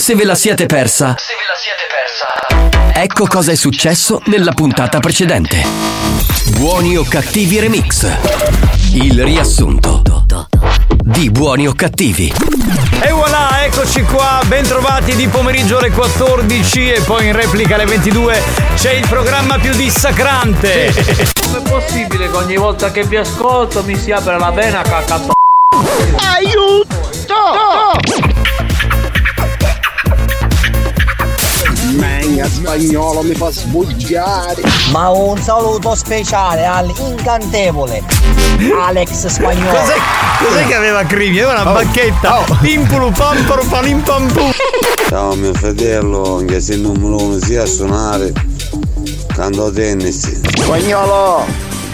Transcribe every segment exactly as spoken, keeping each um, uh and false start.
se ve la siete persa, Se ve la siete persa, ecco cosa è successo nella puntata precedente. Buoni o cattivi remix. Il riassunto di Buoni o cattivi. E voilà, eccoci qua, ben trovati di pomeriggio alle quattordici e poi in replica alle ventidue c'è il programma più dissacrante. Com'è possibile che ogni volta che vi ascolto mi si apre la vena cacca? Aiuto! Menga spagnolo mi fa sbugiare. Ma un saluto speciale all'incantevole Alex Spagnolo. Cos'è, cos'è che aveva Crimi? Aveva una oh, bacchetta. Oh. Pimpulu pamparo palim pampu. Ciao mio fratello, anche se il numero uno sia a suonare, canto tennis. Spagnolo!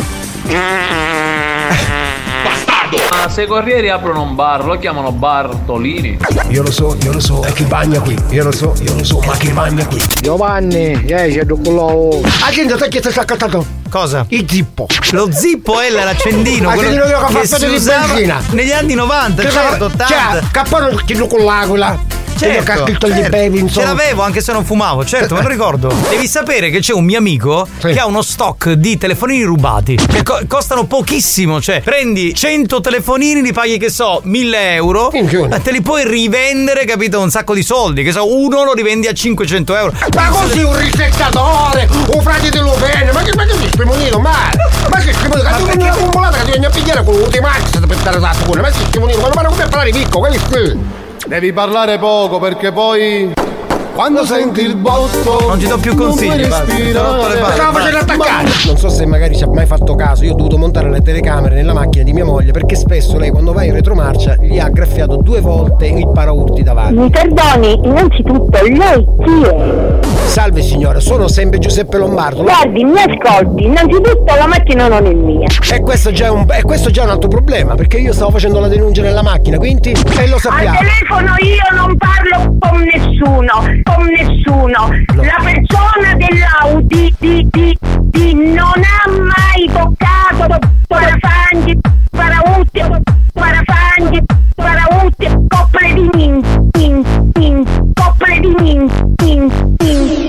Ma se i corrieri aprono un bar, lo chiamano Bartolini. Io lo so, io lo so, è chi bagna qui. Io lo so, io lo so, ma chi bagna qui? Giovanni, eh, c'è quello. Ah, che te che ti sta accattato? Cosa? Il zippo. Lo zippo è l'accendino. Ah, quello che, che, che si di usava benzina negli anni novanta, certo, ottanta. Cioè, cappone con l'aquila. Certo, certo. Gli bevi, ce l'avevo anche se non fumavo, certo, me lo ricordo. Devi sapere che c'è un mio amico sì. che ha uno stock di telefonini rubati che co- costano pochissimo, cioè prendi cento telefonini, li paghi che so mille euro, te li puoi rivendere, capito, un sacco di soldi, che so, uno lo rivendi a cinquecento euro. Ma così un risettatore, un frate dello bene, ma che ma che mi spremonito male? Ma che spremonito, ma che una cumulata che ti viene a pigliare con l'ultimax per dare la pure, ma che spremonito, ma non vanno come a parlare picco, quelli qui. Devi parlare poco perché poi quando senti il botto non ti do più consigli. Stavo facendo attaccare. Non so se magari ci ha mai fatto caso, io ho dovuto montare le telecamere nella macchina di mia moglie perché spesso lei quando va in retromarcia gli ha graffiato due volte il paraurti davanti. Mi perdoni, innanzitutto lei chi è? Salve signora, sono sempre Giuseppe Lombardo. Guardi, mi ascolti, innanzitutto la macchina non è mia. E questo già è un, e questo già è un altro problema, perché io stavo facendo la denuncia nella macchina, quindi e lo sappiamo. Al telefono io non parlo con nessuno, con nessuno. No. La persona dell'Audi di, di, di non ha mai toccato parafanghi, parautti, parafanghi, parautti, coppole di min, min, min, coppole di min, min, min.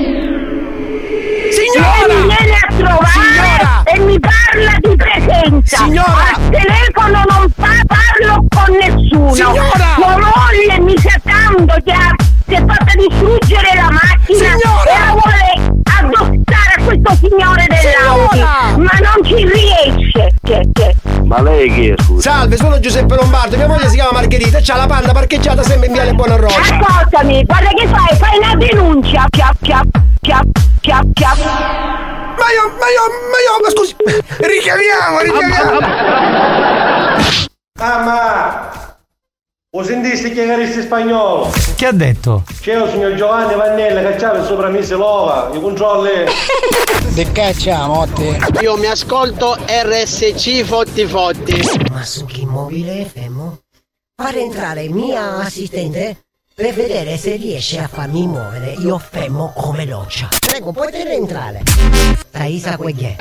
Signora! Lei mi viene a trovare signora! E mi parla di presenza. Signora! Al telefono non fa, parlo con nessuno. Signora! Sua moglie mi sa tanto che ha, si è fatta distruggere la macchina. Signora! E la vuole addossare a questo signore dell'Audi. Ma non ci riesce. Che, che. Ma lei chi è, scusa? Salve, sono Giuseppe Lombardo, mia moglie si chiama Margherita e c'ha la Panda parcheggiata sempre in viale Buonarrota. Ascoltami, guarda che fai, fai una denuncia. Chiap, chiap, chiap, chiap, chiap. Ma io, ma io, ma io, ma scusi, richiamiamo, richiamiamo. Mamma, lo sentiste che caristi spagnolo? Che ha detto? C'è il signor Giovanni Vannella che c'ha il sopramise l'ova, i controlli. Che cacciamo te? Io mi ascolto R S C Fotti Fotti. Ma su che mobile fermo? Fare entrare mia assistente per vedere se riesce a farmi muovere. Io fermo come loccia. Prego, potete entrare. Taisa Queghe.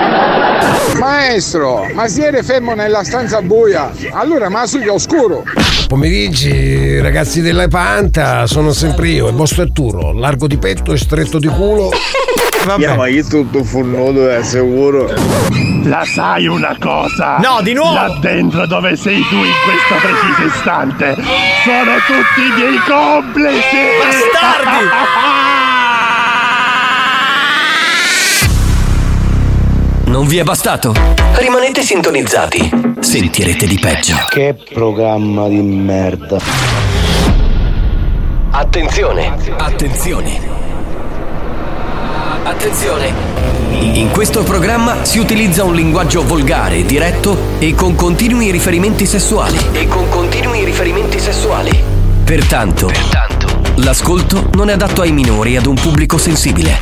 Maestro, ma si era fermo nella stanza buia, allora ma su che oscuro. Pomeriggi, ragazzi della Panta, sono sempre io, il vostro Arturo, largo di petto e stretto di culo. Vabbè. Yeah, ma io tutto funnuto, è sicuro. La sai una cosa? No, di nuovo! Là dentro dove sei tu in questo preciso istante sono tutti dei complici! Bastardi! Non vi è bastato? Rimanete sintonizzati. Sentirete di peggio. Che programma di merda. Attenzione! Attenzione! Attenzione! In questo programma si utilizza un linguaggio volgare, diretto e con continui riferimenti sessuali. E con continui riferimenti sessuali. Pertanto, Pertanto, l'ascolto non è adatto ai minori e ad un pubblico sensibile.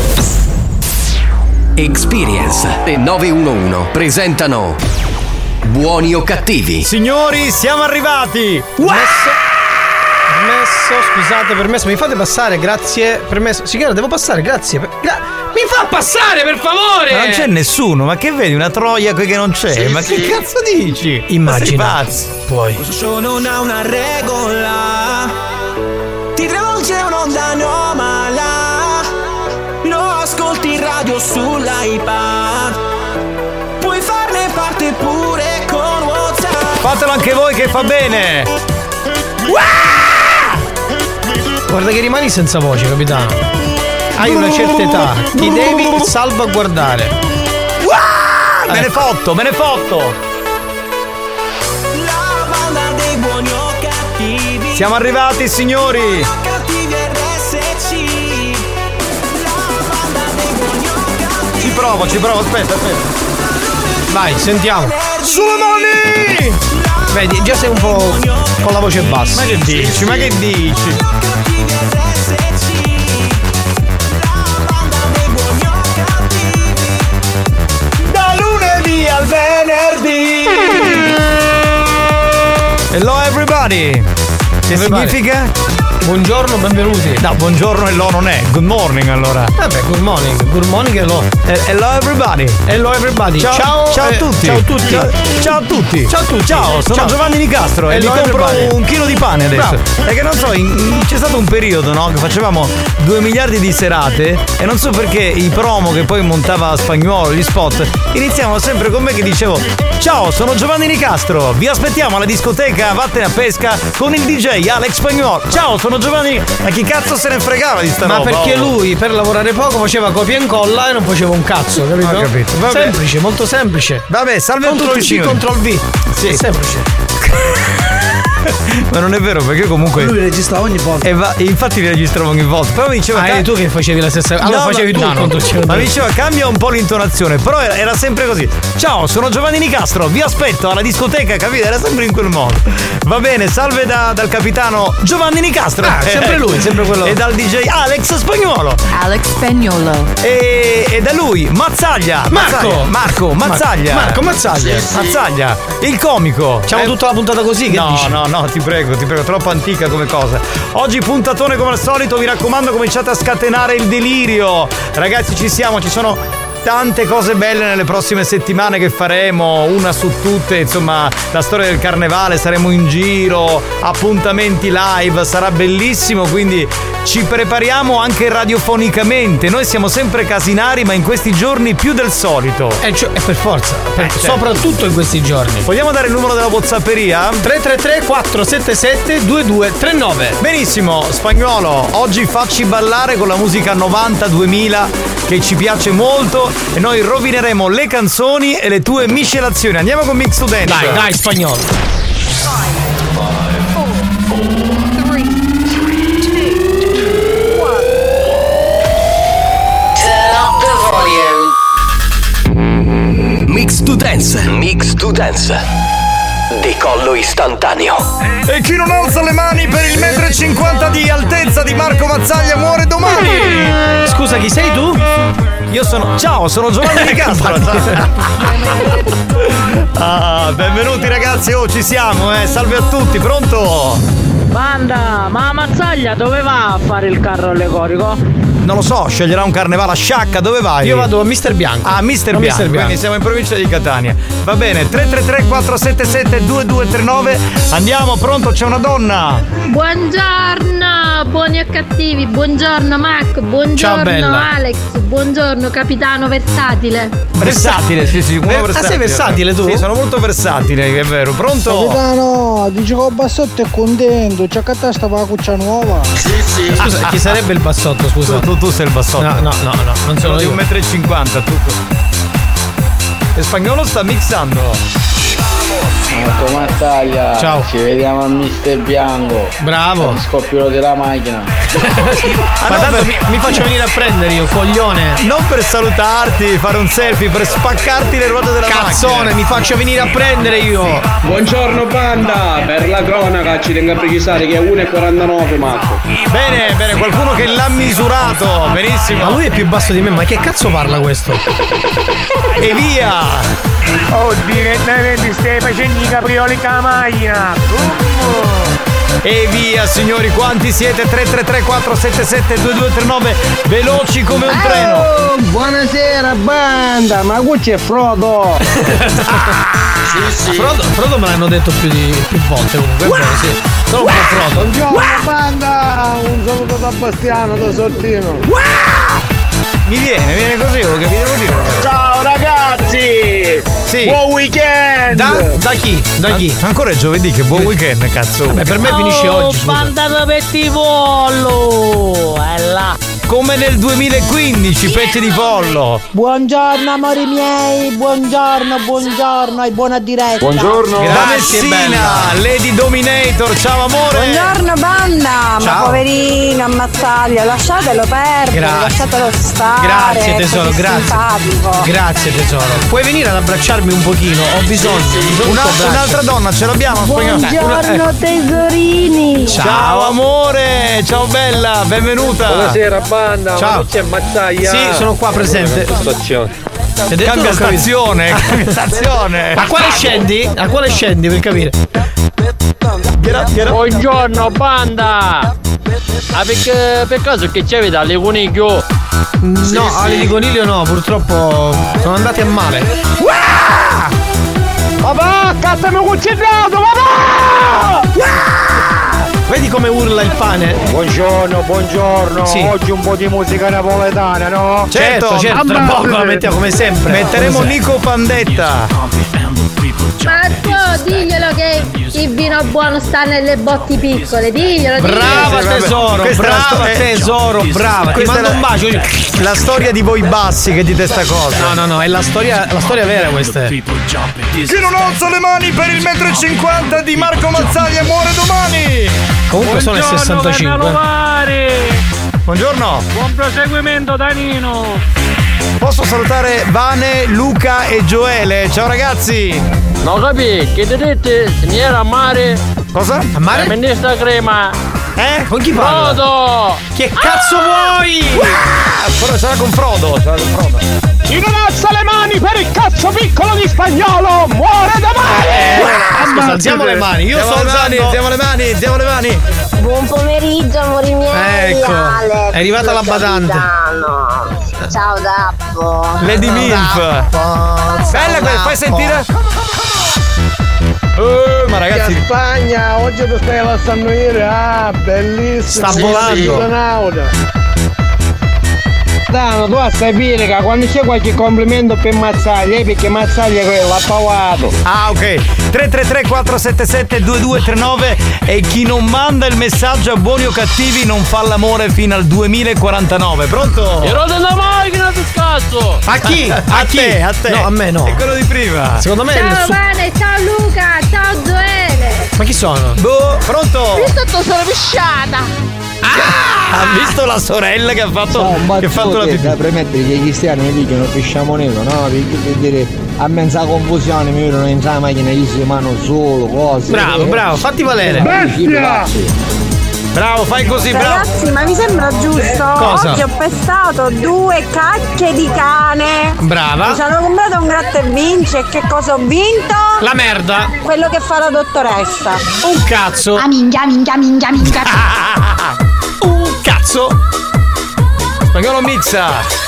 Experience e nove uno uno presentano Buoni o cattivi? Signori, siamo arrivati! Permesso, permesso, scusate, permesso, mi fate passare, grazie. Permesso, signora, devo passare, grazie. Gra- mi fa passare, per favore! Ma non c'è nessuno, ma che vedi? Una troia qui che non c'è? Sì, ma sì. Che cazzo dici? Immagina. Pazzo. Poi. Questo show non ha una regola. Ti travolge Fatelo anche voi che fa bene. Guarda che rimani senza voce, capitano. Hai una certa età, ti devi salvaguardare. Me ne fotto, me ne fotto. Siamo arrivati, signori. Ci provo, ci provo, aspetta, aspetta. Vai, sentiamo. Sulle mani! Vedi, già sei un po' con la voce bassa. Ma che dici? Ma che dici? Da lunedì al venerdì. Hello everybody. Che Everybody. significa? Buongiorno, benvenuti. No, buongiorno e lo non è. Good morning allora. Vabbè, good morning. Good morning e lo. Hello everybody. Hello everybody. Ciao, ciao, ciao a eh, tutti. Ciao a tutti. Ciao, ciao a tutti. Ciao a tutti. Ciao, sono Ciao. Giovanni Nicastro e vi Hello compro everybody. un chilo di pane adesso. Bravo. Perché non so, in- in- c'è stato un periodo, no? Che facevamo due miliardi di serate e non so perché i promo che poi montava Spagnuolo, gli spot, iniziavano sempre con me che dicevo: ciao, sono Giovanni Nicastro, vi aspettiamo alla discoteca Vattene a Pesca con il D J Alex Spagnuolo. Ciao, sono Giovanni. Ma chi cazzo se ne fregava di sta Ma roba? perché oh? lui per lavorare poco faceva copia e incolla e non faceva un cazzo, capito? Ho capito. Vabbè. Semplice, molto semplice. Vabbè, salve a Control tutti, C, signori. Control V. Sì. È semplice. Ma non è vero, perché comunque Lui registrava ogni volta. E va, infatti li registravo ogni volta. Però mi diceva Ah, eri tu che facevi la stessa cosa. Allora No, facevi ma- tu no, il no. Control C. Ma mi diceva cambia un po' l'intonazione. Però era, era sempre così. Ciao, sono Giovanni Nicastro, vi aspetto alla discoteca, capito? Era sempre in quel modo. Va bene, salve da- dal capitano Giovanni Nicastro. Ah, sempre lui, sempre quello. E dal D J Alex Spagnuolo. Alex Spagnuolo. E, e da lui Mazzaglia. Marco. Mazzaglia. Marco Mazzaglia. Marco Mazzaglia. Sì, sì. Mazzaglia, il comico. Facciamo Eh, tutta la puntata così, che no, dici? no, no, ti prego, ti prego, troppo antica come cosa. Oggi puntatone come al solito, mi raccomando, cominciate a scatenare il delirio. Ragazzi, ci siamo, ci sono tante cose belle nelle prossime settimane che faremo, una su tutte, insomma, la storia del carnevale, saremo in giro, appuntamenti live, sarà bellissimo, quindi ci prepariamo anche radiofonicamente. Noi siamo sempre casinari, ma in questi giorni più del solito. E cioè, per forza, per- Eh, certo. soprattutto in questi giorni. Vogliamo dare il numero della WhatsApperia? tre tre tre quattro sette sette due due tre nove. Benissimo, Spagnuolo, oggi facci ballare con la musica novanta duemila che ci piace molto e noi rovineremo le canzoni e le tue miscelazioni. Andiamo con Mix to Dance. Dai, dai, Spagnolo. Mix to Dance. Mix to Dance. Decollo istantaneo. E chi non alza le mani per il metro e cinquanta di altezza di Marco Mazzaglia muore domani. Scusa, chi sei tu? Io sono. Ciao, sono Giovanni Nicastro. Ah, benvenuti ragazzi, oh ci siamo, eh. Salve a tutti, pronto? Banda, ma Mazzaglia dove va a fare il carro allegorico? Non lo so, sceglierà un carnevale a Sciacca, dove vai? Io vado a mister Bianco. Ah, mister A Bianco, Mister Bianco. quindi siamo in provincia di Catania. Va bene, tre tre tre quattro sette sette due due tre nove. Andiamo, pronto, c'è una donna. Buongiorno, buoni o cattivi, buongiorno Marco, buongiorno Ciao, bella. Alex, buongiorno capitano versatile. Versatile, sì, sì, uno Ver- ah, versatile. sei versatile tu? Sì, sono molto versatile, è vero. Pronto? Capitano, dice che il bassotto è contento, c'è che te stava la cuccia nuova. Scusa, chi sarebbe il bassotto, scusa? Tu, tu, tu sei il bassotto. No, no, no, no, non sono di io. un metro e cinquanta, tutto. E Spagnolo sta mixando. Marco Mazzaglia. Ciao. Ci vediamo a mister Bianco. Bravo. Scoppio della macchina. Ma tanto mi, mi faccio venire a prendere io, coglione. Non per salutarti, fare un selfie, per spaccarti le ruote della Cazzone, macchina. mi faccio venire a prendere io. Buongiorno banda, per la cronaca ci tengo a precisare che è uno e quarantanove Marco. Bene, bene, qualcuno che l'ha misurato. Benissimo. Ma lui è più basso di me, ma che cazzo parla questo? E via! Oh, direttamente stai facendo i caprioli con la macchina. E via signori, quanti siete? tre tre tre quattro sette sette due due tre nove, veloci come un treno. Oh, buonasera banda, ma qui c'è Frodo. Sì, sì. Frodo, Frodo me l'hanno detto più di più volte comunque, è vero, sì. Sono un po' Frodo. Buongiorno banda, un saluto da Bastiano, da Sortino. Mi viene, viene così, lo capite così. Ciao ragazzi. ragazzi! Sì. Buon weekend! Da, da chi? Da chi? An- ancora è giovedì, che buon weekend, cazzo. Vabbè, per me finisce oggi. scusa. Banda pettivollo! È là! Come nel duemilaquindici, pezzi di pollo. Buongiorno amori miei, buongiorno, buongiorno e buona diretta. Buongiorno. Da Messina, Lady Dominator, ciao amore. Buongiorno banda, Ciao. ma poverino, ammazzaglia, lasciatelo perdere, Grazie. lasciatelo stare. Grazie tesoro, così grazie. simpatico. Grazie tesoro. Puoi venire ad abbracciarmi un pochino? Ho bisogno. ho bisogno Una- di questo abbraccio. un'altra donna, ce l'abbiamo? Buongiorno tesorini. Ciao amore, ciao bella, benvenuta. Buonasera banda, Ciao. ma c'è Mazzaglia? Sì, sono qua presente. Stazione. Ti ho detto, Cambia non ho capito. stazione, cambia stazione. A quale scendi? A quale scendi per capire? Buongiorno banda! Ah, perché per caso che c'è dalle coniglio? No, ali di coniglio no, purtroppo sono andati a male. Papà, cazzo mi ho concentrato, papà! Vedi come urla il pane? Buongiorno, buongiorno. Sì. Oggi un po' di musica napoletana, no? Certo, certo, tra poco la mettiamo come sempre. Metteremo Come Nico Pandetta. Marco, diglielo che il vino buono sta nelle botti piccole, diglielo, diglielo. Brava Sì, vabbè. tesoro, Questa è la brava sto- tesoro, brava. Ti Questa mando è la- un bacio. La storia di voi bassi che dite sta cosa. No, no, no, è la storia, la storia vera questa. Chi non alza le mani per il metro e cinquanta di Marco Mazzaglia muore domani. Comunque sono il sessantacinque. Buongiorno. Buon proseguimento Danino! Posso salutare Vane, Luca e Gioele. Ciao ragazzi. Non capi, che ti dite? Se mi era a mare? Cosa? A mare? La ministra crema! Eh? Con chi parla? Frodo! Che cazzo vuoi? Ah, però sarà con Frodo, sarà con Frodo. Chi non alza le mani per il cazzo piccolo di Spagnolo muore domani! Scusa, alziamo le mani. Io Alziamo sto le mani, usando. alziamo le mani, alziamo le mani. Buon pomeriggio amori miei. Ecco, Alex, è arrivata la badante. capitano. Ciao Dappo. Lady Milf. Bella quella, fai sentire? Eh, ma ragazzi. In Spagna, oggi ti stai lasciando ieri, ah, bellissimo. Sta volando. Dano, tu sai bene che quando c'è qualche complimento per Mazzaglia, eh, perché Mazzaglia è quello, ha pagato. Ah, ok. tre tre tre quattro sette sette due due tre nove e chi non manda il messaggio a buoni o cattivi non fa l'amore fino al duemilaquarantanove. Pronto? Ero della macchina di cazzo! A chi? A, A chi? te, a te. No, a me no. È quello di prima. Secondo me è il Ciao su- Vane, ciao Luca, ciao Gioele. Ma chi sono? Boh, pronto? Visto tu sono pisciata. Ha visto la sorella che ha fatto, che ha fatto la pipì? Da premettere che i cristiani mi dicono pisciamo nero, no? Perché per dire a mezza confusione mi vedono in la macchina io si mano solo, cose. Bravo, bravo, fatti valere. Bestia! Bravo, fai così, bravo. Ragazzi, ma mi sembra giusto? Cosa? Oggi ho pestato due cacche di cane. Brava. Mi sono comprato un gratta e vinci e che cosa ho vinto? La merda. Quello che fa la dottoressa. Un cazzo. Ah, minchia, minchia, minchia, minchia. Un cazzo. Spagnolo Mizza.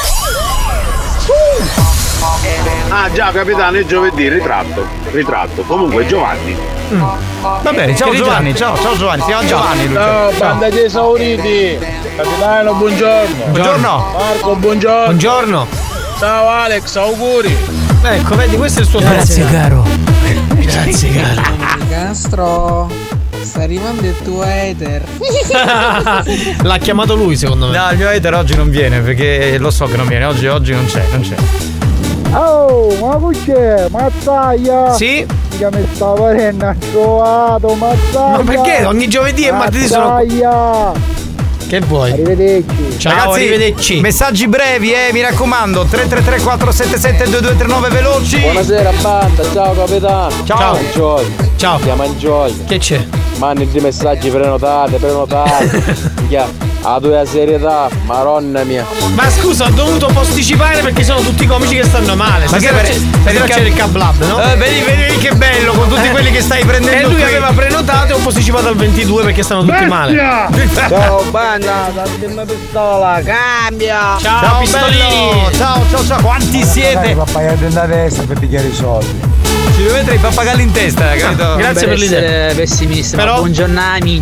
Ah già capitano, è giovedì, ritratto. Ritratto. Comunque Giovanni. Va bene, ciao Giovanni, ciao, ciao Giovanni, si chiama Giovanni. lui. Ciao, banda di esauriti. Capitano, buongiorno. Buongiorno. Marco, buongiorno. Buongiorno. Ciao Alex, auguri. Ecco, vedi, questo è il suo Grazie caro. Grazie caro. Castro, sta arrivando il tuo hater. L'ha chiamato lui, secondo me. No, il mio hater oggi non viene perché lo so che non viene, oggi, oggi non c'è, non c'è. Oh, ma c'è? Mazzaglia! Sì? Mica mi sta parendo, ha trovato Mazzaglia! Ma perché ogni giovedì e martedì sono. Mazzaglia! Che vuoi? Arrivederci! Ciao, Ragazzi, arrivederci. messaggi brevi, eh, mi raccomando. tre tre tre quattro sette sette due due tre nove veloci. Buonasera banda, ciao capitano. Ciao. Enjoy. Ciao. Chiama Enjoy. Che c'è? Mandi di messaggi prenotate, prenotate. A tua serietà, maronna mia. Ma scusa, ho dovuto posticipare perché sono tutti i comici che stanno male. Ma che Stasera per- c'è- per stasera il c'è ca- il Cablab, no? Eh, vedi, vedi che bello con tutti Eh. quelli che stai prendendo E lui qui. aveva prenotato e ho posticipato al ventidue perché stanno tutti male. Ciao banda, datti una pistola, cambia. Ciao, Ciao pistolini. bello. Ciao, ciao, ciao, quanti siete? Pappaia da destra per pigliare i soldi. Ci deve mettere i pappagalli in testa, capito? Grazie per l'idea. pessimista, Però- buongiorno amici.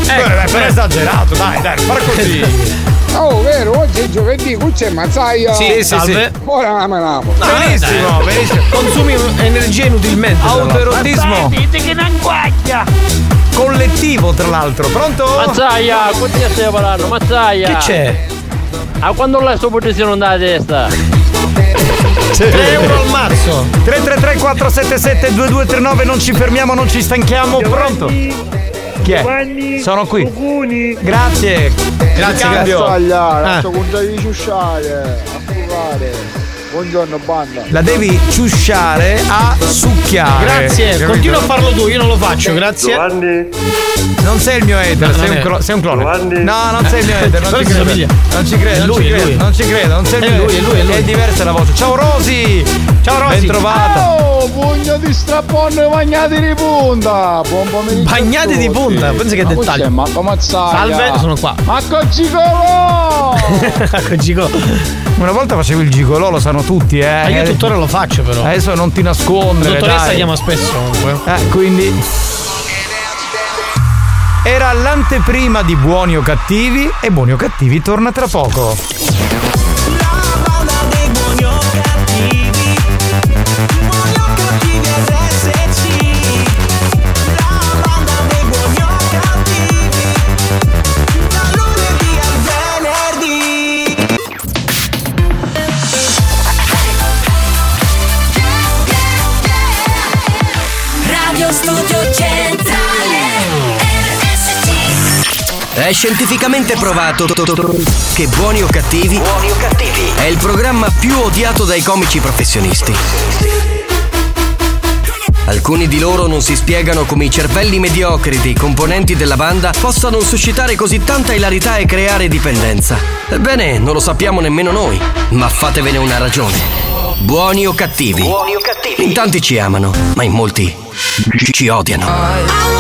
Eh, però è esagerato, dai, dai, fare così. Oh, vero, oggi è giovedì, qui c'è Mazzaia. Sì, sì, salve. Sì. Ora la manamo. No, benissimo, benissimo. Consumi energia inutilmente. Autoerotismo. Dite che non guaglia. Collettivo, tra l'altro. Pronto? Mazzaia, quanti stai parlando? Mazzaia. Che c'è? A quando l'hai sto potessimo andare a testa? tre euro al mazzo. tre tre tre quattro sette sette due due tre nove, non ci fermiamo, non ci stanchiamo. Pronto? Chi è? Giovanni, sono qui. Cucuni. Grazie. Grazie, cambio. Lascia con di ciusciare, a fumare. Buongiorno banda. La devi ciusciare a succhiare. Grazie, capito? continua a farlo tu, io non lo faccio, grazie. Giovanni. Non sei il mio hater, No, sei, non un è. clo- sei un clone. Giovanni. No, non sei il mio hater, non Però ci si credo. somiglia. Non ci credo, È non lui, ci è credo, lui. non ci credo, non sei il È mio lui, hater. è lui, è lui. È diversa la voce. Ciao Rosi! Ciao Rosi! Ben trovata! Oh, pugno di strappone bagnati di punta. Buon pomeriggio. Bagnati di punta, pensa che dettaglio. Ma come Salve, sono qua. Ma cocicolo! Gigolo. Una volta facevo il gigolò, lo sanno tutti, eh. Ma io tuttora lo faccio però. Adesso non ti La nascondere. dottoressa dai. chiama spesso comunque. Eh, quindi. Era l'anteprima di Buoni o Cattivi e Buoni o Cattivi torna tra poco. Radio Studio Centrale R S C. È scientificamente provato che Buoni o Cattivi, Buoni o Cattivi è il programma più odiato dai comici professionisti. Alcuni di loro non si spiegano come i cervelli mediocri dei componenti della banda possano suscitare così tanta ilarità e creare dipendenza. Ebbene, non lo sappiamo nemmeno noi, ma fatevene una ragione. Buoni o Cattivi? Buoni o Cattivi? In tanti ci amano, ma in molti ci odiano.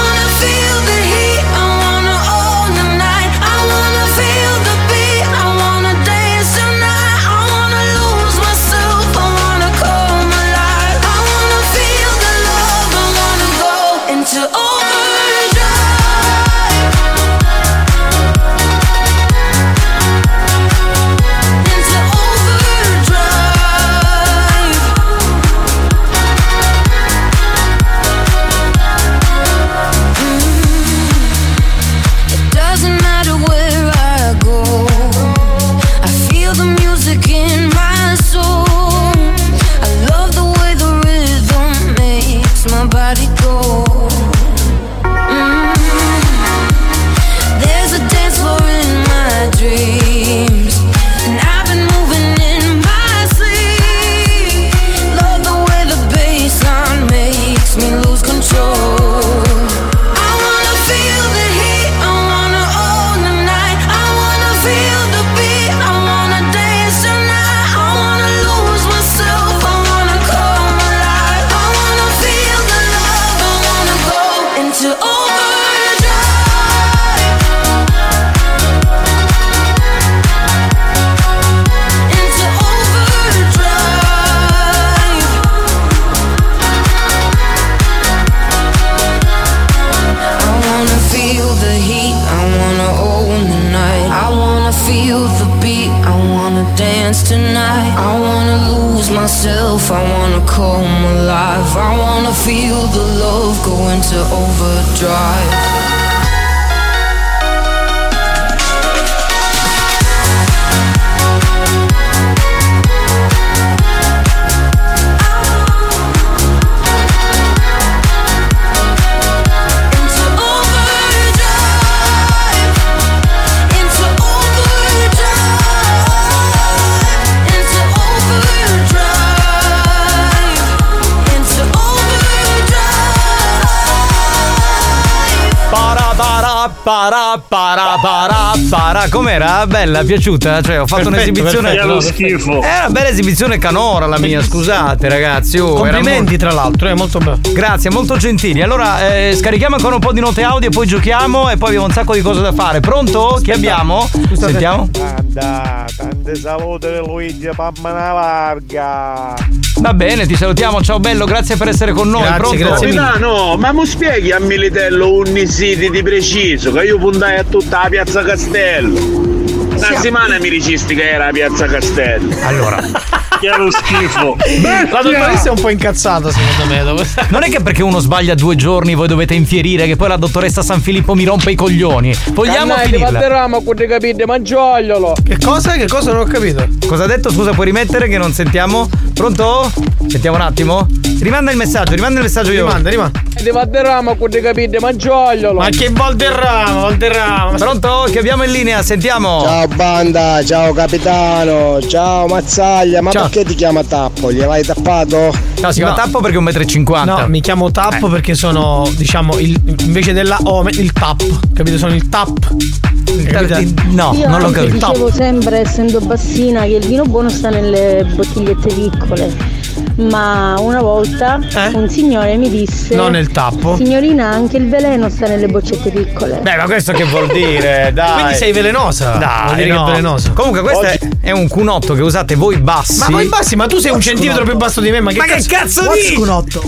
Tonight, I wanna lose myself, I wanna come alive, I wanna feel the love go into overdrive. Para para para para. Com'era? Bella, piaciuta? Cioè, ho fatto Perfetto, un'esibizione. perfetto, lo schifo. È una bella esibizione canora la mia, scusate ragazzi. Oh, Complimenti era tra l'altro, è molto bello. Grazie, molto gentili. Allora, eh, scarichiamo ancora un po' di note audio e poi giochiamo e poi abbiamo un sacco di cose da fare. Pronto? Chi abbiamo? Sentiamo. Anda, tante salute Luigi, pammana larga. Va bene, ti salutiamo, ciao bello, grazie per essere con noi. Grazie, Pronto? grazie mille. Capitano, ma mi spieghi a Militello un siti di preciso che io puntai a tutta la piazza Castello. Una settimana mi dicisti che era la piazza Castello. Allora, chiaro schifo. La dottoressa è un po' incazzata secondo me. Dove... Non è che perché uno sbaglia due giorni voi dovete infierire che poi la dottoressa San Filippo mi rompe i coglioni. Vogliamo Cannai, finirla? Cannaio, ti capite, mangiogliolo. Che cosa? Che cosa non ho capito? Cosa ha detto? Scusa, puoi rimettere che non sentiamo? Pronto? Sentiamo un attimo? Rimanda il messaggio, rimanda il messaggio io. Rimanda, rimanda. Ti Valderrama, ti capite, mangiogliolo. Ma che Valderrama, Valderrama. Pronto? Che abbiamo in linea, sentiamo. Ciao banda, ciao capitano, ciao Mazzaglia, ma ciao. Perché ti chiama Tappo? Gli hai tappato? No, si chiama no. Tappo perché è un metro e cinquanta. No, mi chiamo Tappo eh. perché sono, diciamo, il, invece della O, il tap, capito? Sono il tap. Il no, Io non l'ho capito. Io dicevo sempre, essendo bassina, che il vino buono sta nelle bottigliette piccole. Ma una volta eh? un signore mi disse: no, nel tappo. Signorina, anche il veleno sta nelle boccette piccole. Beh, ma questo che vuol dire? Dai. Quindi sei velenosa. Dai, vuol dire no. che è velenosa. Comunque questo Oggi... è un cunotto che usate voi bassi. Ma voi bassi, ma tu sei un centimetro più basso di me. Ma che ma cazzo, che cazzo What's dici? Cunotto?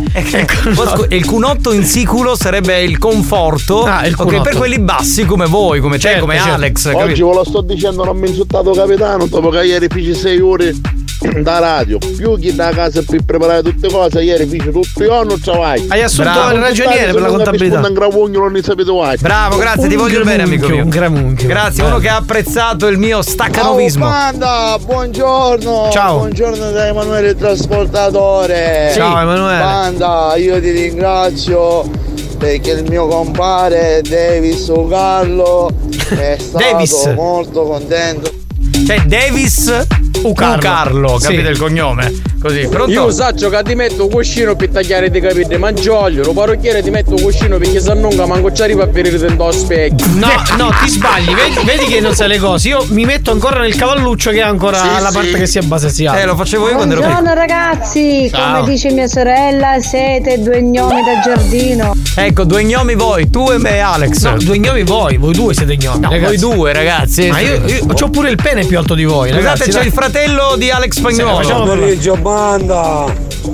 E il cunotto in siculo sarebbe il conforto. Ah, il ok, per quelli bassi come voi, come certo, te, come certo. Alex. Oggi capito? Ve lo sto dicendo, non mi insultato capitano, dopo che ieri feci sei ore da radio, più chi da casa per preparare tutte cose, ieri feci tutto io, non ce vai. Hai assunto il ragioniere per la contabilità. Un gravugno, non ne sapete mai. Bravo, grazie, un ti voglio bene, amico mio. Un gramunchio. Grazie, uno che ha apprezzato il mio staccanovismo. Ciao banda, buongiorno. Ciao. Buongiorno da Emanuele il trasportatore. Sì. Ciao Emanuele. Banda, io ti ringrazio perché il mio compare Davis Ucarlo è stato Davis. molto contento. Cioè Davis Ucarlo, Ucarlo capite sì. il cognome? Così, pronto? Io saggio che ti metto un cuscino per tagliare di capite mangioglio, lo parrucchiere ti metto un cuscino perché se non manco ci arriva a vedere dentro lo specchio. No, no, ti sbagli, vedi, vedi che non sai le cose. Io mi metto ancora nel cavalluccio che è ancora sì, la parte sì. che si abbassa si alza. Eh, lo facevo io quando ero piccolo. Buongiorno ragazzi, Ciao. come dice mia sorella, siete due gnomi da giardino. Ecco, due gnomi voi, tu e me Alex. No, due gnomi voi, voi due siete gnomi. No, ragazzi. voi due ragazzi. Ma io, io ho pure il pene più alto di voi. Scusate, ragazzi, c'è dai. il fratello di Alex Spagnuolo. Buon pomeriggio banda.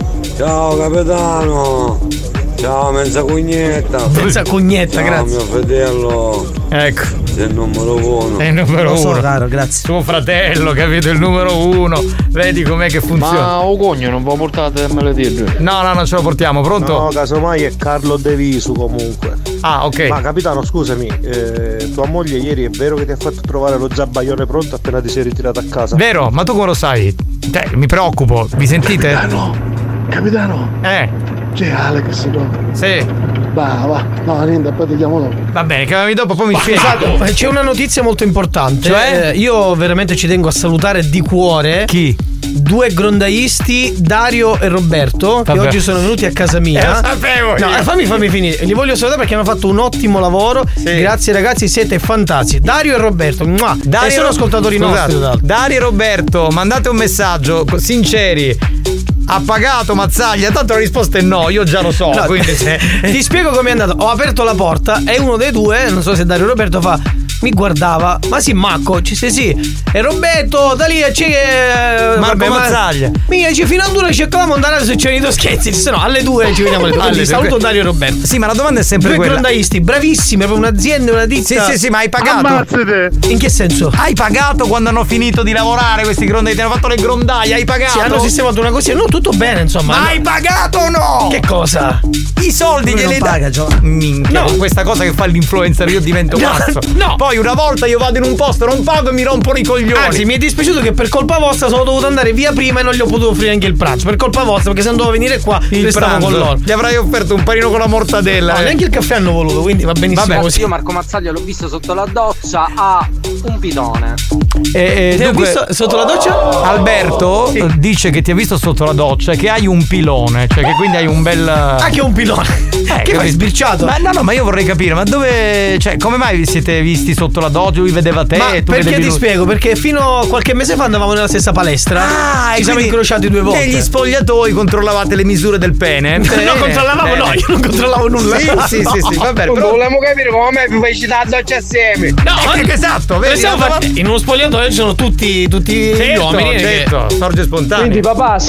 Ciao capitano. Ciao mezza cugnetta. Mezza cugnetta, ciao, grazie. Mio fratello. Ecco. Sei il numero uno. È il numero Lo uno. so, caro, grazie. Tuo fratello, capito? Il numero uno. Vedi com'è che funziona. Ma o cogno non vi portate me le dire. No, no, non ce lo portiamo, pronto? No, casomai è Carlo De Visu comunque. Ah, ok. Ma capitano, scusami, eh, tua moglie ieri è vero che ti ha fatto trovare lo zabaione pronto appena ti sei ritirato a casa? Vero, ma tu come lo sai? Cioè, mi preoccupo, vi sentite? Capitano, capitano. Eh. C'è Alex, no? Sì. Va, va, no, niente, poi ti chiamo dopo. Va bene, chiamami dopo, poi mi spieghi. Esatto, c'è una notizia molto importante. Cioè? Eh, io veramente ci tengo a salutare di cuore. Chi? Due grondaisti, Dario e Roberto, Vabbè. che oggi sono venuti a casa mia. Eh, lo sapevo io. No, eh, fammi, fammi finire. Li voglio salutare perché hanno fatto un ottimo lavoro. Sì. Grazie ragazzi, siete fantastici. Dario e Roberto, muah. Dario e sono ascoltatori Scusate, nostri. Dario e Roberto, mandate un messaggio sinceri. Ha pagato Mazzaglia? Tanto la risposta è no, io già lo so. No, quindi se... Ti spiego com'è andato. Ho aperto la porta e uno dei due, non so se Dario Roberto fa, mi guardava, ma sì, Macco, ci sei sì. E Roberto, da lì c'è che. Marco vabbè, Mazzaglia. Mica ci fino a due cercavamo di andare se c'erano i due scherzi. Se no, alle due ci vediamo le due. Quindi saluto que... Dario e Roberto. Sì, ma la domanda è sempre due quella. Due grondaisti, bravissimi, proprio un'azienda, una ditta. Sì, sì, sì, ma hai pagato. Ammazzate. In che senso? Hai pagato quando hanno finito di lavorare questi grondaisti? Hanno fatto le grondaie, hai pagato? Sì, hanno sistemato una così. No, tutto bene, insomma. Ma hai pagato o no? Che cosa? I soldi Lui glieli non paga, dai. Minchia, no. Questa cosa che fa l'influencer io divento no, pazzo. No. Poi una volta io vado in un posto, non pago e mi rompono i coglioni. Anzi, mi è dispiaciuto che per colpa vostra sono dovuto andare via prima e non gli ho potuto offrire anche il pranzo. Per colpa vostra, perché se non dovevo venire qua il restavo pranzo. con loro. Gli avrai offerto un panino con la mortadella. No, eh. neanche il caffè hanno voluto, quindi va benissimo. Vabbè, così. Io Marco Mazzaglia l'ho visto sotto la doccia, ha un bidone. E, e Ti ho dunque, visto sotto la doccia? Alberto sì. dice che ti ha visto sotto la doccia e che hai un pilone, cioè che quindi hai un bel. Ah, che un pilone? Eh, che fai sbirciato? Ma no, no, ma io vorrei capire, ma dove. Cioè, come mai vi siete visti sotto la doccia? Lui vedeva te, ma tu perché vedevi ti lui. spiego? Perché fino a qualche mese fa andavamo nella stessa palestra. Ah, ci siamo incrociati due volte. Negli spogliatoi controllavate le misure del pene? No, no, controllavamo no, io non controllavo nulla. Sì, sì, sì, sì, vabbè. Non volevamo capire come vi fai citare la doccia assieme. No, eh, esatto, vedi, fatti, in uno spogliatoio ci sono tutti, tutti certo, gli uomini. Certo, che... sorge spontaneo. Quindi papà, se tu stai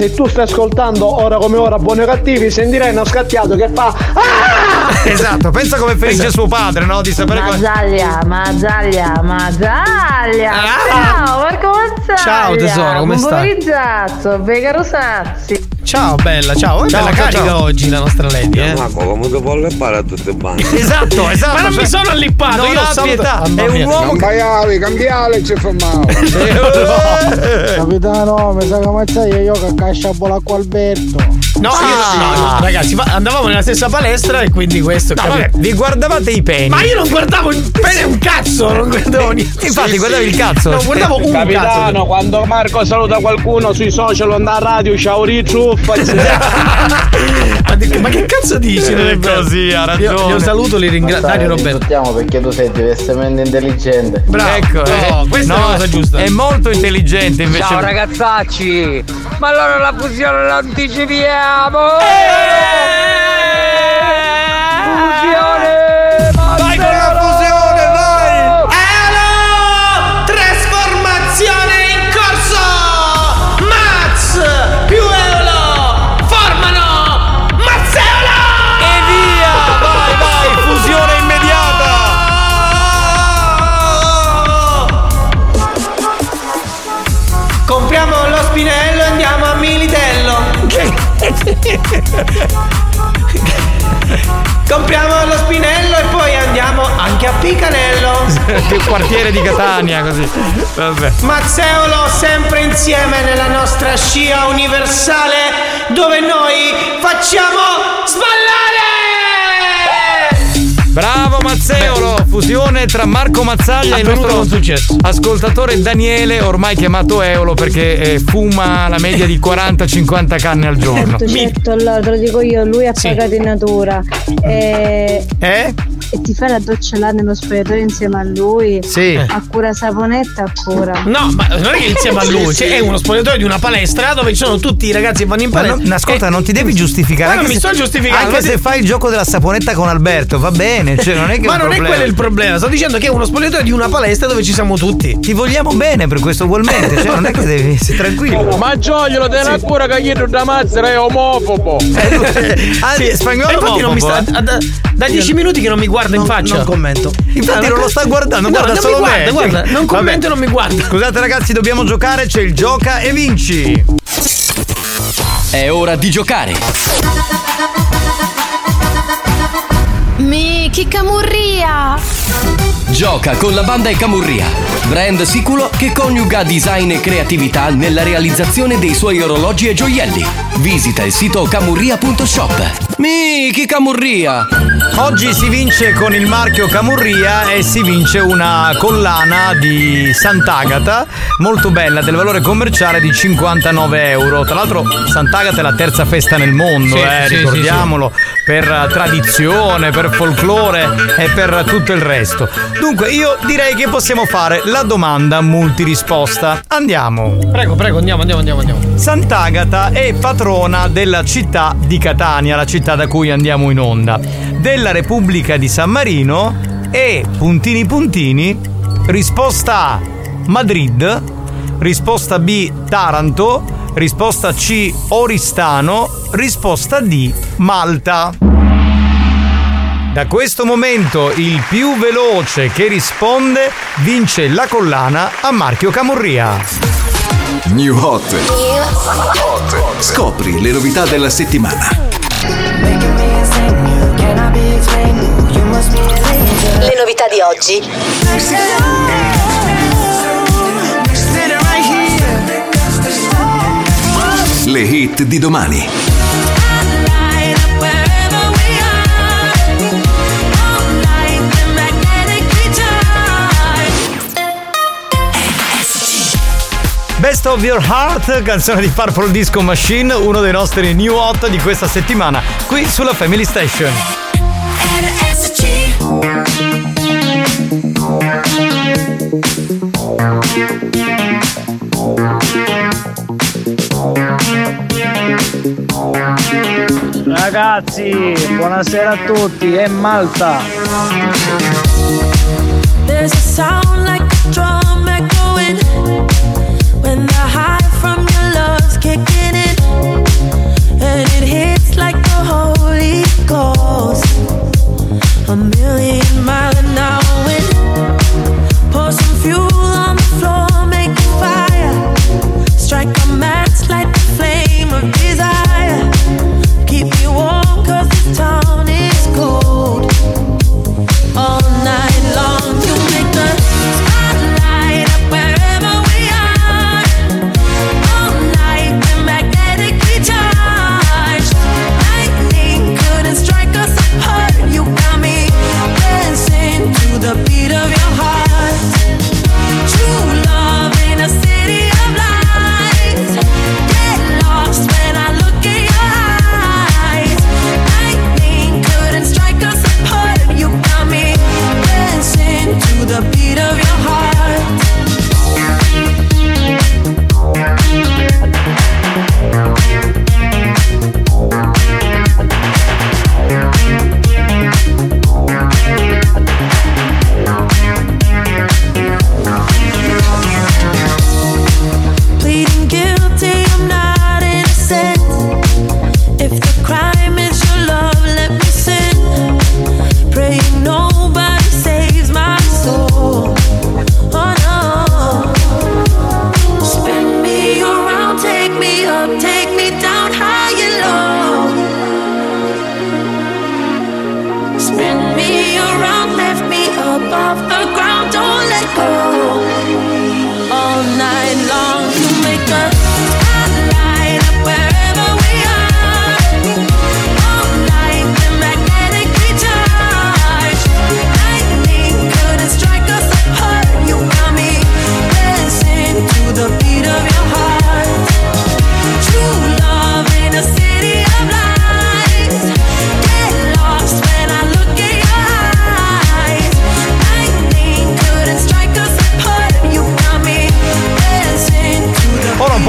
ascoltando ora come ora Buoni o Cattivi, sentirai uno scattiato che fa ah! Esatto, pensa come felice esatto. suo padre, no? Di sapere come. Mazzaglia, Mazzaglia, Mazzaglia. Ah! Ciao, Marco Mazzaglia. Ciao tesoro, come Buon stai? pomeriggio, Begaro Sazzi. Ciao bella, ciao, è ciao, bella ciao, carica ciao. oggi la nostra Lady, eh. Ma come ti può leppare a tutte le bande? Esatto, esatto. Ma non cioè, mi sono allippato, non io ha sono pietà, è un uomo che Cambiavi, cambiale ci fermavo. Capitano, mi sa che Mazzaglia io che casciabo l'acqua Alberto. No, Ah. io, no, no, ragazzi, fa- andavamo nella stessa palestra e quindi questo. No, capito? vabbè, vi guardavate i peni. Ma io non guardavo il pene un cazzo, non guardavo niente. Infatti, Sì, guardavi sì. il cazzo. No, guardavo un Capitano, cazzo. quando Marco saluta qualcuno sui social o anda a radio, ciao ritruffa. ma, di- ma che cazzo dici? Non è vero. Così, ha Io, ragione. io saluto, li ringrazio. Dario Roberto. Ascoltiamo perché tu sei diversamente intelligente. Bravo. Ecco, No, eh. questa è la cosa giusta. È molto intelligente invece. Ciao ragazzacci! Ma allora la fusione l'anticipiamo! Fusione! Vai con la fusione, vai! Elo! Trasformazione in corso! Max più Eolo formano Mazzeolo! E via! Vai, vai! Fusione immediata! Compriamo lo spinello e andiamo a Militello. Compriamo lo spinello e poi andiamo anche a Picanello. Il quartiere di Catania, così. Vabbè. Mazzeolo sempre insieme nella nostra scia universale dove noi facciamo sballare! Bravo Mazzeolo! Fusione tra Marco Mazzaglia e il Avvenuto nostro con successo. ascoltatore Daniele, ormai chiamato Eolo perché eh, fuma la media di quaranta cinquanta canne al giorno. Certo, certo, allora te lo dico io, lui ha Sì. pagato in natura. E... Eh? e ti fai la doccia là nello spogliatoio insieme a lui. Sì. A cura saponetta, a cura. No, ma non è che insieme a lui, cioè, è uno spogliatoio di una palestra dove ci sono tutti i ragazzi che vanno in Ma palestra. no, ascolta, E- non ti devi giustificare. Ma non anche mi se- sto giustificando. Anche ma se ti- fai il gioco della saponetta con Alberto, va bene. Cioè, non è che Ma è un non è problema. quello il problema, sto dicendo che è uno spogliatoio di una palestra dove ci siamo tutti. Ti vogliamo bene per questo ugualmente. Cioè, non è che devi essere tranquillo. Ma Giogliolo, te ne cura che io da Mazzera è omofobo. Ah, Sì, spagnolo e infatti non mi sta, omofobo, eh? da, da dieci minuti che non mi guarda in faccia. Non commento. Infatti non lo sta guardando, No, guarda non solo mi guarda, me. guarda, non Vabbè. commento e non mi guarda. Scusate ragazzi, dobbiamo giocare, c'è il gioca e vinci. È ora di giocare. Miki Camurria. Gioca con la banda e Camurria, brand sicuro che coniuga design e creatività nella realizzazione dei suoi orologi e gioielli. Visita il sito camurria punto shop. Miki Camurria. Oggi si vince con il marchio Camurria e si vince una collana di Sant'Agata molto bella, del valore commerciale di cinquantanove euro. Tra l'altro Sant'Agata è la terza festa nel mondo, Sì, eh, sì, ricordiamolo, per tradizione, per folklore e per tutto il resto. Dunque io direi che possiamo fare la domanda multirisposta. Andiamo. Prego, prego, andiamo, andiamo, andiamo, andiamo. Sant'Agata è patrona della città di Catania, la città da cui andiamo in onda, della Repubblica di San Marino e puntini puntini. Risposta A Madrid, risposta B Taranto, risposta C Oristano, risposta D Malta. Da questo momento il più veloce che risponde vince la collana a marchio Camurria. New Hot. Scopri le novità della settimana. Le novità di oggi. Le hit di domani. Best of Your Heart, canzone di Purple Disco Machine, uno dei nostri new hot di questa settimana, qui sulla Family Station. Ragazzi, buonasera a tutti, è Malta. There's a sound like a drum echoing when the high from your love's kicking in.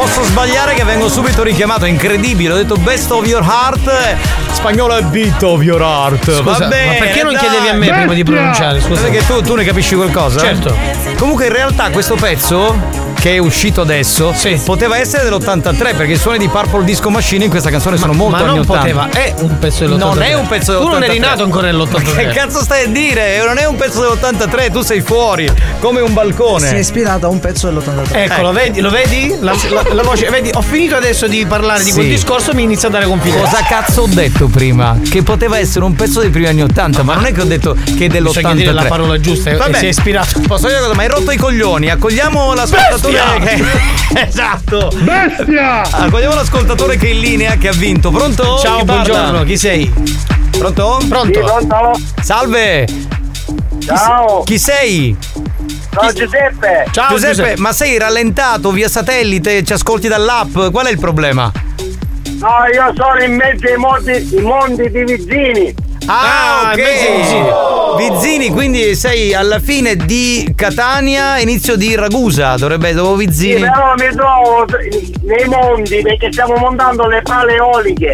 posso sbagliare che vengo subito richiamato, è incredibile. Ho detto best of your heart, spagnolo è beat of your heart. Scusa, Va bene, ma perché non dai, chiedevi a me bestia. prima di pronunciare? Scusa. Perché tu, tu ne capisci qualcosa? Certo. Comunque in realtà questo pezzo che è uscito adesso poteva essere dell'ottantatré, perché i suoni di Purple Disco Machine in questa canzone sono molto ma anni non ottanta. poteva, è un pezzo dell'ottantatré. Non è un pezzo dell'ottantatré. Tu non eri nato ancora nell'ottantatré. Che cazzo stai a dire? Non è un pezzo dell'ottantatré, tu sei fuori come un balcone. Si è ispirato a un pezzo dell'ottantatré. Ecco, lo vedi? Lo vedi? La, la, la voce, vedi? Ho finito adesso di parlare di quel Sì. discorso, mi inizia a dare confidenza. Cosa cazzo ho detto prima? Che poteva essere un pezzo dei primi anni ottanta, ma non è che ho detto che è dell'ottantatré. Bisogna dire la parola giusta e Vabbè, si è ispirato. Posso dire cosa? Ma hai rotto i coglioni. Accogliamo l'ascoltatore che... Esatto. Bestia! Accogliamo l'ascoltatore che è in linea, che ha vinto. Pronto? Ciao, Chi parla? buongiorno, chi sei? Pronto? Pronto? Sì, pronto? Salve. Ciao. Chi sei? Sono Giuseppe. Ciao Giuseppe, Giuseppe. ma sei rallentato via satellite? Ci ascolti dall'app? Qual è il problema? No, io sono in mezzo ai mondi, ai mondi di Vizzini. Ah, Ah, ok. in mezzo ai Vizzini. Vizzini, quindi sei alla fine di Catania, inizio di Ragusa, dovrebbe dopo Sì, Vizzini. però mi trovo nei mondi perché stiamo montando le pale eoliche.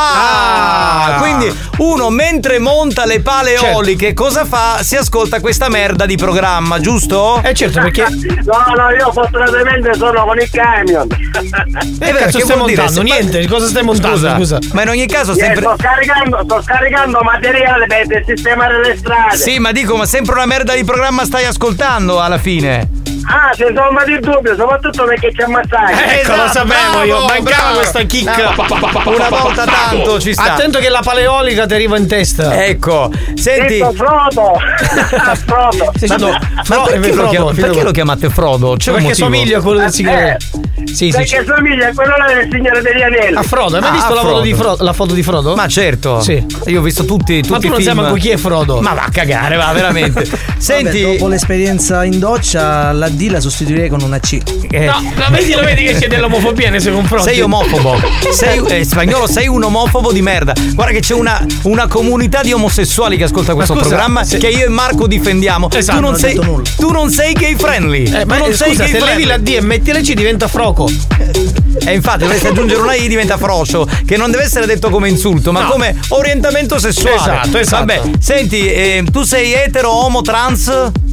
Ah, Ah. quindi uno mentre monta le pale eoliche cosa fa? Si ascolta questa merda di programma, giusto? Eh certo, perché No, no, io fortunatamente sono con il camion. Eh, cazzo che stai vuol dire? montando? Se- Niente, cosa stai montando? Scusa, Scusa. ma in ogni caso Eh, sempre sto scaricando, sto scaricando materiale per sistemare le strade. Sì, ma dico, ma sempre una merda di programma stai ascoltando alla fine. Ah, senza ombra di dubbio, soprattutto perché ci ammazzai. Ecco, lo sapevo io, mancava bravo. questa chicca. Una volta tanto ci sta. Attento che la paleolica ti arriva in testa. Ecco, senti. Detto Frodo. Frodo. Stai dicendo, Ma Fro- perché, eh, lo, Frodo, chiam- figlio- perché lo chiamate Frodo? C'è un Perché motivo? somiglia a quello del signore. Sì, sì, Perché sì. somiglia a quello là del Signore degli Anelli. A Frodo, hai mai Ah, visto la foto, Frodo. di Frodo, la foto di Frodo? Ma certo. Sì. Io ho visto tutti, tutti Ma tu i non film. sai manco chi è Frodo. Ma va a cagare, va, veramente. Senti. Vabbè, dopo l'esperienza in doccia, la D la sostituirei con una C. eh, No, lo vedi, lo vedi che c'è dell'omofobia nei suoi confronti. Sei omofobo. Sei eh, spagnolo, sei un omofobo di merda. Guarda che c'è una, una comunità di omosessuali che ascolta questo scusa, programma se- che io e Marco difendiamo. Esatto, tu non non ho sei detto nulla. tu non sei gay friendly. Eh, ma tu non eh, sei scusa, gay se levi friendly. la D e metti la C diventa froco. E infatti dovresti aggiungere una I, diventa frocio, che non deve essere detto come insulto, ma No. come orientamento sessuale. Esatto, esatto. Vabbè, senti, eh, tu sei etero, omo, trans?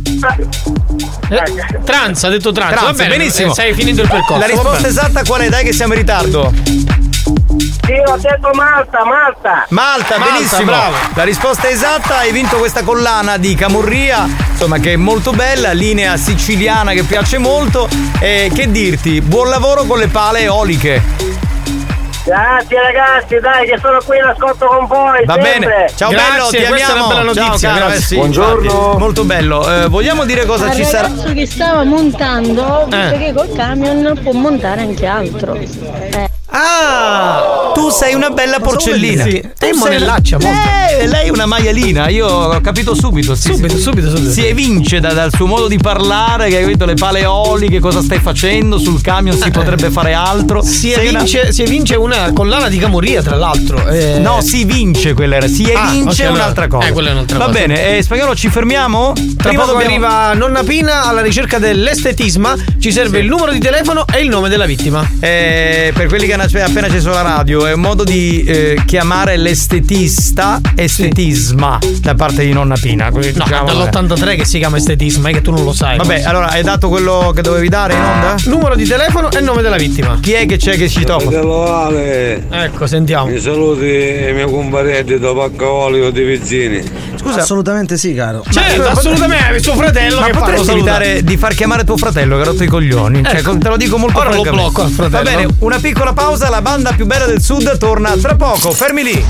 Eh, trans, ha detto trans. Trans, Va bene, benissimo. eh, Stai finendo il percorso. La va risposta bene. esatta qual è? Dai che siamo in ritardo. Sì, ho detto Malta, Malta. Malta, Malta, benissimo. bravo. La risposta è esatta, hai vinto questa collana di Camurria, insomma, che è molto bella, linea siciliana che piace molto. E che dirti, buon lavoro con le pale eoliche. Grazie ragazzi, dai che sono qui in ascolto con voi. Va sempre. bene, ciao Grazie, bello, ti questa è amiamo. una bella Ciao, notizia, caro, grazie. eh sì, Buongiorno. infatti, molto bello. Eh, vogliamo dire cosa Al ci sarà? ragazzo che stava montando, Eh. perché col camion può montare anche altro. Eh. Ah, tu sei una bella porcellina. Sì. Tu Te sei monellaccia una- molto. Eh, lei è una maialina, io ho capito subito. Sì, Subito, sì. subito, subito. Si evince da- dal suo modo di parlare, che hai capito le pale eoliche, cosa stai facendo, sul camion si potrebbe fare altro. Si Sei una- evince, si evince una collana di Camurria, tra l'altro. Eh, No, si vince quella era, si Ah, evince ok, allora- un'altra cosa. Eh, quella è un'altra Va cosa. bene, eh, spagnolo ci fermiamo? Tra poco arriva Nonna Pina alla ricerca dell'estetisma. Ci serve il numero di telefono e il nome della vittima. Eh, per quelli che hanno appena acceso la radio, è un modo di eh, chiamare l'estetista estetisma da parte di Nonna Pina. Così No, diciamo, dall'ottantatré che si chiama estetisma, è che tu non lo sai. Vabbè, forse. allora hai dato quello che dovevi dare in onda? Numero di telefono e nome della vittima. Chi è che c'è che ci tocca? Ale, Ecco, sentiamo. mi saluti i miei comparetti da Paccaolio di Vizzini. Scusa, Assolutamente sì, caro. Certo, assolutamente, è suo fratello ma che fa lo potresti saluta. evitare di far chiamare tuo fratello che ha rotto i coglioni? Cioè, Ecco. te lo dico molto Ora lo francamente. blocco al fratello. Va bene, una piccola pausa, la banda più bella del sud torna tra poco. Fermi lì.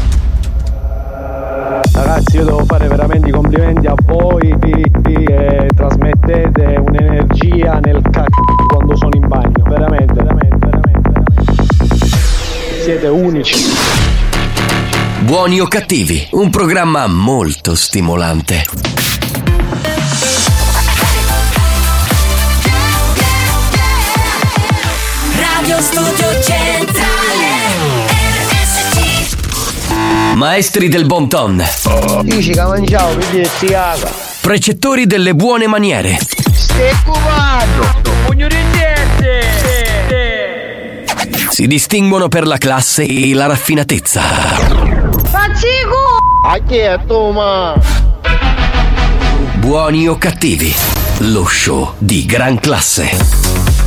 Ragazzi, io devo fare veramente i complimenti a voi che trasmettete un'energia nel c***o quando sono in bagno. Veramente, veramente, veramente, veramente. Siete unici. Buoni o cattivi, un programma molto stimolante. Radio Studio Centrale R S C. Maestri del bon ton, Dici che mangiavo, vedi si caga. precettori delle buone maniere, Stai cubando. Pugno di gente. si distinguono per la classe e la raffinatezza. Pazzico! A chi è tu, ma? Buoni o cattivi, lo show di gran classe.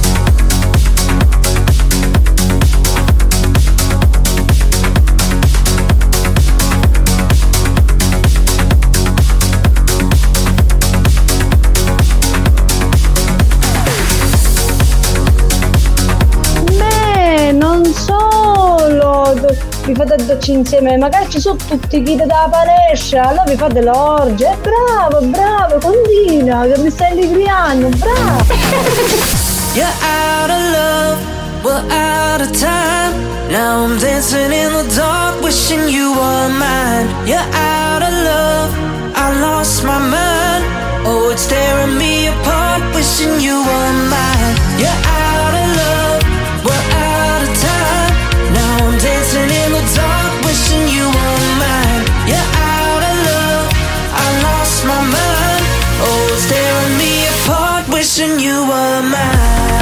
Non solo vi fate a doccia insieme, magari ci sono tutti i kit da palestra, allora vi fate l'orgia. Bravo, bravo, continua, che mi stai allegriando, bravo. You're out of love, we're out of time. Now I'm dancing in the dark, wishing you were mine. You're out of love, I lost my mind. Oh, it's tearing me apart, wishing you were mine. You're out of love, we're out of time. Now I'm dancing in the dark, wishing you were mine. You're out of love, I lost my mind. Oh, it's tearing me apart, wishing you were mine.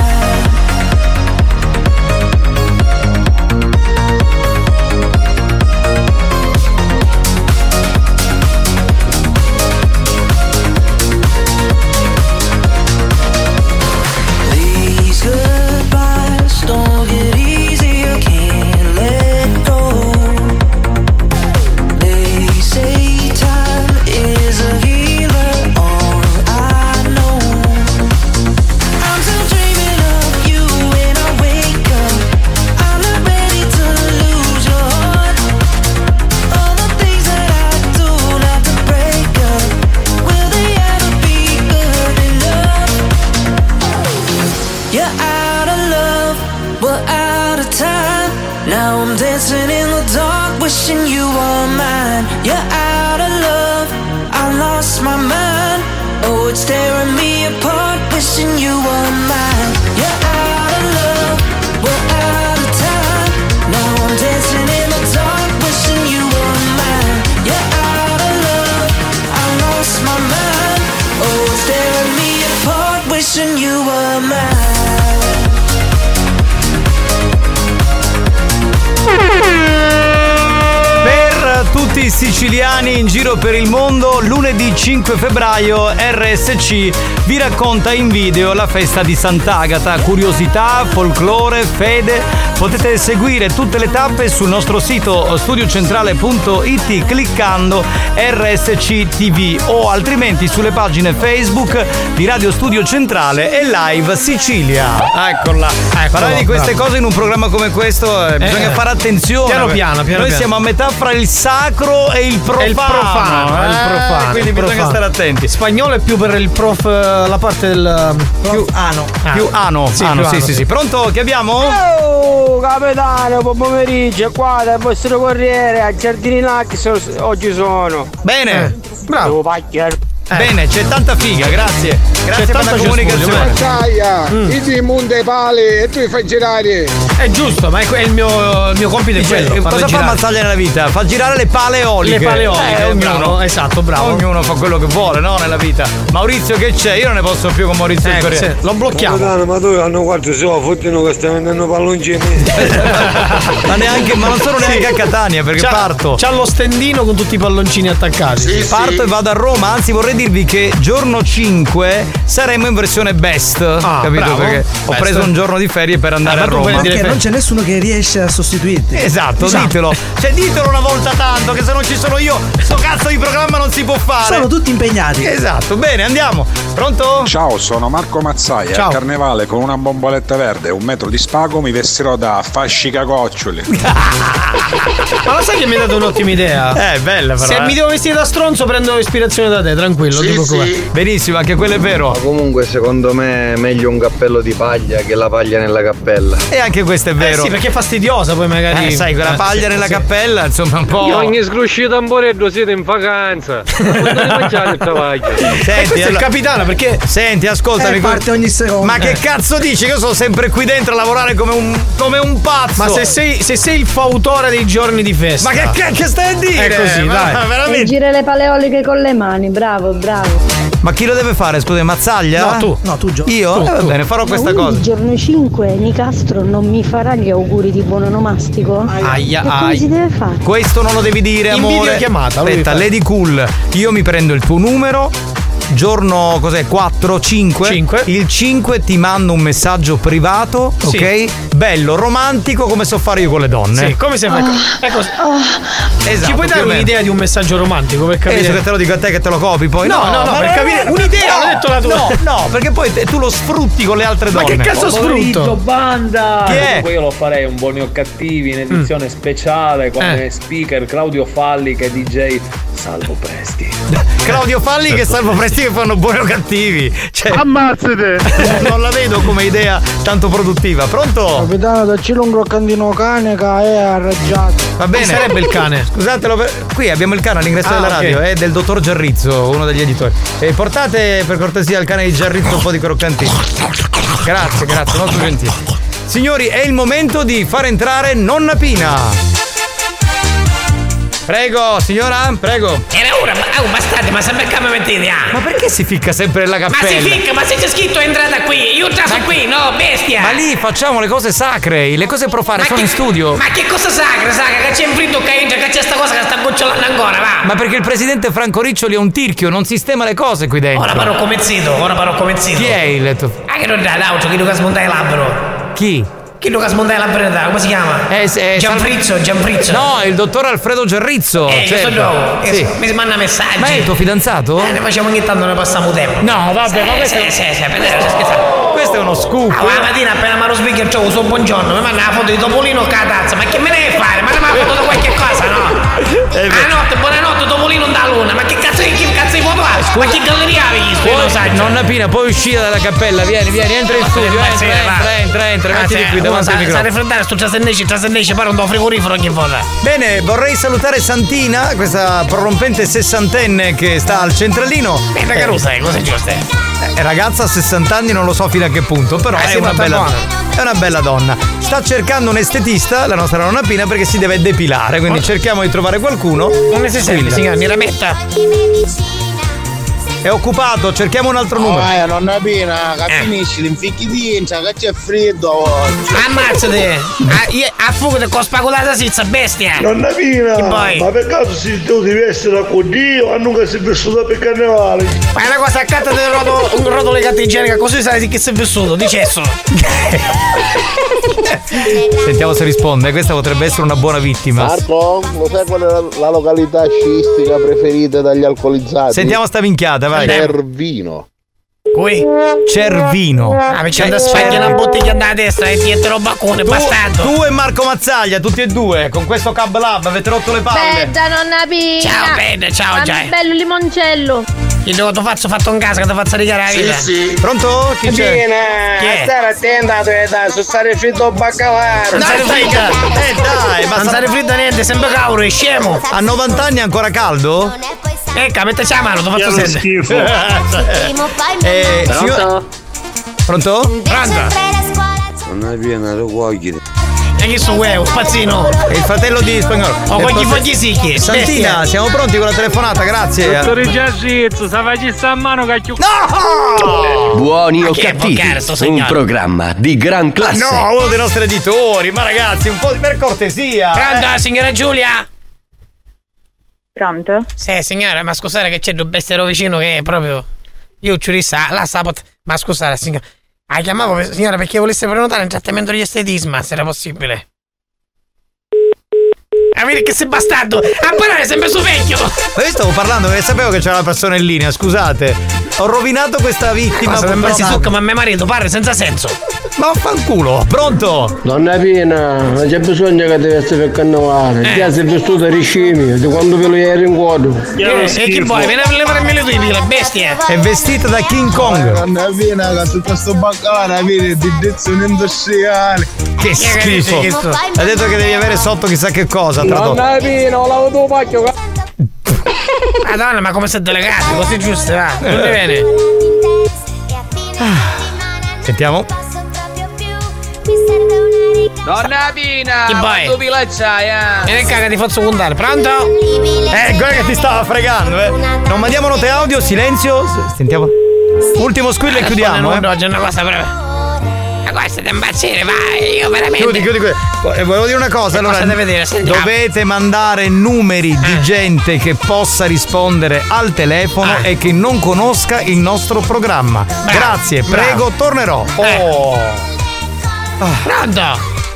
Wishing you were mine. You're out of love, I lost my mind. Oh, it's tearing me apart, wishing you were mine. You're out of love, we're out of time. Now I'm dancing in the dark, wishing you were mine. You're out of love, I lost my mind. Oh, it's tearing me apart, wishing you were mine. Tutti i siciliani in giro per il mondo, lunedì cinque febbraio R S C vi racconta in video la festa di Sant'Agata. Curiosità, folklore, fede. Potete seguire tutte le tappe sul nostro sito studiocentrale punto it cliccando R S C T V o altrimenti sulle pagine Facebook di Radio Studio Centrale e Live Sicilia. Eccola. Parlare di queste bravo. cose in un programma come questo eh, bisogna eh, fare attenzione. Piano piano, piano Noi piano. siamo a metà fra il sacro e il profano. E il profano, eh, il profano quindi il bisogna profano. stare attenti. Spagnolo è più per il prof, la parte del più ano. Ah. Più ano. Sì, ano, più sì, ano, sì, sì. sì. Pronto? Che abbiamo? Oh, capitano, buon pomeriggio, qua dal vostro corriere a Giardini Lacchi oggi sono. Bene. Eh. Bravo. Eh. Bene, c'è tanta figa, grazie. Grazie C'è per la comunicazione. Maccaia, mm. i ti monte pale e tu li fai girare. È giusto, ma è, è il, mio, il mio compito è Dice, quello. cosa fa Mazzaglia nella vita? Fa girare le pale eoliche. Le pale eoliche, eh, ognuno. Bravo, esatto, bravo. Ognuno fa quello che vuole, no? Nella vita. Maurizio che c'è? Io non ne posso più con Maurizio eh, il Corriere. Lo blocchiamo. Ma, ma tu hanno quattro solo fottino che stai vendendo palloncini. ma neanche, ma non sono neanche sì. a Catania perché c'ha, parto. C'ha lo stendino con tutti i palloncini attaccati. Sì, parto sì. e vado a Roma, anzi vorrei dirvi che giorno cinque saremo in versione best. Ah, capito? Bravo. Perché best. ho preso un giorno di ferie per andare ah, a Roma. Perché non c'è nessuno che riesce a sostituirti. Esatto, esatto, ditelo. Cioè ditelo una volta tanto che se non ci sono io sto cazzo di programma non si può fare. Sono tutti impegnati. Esatto, bene, andiamo. Pronto? Ciao, sono Marco Mazzaia. Ciao. A Carnevale con una bomboletta verde e un metro di spago mi vestirò da fascicagoccioli. Ma lo sai che mi hai dato un'ottima idea? Eh, bella però. Se eh. mi devo vestire da stronzo prendo ispirazione da te, tranquillo, sì, dico sì. com'è. Benissimo, anche quello è vero. Ma comunque secondo me è meglio un cappello di paglia che la paglia nella cappella. E anche questo è vero. Eh sì, perché è fastidiosa poi magari. Eh, sai, quella paglia nella sì. cappella, insomma, un po'. Io ogni scruscito tamboreddo siete in vacanza. Non mangiate il paglia. Senti, è il capitano perché. Senti, ascoltami. Eh, parte ogni secondo. Ma che eh. cazzo dici? Io sono sempre qui dentro a lavorare come un come un pazzo. Ma se sei, se sei il fautore dei giorni di festa. Ma che cacchio stai a dire? È così, ma, dai. Veramente. E gira le paleoliche con le mani, bravo, bravo. Ma chi lo deve fare? Scusa, Mazzaglia? No, tu. No, tu Gio. Io? Tu. Eh, va bene, farò Ma questa quindi cosa. il giorno cinque Nicastro non mi farà gli auguri di buon onomastico? Aia, e come ai. si deve fare? Questo non lo devi dire, In amore. videochiamata, lui Aspetta, fa. Lady Cool, io mi prendo il tuo numero. Giorno cos'è? quattro, cinque? cinque. Il cinque ti mando un messaggio privato, Sì. ok? Bello, romantico come so fare io con le donne. Sì, come se fai. È così. Esatto, Ci puoi dare più o meno. un'idea di un messaggio romantico per Eh, capire? se te lo dico a te che te lo copi poi. No, no, no, ma per capire un'idea, no, l'ho detto la tua. No, no, perché poi te- tu lo sfrutti con le altre Ma donne. che cazzo sfrutto? Banda! Chi è? Comunque io lo farei un buoni o cattivi in edizione speciale con Eh. speaker Claudio Falli e D J Salvo Presti. Claudio Falli che Salvo Presti che fanno buoni o cattivi. Cioè, ammazzate! non la vedo come idea tanto produttiva. Pronto? Capitano, dacci un croccantino cane che è arraggiato. Va bene. Chi sarebbe il cane? Scusatelo, per- qui abbiamo il cane all'ingresso Ah, della ok. radio, è del dottor Giarrizzo, uno degli editori. E portate per cortesia al cane di Giarrizzo un po' di croccantini. Grazie, grazie, molto gentile. Signori, è il momento di far entrare Nonna Pina. Prego, signora, prego. Era ora, ma oh, bastardi, ma sempre che mi mettete ah. Ma perché si ficca sempre nella Ma cappella? si ficca, ma se c'è scritto entrata qui, io già sono qui, no, bestia! Ma lì facciamo le cose sacre, le cose profane Ma sono che- in studio. Ma che cosa sacra, sacra? Che c'è un fritto che entra, che c'è sta cosa che sta gocciolando ancora, va! Ma perché il presidente Franco Riccioli è un tirchio, non sistema le cose qui dentro. Ora parlo come zito, ora parlo come zito. Chi è il letto? Ah, che non dà, l'auto, chi lo smonta il labbro? Chi? Chi lo smonta il labbro, come si chiama? Eh, se- Gianfrizzo, Gianfrizzo. No, il dottor Alfredo Giarrizzo. Eh, io certo. so nuovo, Sì. mi manda messaggi. Ma è il tuo fidanzato? Eh, ne facciamo ogni tanto, ne passiamo tempo. No, vabbè, sì, ma questo- Sì, sì, sì, per dire, scherzando. Questo è uno scoop. Ah, la mattina appena mi ero speaker c'ho so buongiorno, mi manda la foto di Topolino con la tazza, ma che me ne deve fare? Ma non mi ha foto da qualche cosa, no? Ah notte, buonanotte, Topolino da luna, ma che cazzo di che cazzo di foto ha? Ma che galleria avevi visto? Io lo sai. Nonna Pina, puoi uscire dalla cappella, vieni, vieni, entra in studio, entra, Sì, entra, va. entra, entra, Ah, mettiti sì, qui uno davanti sa, al sa microfono. raffreddare sto trasennece, trasennece, pare un do frigorifero ogni volta. Bene, vorrei salutare Santina, questa prorompente sessantenne che sta al centralino. E la carusa, eh, cose giuste. Eh, ragazza a sessanta anni non lo so fino a che punto, però Eh, è sì, una ma bella buona. è una bella donna. Sta cercando un estetista, la nostra nonna Pina, perché si deve depilare, quindi cerchiamo di trovare qualcuno. Non ne si sente, signora, mi rametta. È occupato, cerchiamo un altro numero. Ah, nonna Pina, che finisci, l'inficchi dentro, che c'è freddo oggi. Ammazzate! A, io, a fuoco di con spacolata sizza, bestia! Nonna Pina, Che poi? ma per caso se tu devi essere con Dio, hanno che sei vissuto per carnevale? Ma è una cosa accanto del roto, un rotolo di carta igienica, così sai che sei vissuto, dicesso. Sentiamo se risponde, questa potrebbe essere una buona vittima. Marco, lo sai qual è la, la località sciistica preferita dagli alcolizzati? Sentiamo sta minchiata, vai. Cervino. Qui? Cervino. Ah, perché Cioè, andare a spacchiare Cervino. una bottiglia da destra e ti ettero baccone, Tu, bastardo. tu e Marco Mazzaglia, tutti e due, con questo cab lab avete rotto le palle. Bella nonna Pina. Ciao, bella, ciao, Fammi Giai. bello limoncello. Il tuo ti faccio fatto in casa che ti faccio rigare la vita. Pronto? Chi c'è? Pina, Chi è? stare attenta a tua età, su stare fritto baccalaro. Non stare fritta. Eh dai, ma Non sta- stare fritta niente, sempre cauro, è scemo. a novanta anni è ancora caldo? Ecco, metteci la mano, ti faccio Che sentire. schifo. Eh, signor- Pronto? Pronto? Nonna Pina, lo vuoi? E chi so uè, un spazzino? È il fratello di spagnolo. Oh, Eh, con gli forse- fogli sicchi. Santina, siamo pronti con la telefonata, grazie. Dottore Giarrizzo, sa facci sta mano cacchio. No! Buoni Ma o che cattivi, vocare sto un signore? programma di gran classe. No, uno dei nostri editori, ma ragazzi, un po' di per cortesia. Pronto, signora Giulia? Pronto? Sì, signora, ma scusate che c'è il bestero vicino che è proprio. Io ci rissa, la sabato. Ma scusate, signora. Ah, chiamavo, signora, perché volesse prenotare un trattamento di estetismo, se era possibile. Ah, vedi che sei bastardo! A parlare sempre su vecchio! Ma io stavo parlando perché sapevo che c'era una persona in linea, scusate. Ho rovinato questa vittima. Ma sembra si purtroppo. succa, ma mio marito parla senza senso. Ma vaffanculo, pronto? Nonna Pina, non c'è bisogno che devi essere per carnevale. Eh. Già sei vestito di scimmia, di quando ve lo ieri in quadro. Eh, e chi vuoi? Vieni a levarmi le tue pile, bestia! È vestita da King Kong. Nonna Pina, che tutto sto baccalà avere di direzione industriale. Che schifo. che sto- Ha detto che devi avere sotto chissà che cosa. Tradotto. Nonna Pina, ho lavato il pacchio. Madonna, ma come sei delegato? Così giusto, va? Non mi viene. Sentiamo. Nonna Pina, Chi vuoi? quanto pila c'hai, eh? E ne caga ti faccio contare, pronto? Eh, guarda che ti stava fregando, eh. Non mandiamo note audio, silenzio. S- Sentiamo. Ultimo squillo e chiudiamo. Eh. Oggi è una cosa proprio. Ma questo è da impazzire, vai, io veramente. Chiudi, chiudi, chiudi. Volevo dire una cosa, allora, cosa deve dire? dovete mandare numeri di Eh. gente che possa rispondere al telefono Eh. e che non conosca il nostro programma. Bravo, Grazie, bravo. prego, tornerò. Oh. Pronto?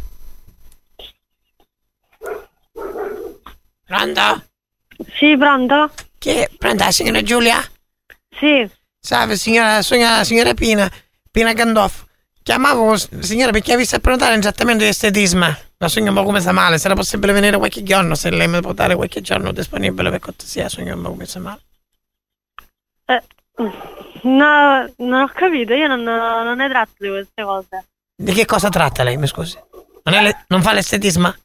Pronto? Sì, pronto? Chi è? Pronto, la signora Giulia? Sì. Salve, signora, signora, signora Pina, Pina Gandolfo. Chiamavo, signora, perché ha visto a prenotare un trattamento di estetismo. La sogno un po' come sta male, sarà possibile venire qualche giorno, se lei mi può dare qualche giorno disponibile per cortesia, sogno un po' come sta male. Eh, no, non ho capito, io non, non ne tratto di queste cose. Di che cosa tratta lei, mi scusi? Non, è le- non fa l'estetismo?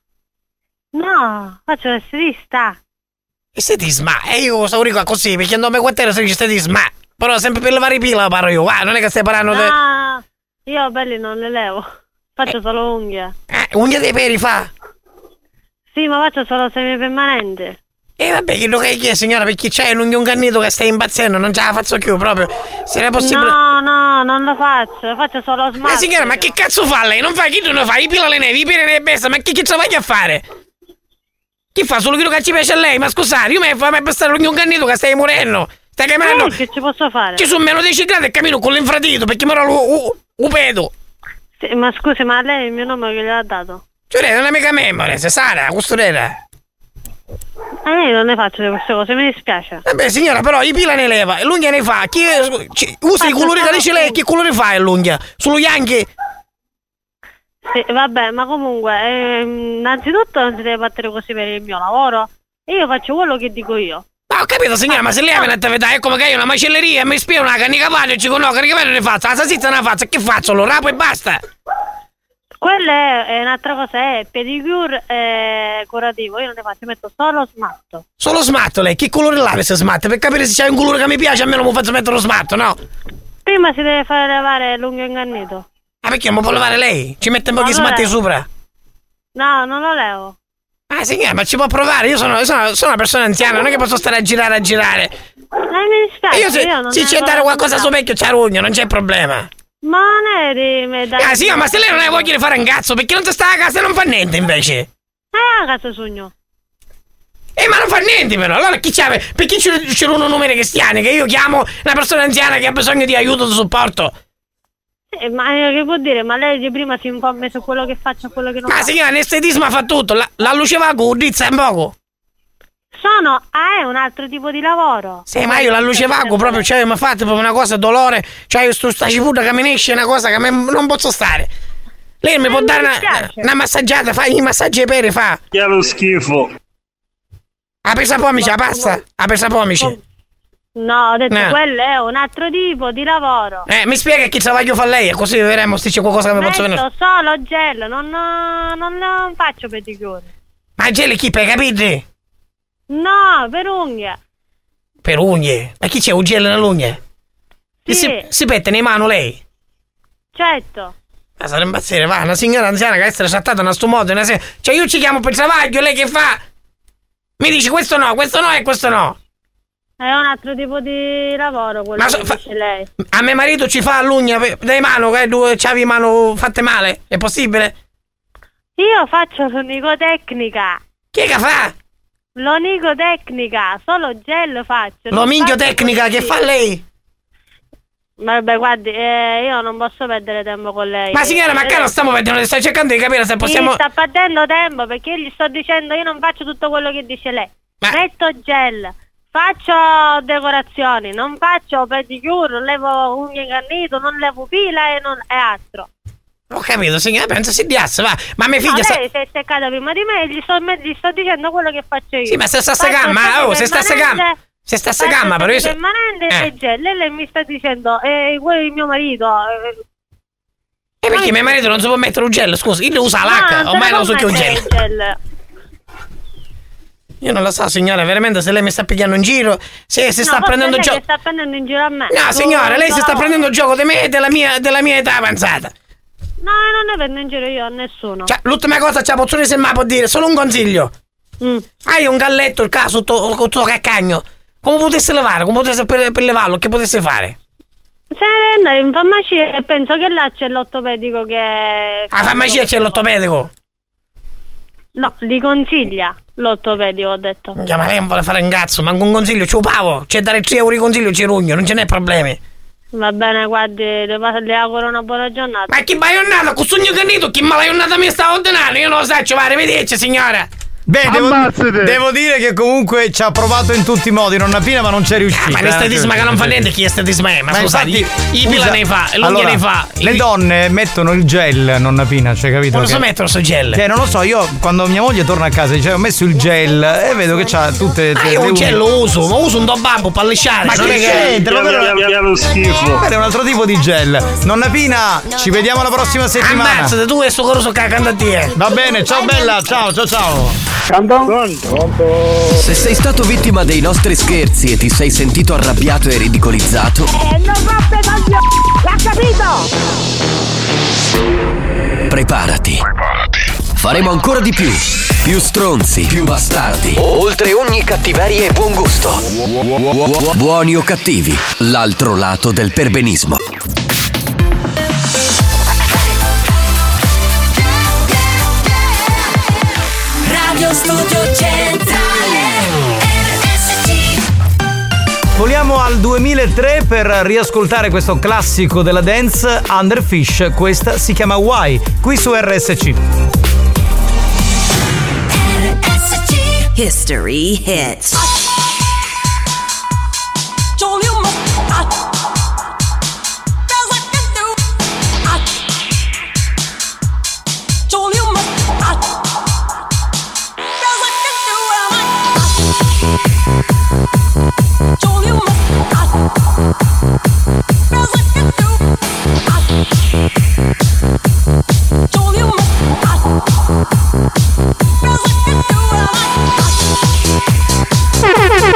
No, faccio l'estetista. Estetismo? E io so rico così, perché il nome quattro si dice estetismo. Però sempre per levare i pila parlo io, ah, non è che stai parlando di... No, io belli non le levo, faccio solo unghie. Eh, unghie dei peri fa? Sì, ma faccio solo semipermanente. E vabbè, che lo che è, signora, perché c'è un unghio cannito che stai impazzendo, non ce la faccio più proprio. Se era possibile... No, no, non lo faccio, faccio solo smart. Ma signora, ma che cazzo fa lei? Non fa, chi non lo fa? I pila le nevi, i pila le bestia, ma che, che ce la vai a fare? Chi fa? Solo quello che ci piace a lei? Ma scusate, io mi fa per stare l'unghio cannito che stai morendo. Stai camminando... Eh, che ci posso fare? Ci sono meno dieci gradi e cammino con l'infradito perché mi ero lo upedo. Sì, ma scusi, ma lei il mio nome che gliel'ha dato? Giurete, non è mica me, se Sara, costurera. Eh, io non ne faccio di queste cose, mi dispiace. Vabbè signora, però i pila ne leva e l'unghia ne fa. Chi è, ci, usa i colori che dice lei, che colore fa l'unghia? Solo bianchi? Sì, vabbè, ma comunque, ehm, innanzitutto non si deve battere così per il mio lavoro. E io faccio quello che dico io. Ma ho capito signora, ma se lei ha un'attività, è come che io una macelleria e mi spiego una cannica paglio e ci dico no, cannica paglio ne faccio, la salsiccia ne faccio, che faccio? Lo rapo e basta. Quella è, è un'altra cosa, è pedicure e curativo, io non ne faccio, metto solo smatto. Solo smatto lei, che colore lavi se smatto? Per capire se c'è un colore che mi piace, a me non mi faccio mettere lo smatto, no? Prima si deve fare levare l'unghio ingannito. Ah, perché non mi può levare lei? Ci mette un po' di Non lo smatti levo. sopra. No, non lo levo. Ah signora, ma ci può provare? Io sono, sono, sono una persona anziana, non è che posso stare a girare a girare. Eh, mi dispiace, E io se, io non se ne c'è da dare voglio qualcosa nulla. sul vecchio c'ha rugno, non c'è problema. Ma non è di me dai. Ah signora, ma se lei non ha voglia di fare un cazzo, perché non ti sta a casa e non fa niente invece? Eh, a casa sogno. Eh ma non fa niente però, allora chi c'ha? Perché c'è, c'è uno numero cristiani che io chiamo una persona anziana che ha bisogno di aiuto, di supporto? Sì, ma eh, che vuol dire? Ma lei di prima si informa su quello che faccio e quello che non Ma faccio. signora, l'estetismo fa tutto, la, la luce va con drizza un poco. Sono, ah, è un altro tipo di lavoro. Sì, ma io la luce vago proprio, cioè mi fate proprio una cosa dolore, cioè io sto sta ciputa che mi ne esce una cosa che a me non posso stare. Lei mi può dare una, una massaggiata, fa i massaggi ai peri, fa. Che è lo schifo. A pesa pomici, la pasta? A pesa pomici. No, ho detto No. quello è un altro tipo di lavoro. Eh, mi spiega che ce la voglio fare lei, così vedremo se c'è qualcosa che mi posso venire. Metto solo gel, non, non, non faccio pedicure. Ma gel chi per capite? No, per unghie. Per unghie. Ma chi c'è un gel nell'unghie? E Sì. si, si pette in mano lei? Certo. Ma sarà impazzire, va, una signora anziana che essere trattata in sto modo, una se- cioè io ci chiamo per travaglio, lei che fa? Mi dice questo no, questo no e questo no. È un altro tipo di lavoro quello Ma che so- fa- dice lei. A mio marito ci fa l'ugna per- dai mano, che due c'avi mano fatte male, è possibile? Io faccio l'onicotecnica. Chi è che fa? L'onicotecnica, solo gel faccio. non L'ominchio faccio tecnica così. che fa lei? Vabbè, guardi, eh, io non posso perdere tempo con lei. Ma signora, ma Eh, che non stiamo vedendo? Stai cercando di capire se possiamo... Mi sta perdendo tempo perché io gli sto dicendo io non faccio tutto quello che dice lei. Metto gel, faccio decorazioni, non faccio pedicure, non levo unghie ingannito, non levo pila e, non, e altro. Ho capito, signora, pensa si diazza, va. Ma mia figlia... No, sa- lei si è seccata prima di me e gli sto, gli sto dicendo quello che faccio io. Sì, ma se sta Faccio gamma, oh, se sta permanente, gamma. Se sta faccio gamma, però io... so- permanente Eh. e gel. E lei mi sta dicendo, eh, quello è il mio marito. eh, E perché mio marito non si può mettere un gel, scusa, io usa no, l'H, non se ormai lo non so può più un mettere gel. il gel. Io non lo so, signora, veramente se lei mi sta pigliando in giro, se si No, sta forse prendendo lei gioco... che sta prendendo in giro a me. No, signora, lei si sta No. prendendo gioco di me e della mia, della mia età avanzata. No, non ne prendo in giro io a nessuno. Cioè, l'ultima cosa ce la posso dire se mai può dire, solo un consiglio. Mm. Hai un galletto, il caso, con il tuo caccagno. Come potesse levare? Come potesse per, per levarlo? Che potesse fare? Se ne deve andare in farmacia e penso che là c'è l'ortopedico che... A farmacia c'è l'ortopedico? No, li consiglia l'ortopedico, ho detto. Ya, ma lei non vuole fare un cazzo, manco un consiglio, ci pavo. C'è dare tre euro di consiglio, ci rugno, non ce n'è problemi. Va bene, guardi, le, le auguro una buona giornata. Ma chi baionata, con sogno cannito, chi malaionata mi sta ordinando? Io non lo so, va, arrivederci signora. Beh, devo, devo dire che comunque ci ha provato in tutti i modi nonna Pina, ma non c'è riuscito. Ah, ma l'estetismo che non fa niente, chi è estetismo è? Ma, ma scusate, i pila ne fa, l'unghia allora, ne fa. Le donne mettono il gel, nonna Pina, cioè capito? Non lo che, so mettere sto gel. Che non lo so, io quando mia moglie torna a casa dice ho messo il gel e vedo che c'ha tutte. Ma io un gel lo uso, ma uso un dobabbo per lisciare. Ma che c'entra? È lo schifo. È un altro tipo di gel. Nonna Pina, ci vediamo la prossima settimana. Ammazzate tu e sto coroso che canta a te. Va bene, ciao bella, ciao ciao ciao. Se sei stato vittima dei nostri scherzi e ti sei sentito arrabbiato e ridicolizzato, Eh, non roppe coglioni! L'ha capito! preparati. Faremo ancora di più. Più stronzi, più bastardi. Oltre ogni cattiveria e buon gusto. Buoni o cattivi, l'altro lato del perbenismo. Radio Studio Centrale R S C. Voliamo al duemilatré per riascoltare questo classico della dance, Underfish. Questa si chiama Why, qui su R S C. R S C History Hits. Girls, I can do it.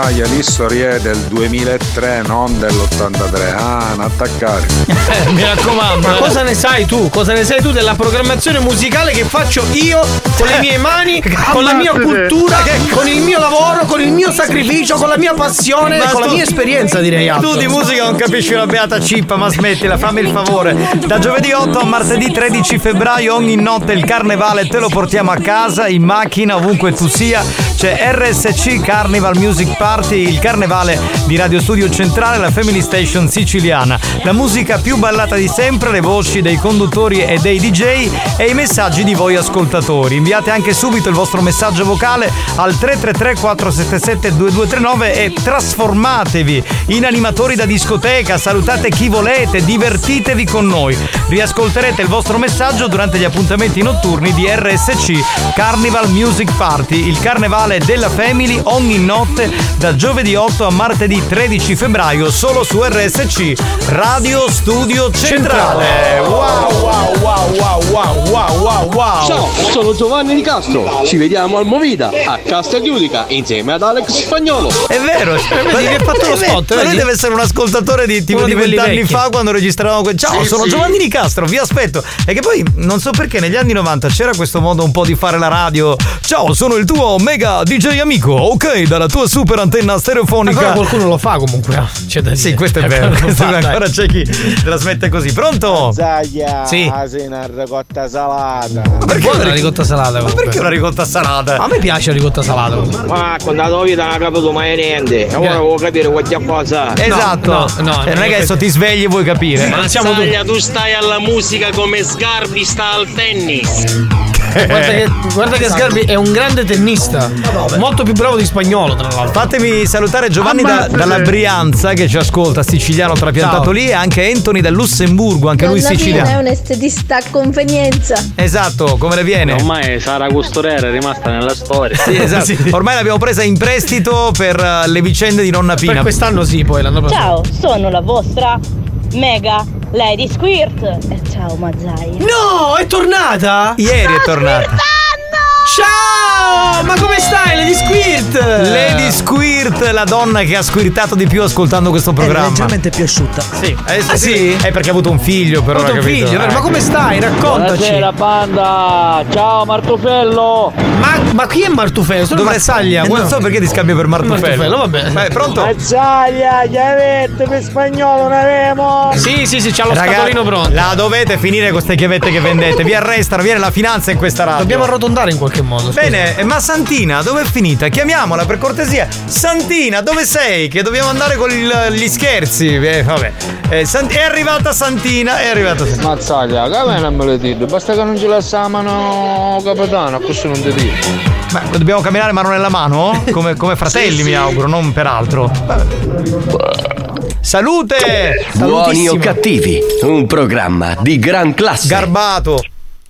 Mazzaglia, l'historia è del duemilatré, non dell'ottantatré. Ah, non attaccare. Eh, mi raccomando. Ma cosa ne sai tu? Cosa ne sai tu della programmazione musicale che faccio io con le mie mani, con la mia cultura, con il mio lavoro, con il mio sacrificio, con la mia passione, ma con tu, la mia esperienza, direi. Tu di musica non capisci una beata cippa, ma smettila, fammi il favore. Da giovedì otto a martedì tredici febbraio ogni notte il carnevale te lo portiamo a casa, in macchina, ovunque tu sia. C'è R S C Carnival Music Party, il carnevale di Radio Studio Centrale, la Family Station siciliana. La musica più ballata di sempre, le voci dei conduttori e dei D J e i messaggi di voi ascoltatori. Inviate anche subito il vostro messaggio vocale al tre tre tre quattro sette sette due due tre nove e trasformatevi in animatori da discoteca, salutate chi volete, divertitevi con noi. Riascolterete il vostro messaggio durante gli appuntamenti notturni di R S C Carnival Music Party, il carnevale della Family ogni notte da giovedì otto a martedì tredici febbraio solo su R S C Radio Studio Centrale. Wow wow wow wow wow wow wow wow. Ciao, sono Giovanni Di Castro. Ci vediamo al Movida a Castigliudica insieme ad Alex Spagnolo. È vero, cioè, vedi che ha fatto lo spot. Ma lui deve essere un ascoltatore di tipo di vent'anni fa quando registravamo quel. Ciao, sì, sono sì. Giovanni Di Castro, vi aspetto. E che poi non so perché negli anni novanta c'era questo modo un po' di fare la radio. Ciao, sono il tuo mega D J amico, ok, dalla tua super antenna stereofonica. Ancora qualcuno lo fa comunque. C'è da dire. Sì, questo è vero. Questo fa, ancora c'è chi trasmette così. Pronto? Zaglia, sì. sei una ricotta salata. Ma perché una ricotta, ricotta salata? Ma perché una ricotta salata? A me piace la ricotta salata. Ma quando la vita non ha capito mai niente. E ora volevo capire qualche cosa. Esatto. No, no, no, cioè, non è che adesso ti svegli e vuoi capire. Ma Zaglia, tu stai alla musica come Sgarbi sta al tennis. Guarda che, guarda che Sgarbi è un grande tennista, molto più bravo di Spagnolo, tra l'altro. Fatemi salutare Giovanni da, dalla Brianza che ci ascolta, siciliano trapiantato. Ciao. Lì, e anche Anthony dal Lussemburgo, anche lui siciliano. È un estetista a convenienza. Esatto, come le viene? Ormai Sara Costurera è rimasta nella storia. Sì, esatto. Sì. Ormai l'abbiamo presa in prestito per uh, le vicende di nonna Pina. Per quest'anno sì, poi l'anno prossimo. Ciao, sono la vostra Mega Lady Squirt. E ciao Mazzai. No, è tornata? Ieri è tornata. Ciao! Ma come stai, Lady Squirt? Lady Squirt, la donna che ha squirtato di più ascoltando questo programma. È leggermente più asciutta. Sì, adesso ah, sì? sì. È perché ha avuto un figlio, però. Ha avuto un figlio, eh. Ma come stai? Raccontaci. Buonasera banda, ciao Martufello. Ma, ma chi è Martufello? Sono Mazzaglia. Eh, non so perché ti scambio per Martufello. Martufello, vabbè. Vai, pronto? Mazzaglia, gli avete per spagnolo non avevo. Sì, sì, sì, c'ha lo Raga, scatolino pronto. La dovete finire con queste chiavette che vendete. Vi arrestano, viene la finanza in questa radio. Dobbiamo arrotondare in qualche modo. Scusa. Bene, ma Santina dove è finita? Chiamiamola per cortesia. Santina, dove sei? Che dobbiamo andare con il, gli scherzi. Eh, vabbè. Eh, Sant- è arrivata Santina, è arrivata Santina. Mazzaglia, che non me lo dico. Basta che non ce la sa mano capitano, questo non ti dico. Ma dobbiamo camminare mano nella mano? Come, come fratelli, sì, mi sì. auguro, non per altro. Salute! Buoni o cattivi, un programma di gran classe. Garbato.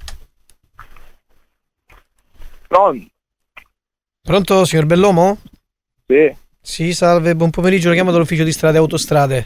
Pronto? Pronto, signor Bellomo? Sì. Sì, salve, buon pomeriggio, la chiamo dall'ufficio di strade e autostrade.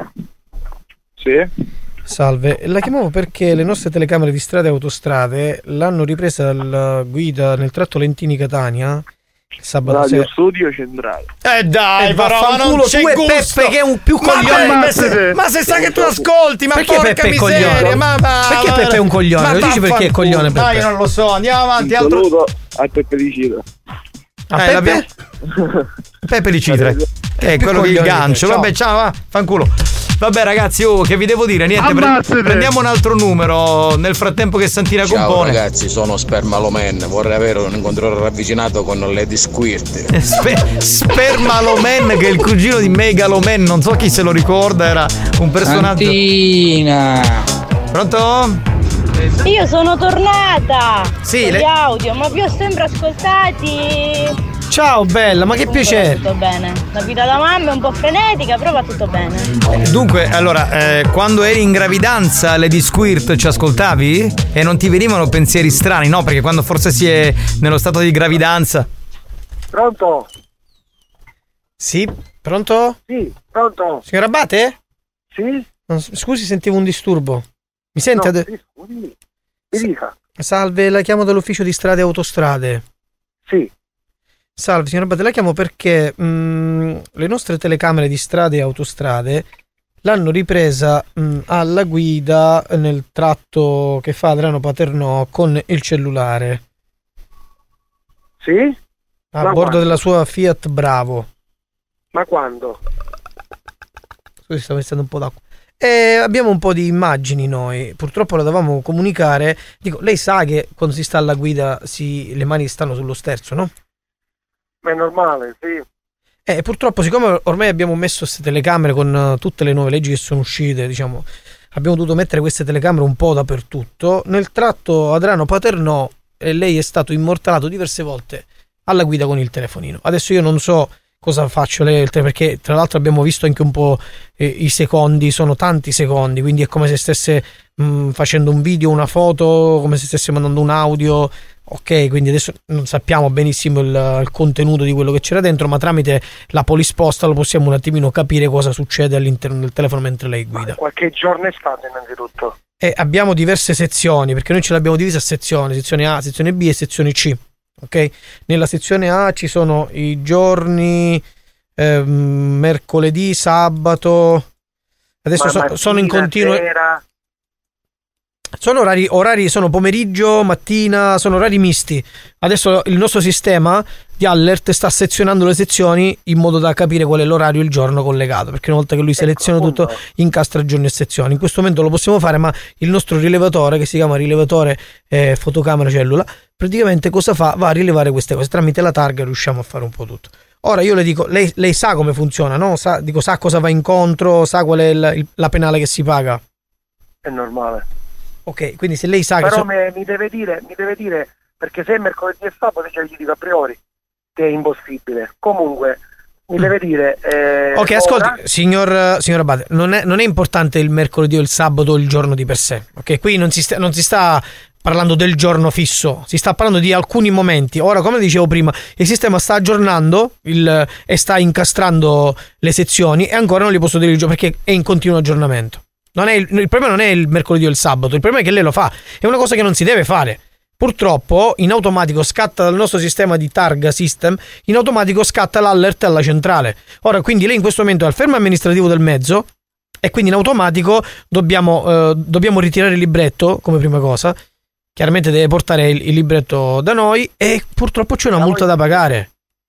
Sì. Salve, la chiamavo perché le nostre telecamere di strade e autostrade l'hanno ripresa la guida nel tratto Lentini-Catania sabato Radio sera. Studio Centrale. Eh dai, eh, però ma non c'è tu e gusto. Peppe che è un più ma coglione. Ma, se, ma se sa che tu ascolti, ma perché porca Peppe miseria, è coglione? Ma, ma, perché ma, Peppe è un coglione? Lo dici perché è coglione Peppe? Dai, non lo so, andiamo avanti. Un altro... saluto a Peppe di Citra. A eh, Peppe? Peppe di Citre, che è quello che il gancio. Ciao. Vabbè, ciao, va, fanculo. Vabbè ragazzi, oh, che vi devo dire? Niente, pre- prendiamo un altro numero nel frattempo che Santina Ciao, compone. Ciao ragazzi, sono Spermaloman, vorrei avere un incontro ravvicinato con Lady Squirt. Spe- Spermaloman, che è il cugino di Megaloman, non so chi se lo ricorda, era un personaggio. Santina. Pronto? Io sono tornata. Sì, con le... gli audio, ma vi ho sempre ascoltati. Ciao bella, ma che Comunque piacere. Va tutto bene. La vita da mamma è un po' frenetica, però va tutto bene. Dunque, allora, eh, quando eri in gravidanza, Lady Squirt, ci ascoltavi? E non ti venivano pensieri strani, no? Perché quando forse si è nello stato di gravidanza. Pronto? Sì, pronto? Sì, pronto. Signor Abate? Sì? Non, scusi, sentivo un disturbo. Mi sente? No, ade- sì, scusi. Mi dica. Salve, la chiamo dall'ufficio di strade e autostrade. Sì. Salve signor Abate, la chiamo perché mh, le nostre telecamere di strade e autostrade l'hanno ripresa mh, alla guida nel tratto che fa Adrano Paternò con il cellulare. Sì? A Ma bordo quando? della sua Fiat Bravo. Ma quando? Scusi, sta mettendo un po' d'acqua. E abbiamo un po' di immagini noi, purtroppo la dovevamo comunicare. Dico, lei sa che quando si sta alla guida si, le mani stanno sullo sterzo, no? Ma è normale, sì. Eh, purtroppo, siccome ormai abbiamo messo queste telecamere con uh, tutte le nuove leggi che sono uscite, diciamo, abbiamo dovuto mettere queste telecamere un po' dappertutto. Nel tratto Adrano Paternò eh, lei è stato immortalato diverse volte alla guida con il telefonino. Adesso io non so cosa faccio lei, perché tra l'altro abbiamo visto anche un po' eh, i secondi, sono tanti secondi, quindi è come se stesse mh, facendo un video, una foto, come se stesse mandando un audio. Ok, quindi adesso non sappiamo benissimo il, il contenuto di quello che c'era dentro, ma tramite la polisposta lo possiamo un attimino capire cosa succede all'interno del telefono mentre lei guida. Ma qualche giorno è stato innanzitutto? E abbiamo diverse sezioni, perché noi ce l'abbiamo divisa a sezioni, sezione A, sezione B e sezione C. Ok? Nella sezione A ci sono i giorni eh, mercoledì, sabato. Adesso so, mattina, sono in continuo. Sera. Sono orari, orari, sono pomeriggio, mattina, sono orari misti. Adesso il nostro sistema di alert sta sezionando le sezioni in modo da capire qual è l'orario e il giorno collegato, perché una volta che lui seleziona ecco, tutto incastra giorni e sezioni. In questo momento lo possiamo fare, ma il nostro rilevatore, che si chiama rilevatore eh, fotocamera cellula, praticamente cosa fa? Va a rilevare queste cose. Tramite la targa riusciamo a fare un po' tutto. Ora io le dico, lei, lei sa come funziona, no? Sa, dico, sa cosa va incontro, sa qual è il, il, la penale che si paga? È normale. Ok, quindi se lei sa però che... So... mi, mi deve dire, mi deve dire, perché se è mercoledì e sabato, cioè gli dico a priori che è impossibile. Comunque, mi deve dire... Eh, ok, ascolti, ora... signor, signor Abate, non è, non è importante il mercoledì o il sabato o il giorno di per sé. Ok, qui non si sta, non si sta parlando del giorno fisso, si sta parlando di alcuni momenti. Ora, come dicevo prima, il sistema sta aggiornando il, e sta incastrando le sezioni e ancora non li posso dire il giorno perché è in continuo aggiornamento. Non è il, il problema non è il mercoledì o il sabato, il problema è che lei lo fa, è una cosa che non si deve fare. Purtroppo in automatico scatta dal nostro sistema di targa system, in automatico scatta l'alert alla centrale. Ora quindi lei in questo momento è al fermo amministrativo del mezzo e quindi in automatico dobbiamo, eh, dobbiamo ritirare il libretto come prima cosa. Chiaramente deve portare il, il libretto da noi e purtroppo c'è una da multa da pagare.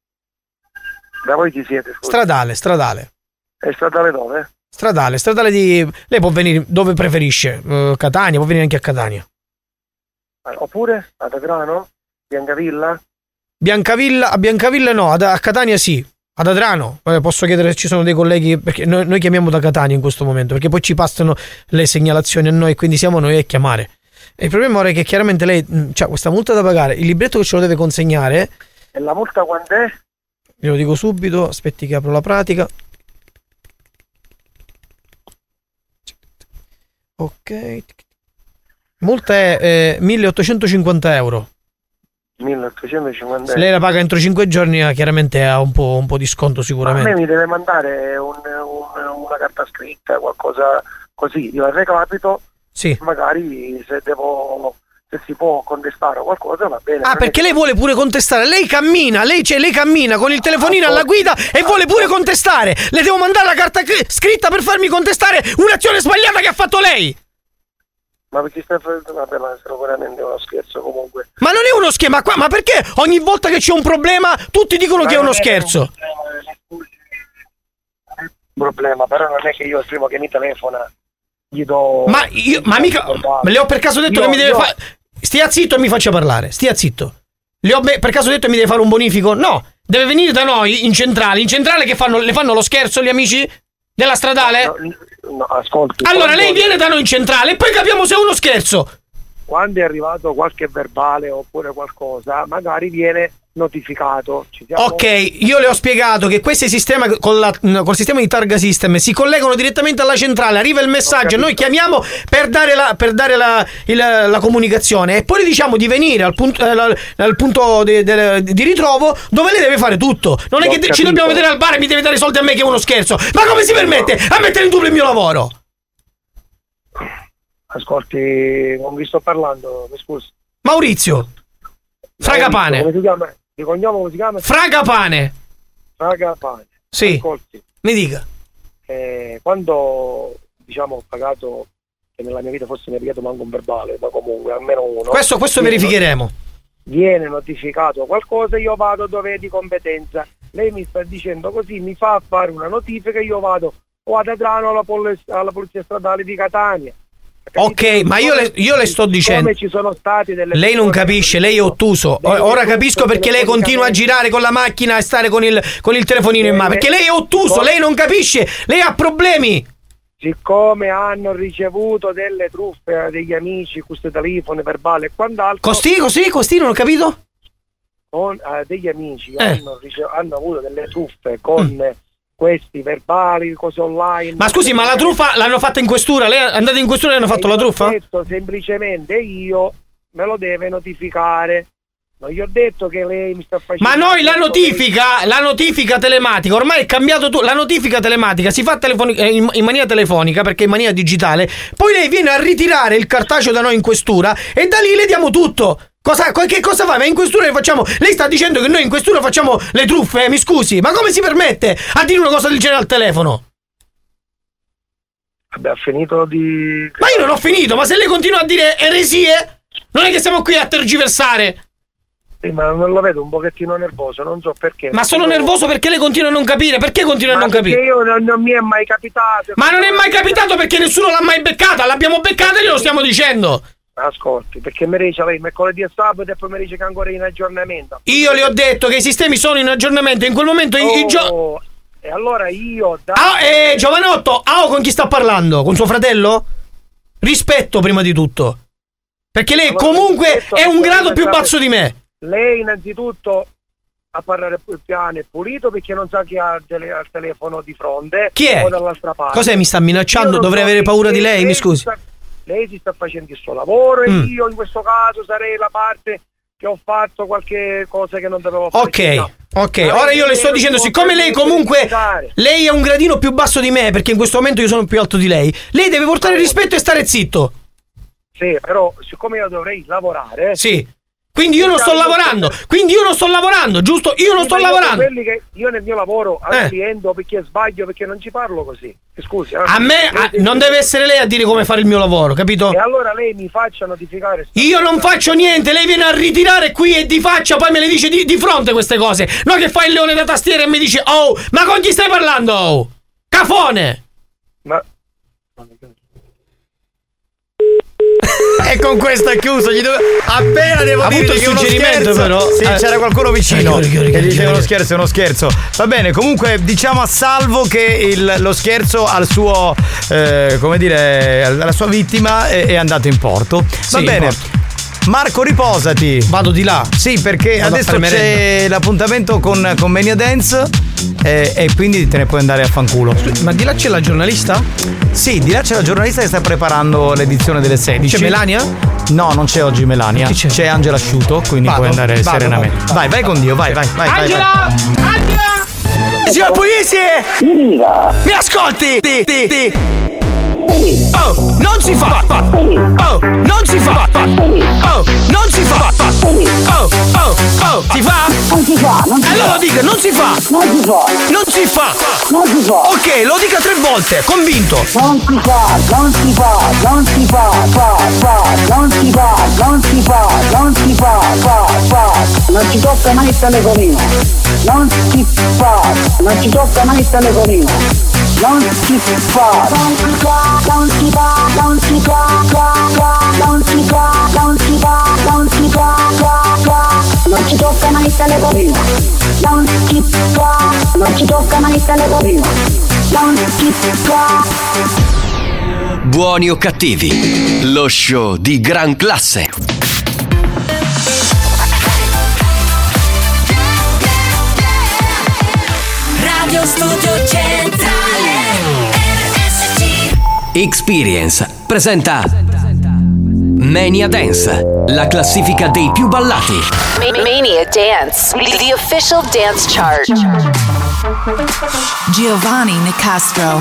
Da voi chi siete? Scusa. Stradale, stradale. E stradale dove? Stradale, stradale di... Lei può venire dove preferisce, uh, Catania, può venire anche a Catania. Eh, oppure ad Adrano? Biancavilla? Biancavilla, a Biancavilla no, ad, a Catania sì. Ad Adrano, eh, posso chiedere se ci sono dei colleghi, perché noi, noi chiamiamo da Catania in questo momento, perché poi ci passano le segnalazioni a noi, quindi siamo noi a chiamare. E il problema ora è che chiaramente lei ha questa multa da pagare, il libretto che ce lo deve consegnare. E la multa quant'è? Glielo dico subito, aspetti che apro la pratica. Ok, multa è eh, milleottocentocinquanta euro. milleottocentocinquanta Se lei la paga entro cinque giorni, chiaramente ha un po', un po' di sconto sicuramente. Ma a me mi deve mandare un, un, una carta scritta, qualcosa così. Io la recapito, sì. Magari se devo, se si può contestare qualcosa va bene. Ah, perché lei vuole pure contestare? Lei cammina, lei, cioè, lei cammina con il telefonino alla guida e vuole pure contestare. Le devo mandare la carta scritta per farmi contestare un'azione sbagliata che ha fatto lei. Ma perché stai facendo? Vabbè, ma è veramente uno scherzo comunque. Ma non è uno schema qua, ma perché ogni volta che c'è un problema tutti dicono ma che è uno scherzo? Un problema, però non è che io il primo che mi telefona gli do. Ma io, ma mica. Ma le ho per caso detto io, che mi deve io... fare. Stia zitto e mi faccia parlare, stia zitto. Le ho per caso detto che mi deve fare un bonifico? No, deve venire da noi in centrale. In centrale che fanno, le fanno lo scherzo gli amici della stradale? No, no, ascolti. Allora lei viene da noi in centrale e poi capiamo se è uno scherzo. Quando è arrivato qualche verbale oppure qualcosa, magari viene notificato. Ci siamo... Ok, io le ho spiegato che questi sistema con la, col sistema di targa system si collegano direttamente alla centrale, arriva il messaggio, noi chiamiamo per dare la, per dare la, il, la comunicazione e poi le diciamo di venire al punto, al, al punto di, di, di ritrovo dove lei deve fare tutto. Non è che capito. Ci dobbiamo vedere al bar e mi deve dare i soldi a me che è uno scherzo. Ma come si permette a mettere in dubbio il mio lavoro? Ascolti, con chi sto parlando? Mi scusi. Maurizio Fragapane. Come si chiama? di cognome come si chiama? Fragapane. Fragapane. Sì. Ascolti. Mi dica. Eh, quando diciamo ho pagato, che nella mia vita forse mi è arrivato manco un verbale, ma comunque almeno uno. Questo, questo viene, verificheremo. Viene notificato qualcosa, io vado dove è di competenza. Lei mi sta dicendo così, mi fa fare una notifica, io vado o ad Adrano alla, pol- alla polizia stradale di Catania. Ok, ma io le, io le sto dicendo. Come ci sono stati delle lei non capisce, lei è ottuso. Ora capisco perché lei continua a girare con la macchina e stare con il, con il telefonino in mano. Perché lei è ottuso, lei non capisce, lei ha problemi. Siccome hanno ricevuto delle truffe degli amici, questo telefono verbale e quant'altro. Costì, così, costì, non ho capito? Con eh, degli amici eh. hanno, rice- hanno avuto delle truffe con mm. questi verbali, cose online. Ma scusi, ma la truffa l'hanno fatta in questura? Lei è andata in questura e hanno fatto la truffa? Ho detto semplicemente io me lo deve notificare. Non gli ho detto che lei mi sta facendo. Ma noi la notifica, che... la notifica telematica, ormai è cambiato tu. La notifica telematica si fa telefoni- in, in maniera telefonica perché in maniera digitale. Poi lei viene a ritirare il cartaceo da noi in questura e da lì le diamo tutto. Cosa, che cosa fa? Ma in questura le facciamo. Lei sta dicendo che noi in questura facciamo le truffe, eh? Mi scusi, ma come si permette a dire una cosa del genere al telefono? Vabbè, ha finito di. Ma io non ho finito, ma se lei continua a dire eresie, non è che siamo qui a tergiversare. Sì, ma non lo vedo un pochettino nervoso, non so perché. Ma sono nervoso perché lei continua a non capire. Perché continua ma a non capire? Perché io non, non mi è mai capitato. Ma non è mai capitato perché nessuno l'ha mai beccata. L'abbiamo beccata e glielo stiamo dicendo. Ascolti, perché mi dice lei mercoledì e sabato e poi mi dice che ancora è in aggiornamento. Io le ho detto che i sistemi sono in aggiornamento. In quel momento oh, i gio- E allora io da... Ah, eh, Giovanotto, ah, con chi sta parlando? Con suo fratello? Rispetto prima di tutto. Perché lei allora, comunque è un grado più basso di me. Lei innanzitutto a parlare piano e pulito perché non sa chi ha il telefono di fronte. Chi è? O dall'altra parte. Cos'è? Mi sta minacciando? Dovrei so avere paura di lei, lei, mi scusi. Sta, lei si sta facendo il suo lavoro mm. e io in questo caso sarei la parte che ho fatto qualche cosa che non dovevo fare. Ok, no. ok. Ma ora io le sto dicendo, siccome lei comunque lei è un gradino più basso di me perché in questo momento io sono più alto di lei, lei deve portare rispetto e stare zitto. Sì, però siccome io dovrei lavorare. Sì. Quindi io non sto lavorando, quindi io non sto lavorando, giusto? Io non sto lavorando. Quelli che io nel mio lavoro al eh. cliente perché sbaglio, perché non ci parlo così. Scusi. Eh. A me a, non deve essere lei a dire come fare il mio lavoro, capito? E allora lei mi faccia notificare. Io non faccio niente, lei viene a ritirare qui e di faccia poi me le dice di, di fronte queste cose. No che fa il leone da tastiera e mi dice "Oh, ma con chi stai parlando? Oh? Cafone!" Ma E con questo è chiuso. Gli dove... Appena devo ha dire che uno scherzo, però. Sì, eh. c'era qualcuno vicino eh, che diceva uno scherzo è uno scherzo. Va bene, comunque diciamo a salvo che il, lo scherzo al suo eh, come dire, alla sua vittima è, è andato in porto. Va sì, bene. Porto. Marco, riposati. Vado di là. Sì, perché Vado adesso c'è l'appuntamento con, con Mania Dance e, e quindi te ne puoi andare a fanculo. Ma di là c'è la giornalista? Sì, di là c'è la giornalista che sta preparando l'edizione delle sedici. C'è Melania? No, non c'è oggi Melania. C'è? C'è Angela Asciuto, quindi vado, puoi andare vado, serenamente. Vado, vai, vai con Dio, vai, vai, vai. Angela! Vai, vai. Angela! Signor Puglisi! Mi ascolti? Ti, ti, ti. Oh, non si fa! Oh, non si fa! Oh, non si fa! Oh, oh, oh, si fa? Non si fa, non si allora fa. lo dica, non si fa! Non si fa! Non si fa! Non si fa! Ok, lo dica tre volte, convinto! Non si fa, non si fa, non si fa, fa, fa, non si fa, non si fa, non si fa, fa, fa, non ci tocca mai il telefonino, non si fa, non ci tocca mai il telefonino, non si fa, non si fa, non si fa, non si fa, non si fa, non si fa, non si fa, non ci tocca mai il telefonino, non si fa, non ci tocca mai il telefonino, non si fa. Buoni o cattivi, lo show di gran classe. Radio Studio Centrale R S C. Experience presenta Mania Dance, la classifica dei più ballati. Mania Dance, the official dance chart. Giovanni Nicastro,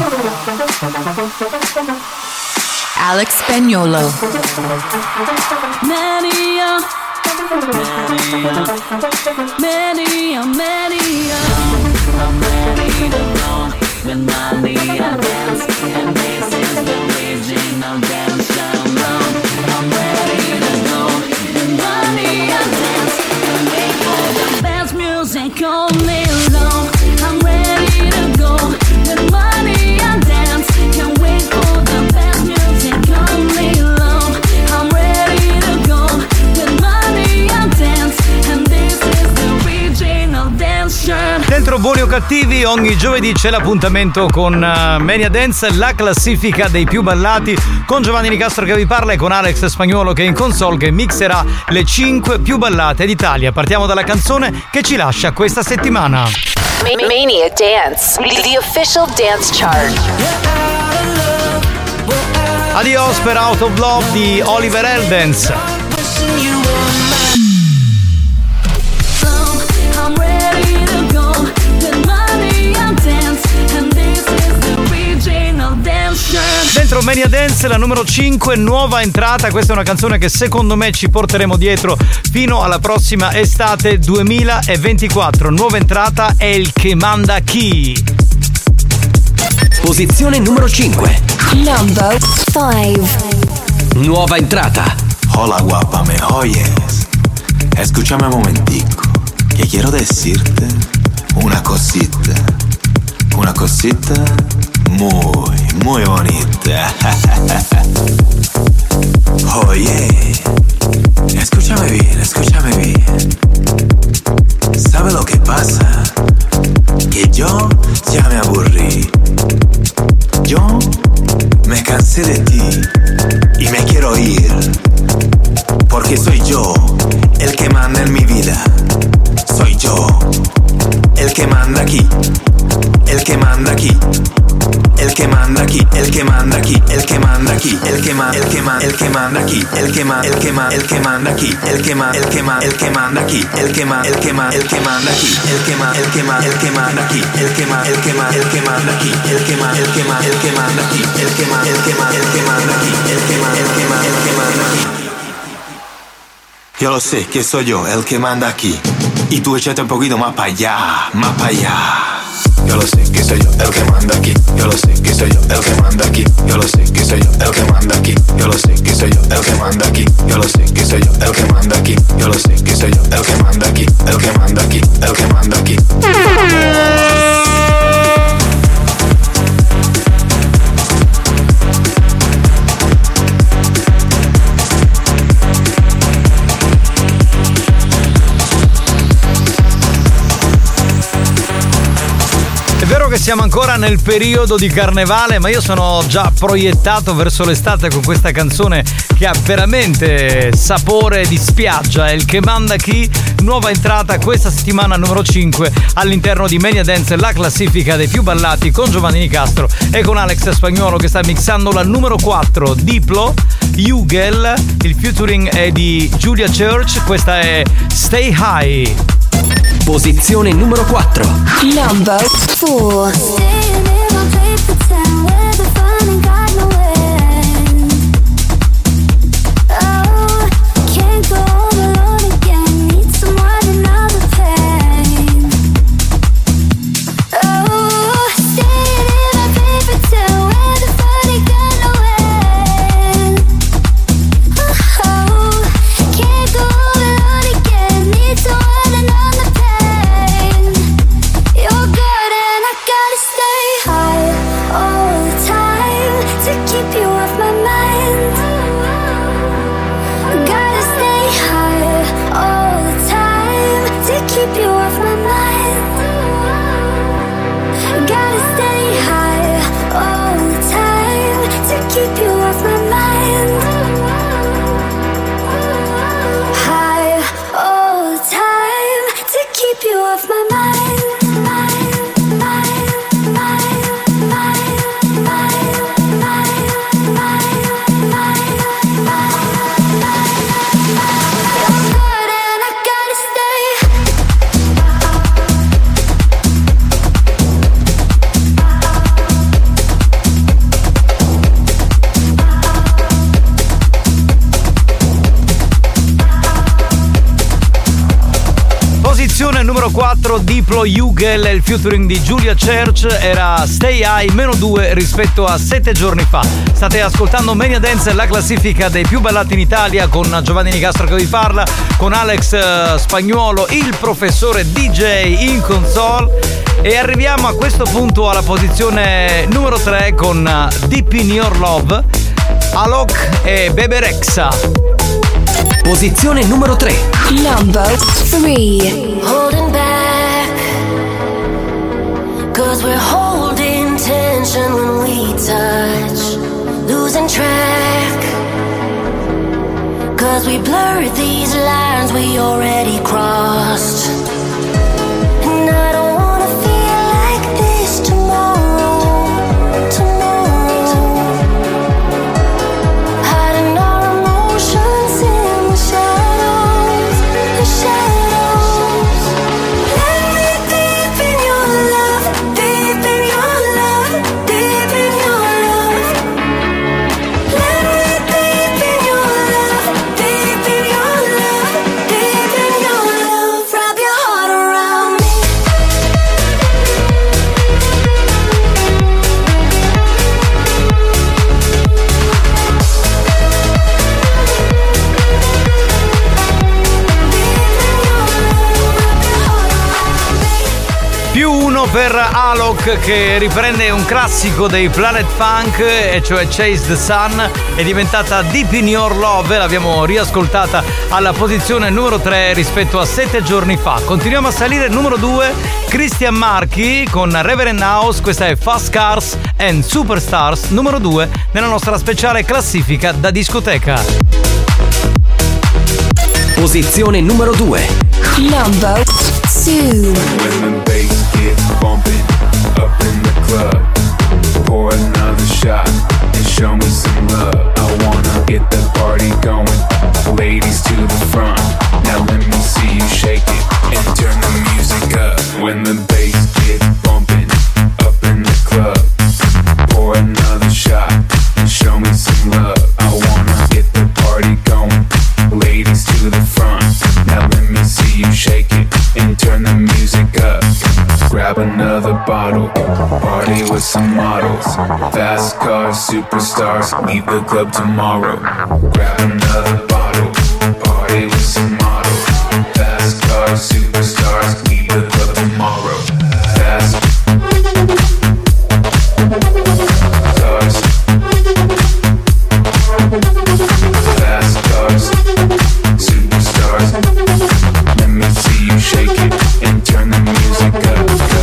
Alex Spagnolo, Mania, Many, many, I'm ready to go. With money I dance, and this is the reason I'm dancing alone. I'm ready to go. With money I dance, and wait for the best music only alone. I'm ready to go. With money I dance, can't wait for the best music only alone. I'm ready to go. With money I dance, and this is the original dance. Dentro Buoni o Cattivi ogni giovedì c'è l'appuntamento con uh, Mania Dance, la classifica dei più ballati, con Giovanni Nicastro che vi parla e con Alex Spagnuolo che è in console, che mixerà le cinque più ballate d'Italia. Partiamo dalla canzone che ci lascia questa settimana. Mania Dance, the official dance chart. Adios per Out of Love di Oliver Heldens. I'm ready to go. With money I dance, and this is the original dance. Dentro Mania Dance la numero cinque, nuova entrata. Questa è una canzone che secondo me ci porteremo dietro fino alla prossima estate duemilaventiquattro. Nuova entrata è il Che Manda Chi. Posizione numero cinque. Number five. Nuova entrata. Hola guapa, me oyes. Escúchame un momentico, que quiero decirte una cosita. Una cosita muy, muy bonita. Oye, escúchame bien, escúchame bien. ¿Sabe lo que pasa? Que yo ya me aburrí. Yo me cansé de ti y me quiero ir. Porque soy yo el que manda en mi vida. Soy yo el que manda aquí. El que manda aquí. El que manda aquí, el que manda aquí, el que manda aquí, el que manda, el que manda, el que manda aquí, el que manda, el que manda, el que manda aquí, el que manda, el que manda, el que manda aquí, el que manda, el que manda, el que manda aquí, el que manda, el que manda, el que manda aquí, el que manda, el que manda, el que manda aquí, el que manda, el que manda, el que manda aquí, el que manda, el que manda, el que manda aquí, el que manda, el que manda, el que manda aquí. Yo lo sé que soy yo el que manda aquí y tú échate un poquito más para allá, más para allá. Yo lo sé que soy yo el que manda aquí. Yo lo sé que soy yo el que manda aquí. Yo lo sé que soy yo el que manda aquí. Yo lo sé que soy yo el que manda aquí. Yo lo sé que soy yo el que manda aquí. Yo lo sé que soy yo el que manda aquí. El que manda aquí. El que manda aquí. È vero che siamo ancora nel periodo di carnevale, ma io sono già proiettato verso l'estate con questa canzone che ha veramente sapore di spiaggia. È il Che Manda Chi, nuova entrata questa settimana numero cinque all'interno di Mania Dance, la classifica dei più ballati, con Giovanni Nicastro e con Alex Spagnuolo che sta mixando la numero quattro, Diplo, Hugel. Il featuring è di Julia Church, questa è Stay High. Posizione numero quattro. Number four. Posizione numero quattro, Diplo Hugel e il featuring di Julia Church era Stay High, meno due rispetto a sette giorni fa. State ascoltando Mania Dance, la classifica dei più ballati in Italia, con Giovanni Nicastro che vi parla, con Alex Spagnuolo, il professore D J in console. E arriviamo a questo punto alla posizione numero tre con Deep in Your Love, Alok e Bebe Rexha. Posizione numero tre. Number three. Holding back, cause we're holding tension when we touch, losing track, cause we blurred these lines we already crossed. And I don't wanna feel like this tomorrow, tomorrow. Hiding our emotions in the shadows, the shadows. Let me deep in your love, deep in your love, deep in your love. Let me deep in your love, deep in your love, deep in your love. Wrap your heart around me. Più uno per Alok, che riprende un classico dei Planet Funk, e cioè Chase the Sun. È diventata Deep in Your Love, l'abbiamo riascoltata alla posizione numero tre rispetto a sette giorni fa. Continuiamo a salire, numero due, Christian Marchi con Reverend House, questa è Fast Cars and Superstars, numero due nella nostra speciale classifica da discoteca. Posizione numero due. Number two. When the bass gets bumping up in the club, pour another shot and show me some love. I wanna get the party going, ladies to the front. Now let me see you shake it and turn the music up. When the bass gets bumping up in the club, pour another shot and show me some love. I wanna get the party going, ladies to the front. Now let me see you shake it and turn the music up. Grab another bottle, party with some models, fast cars, superstars, leave the club tomorrow. Grab another bottle, party with some models, fast cars, superstars, leave the club tomorrow. Fast cars, fast cars, superstars. Let me see you shake it and turn the music up.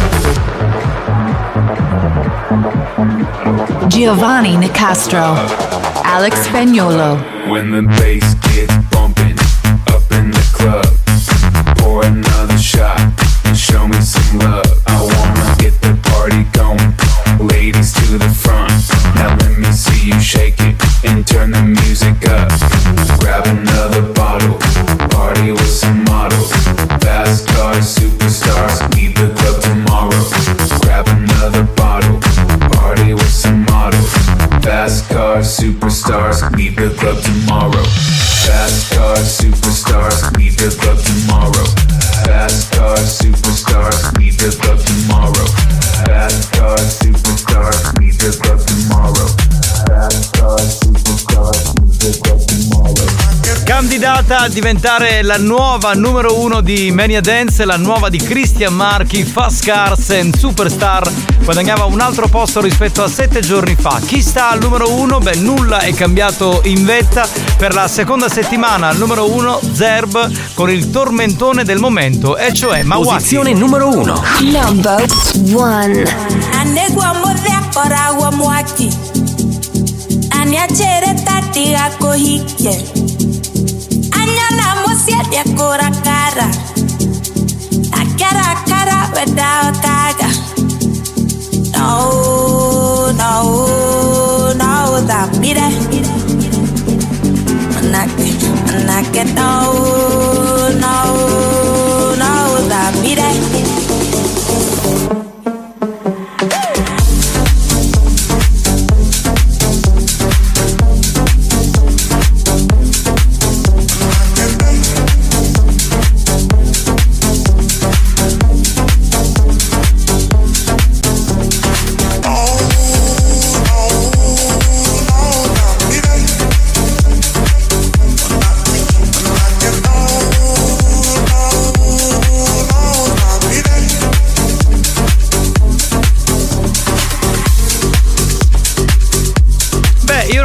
Giovanni Nicastro, Alex Spagnuolo. When the bass gets bumping up in the club, pour another shot and show me some love. I wanna get the party going, ladies to the front. Now let me see you shake it and turn the music up. Grab another bottle, party with some models, fast cars, superstars, leave the club tomorrow. Grab another bottle, party with some models, fast cars, superstars, leave the club tomorrow. Fast cars, superstars, leave the club tomorrow. Fast cars, superstars, leave the club tomorrow. Fast cars, superstars, leave the club tomorrow. Fast cars, superstars, leave the club tomorrow. Candidata a diventare la nuova numero uno di Mania Dance, la nuova di Christian Marchi, Fast Cars and Superstar, guadagnava un altro posto rispetto a sette giorni fa. Chi sta al numero uno? Beh, nulla è cambiato in vetta. Per la seconda settimana al numero uno Zerb con il tormentone del momento, e cioè Mawaki. Posizione numero uno. Number one. Anegwa modhekora wa mwaki Aniachere tati ako hike Anyana mosiede kora kara Akara kara weda kaga No, no, no, da mire Manake, manake, no, no, no, da mire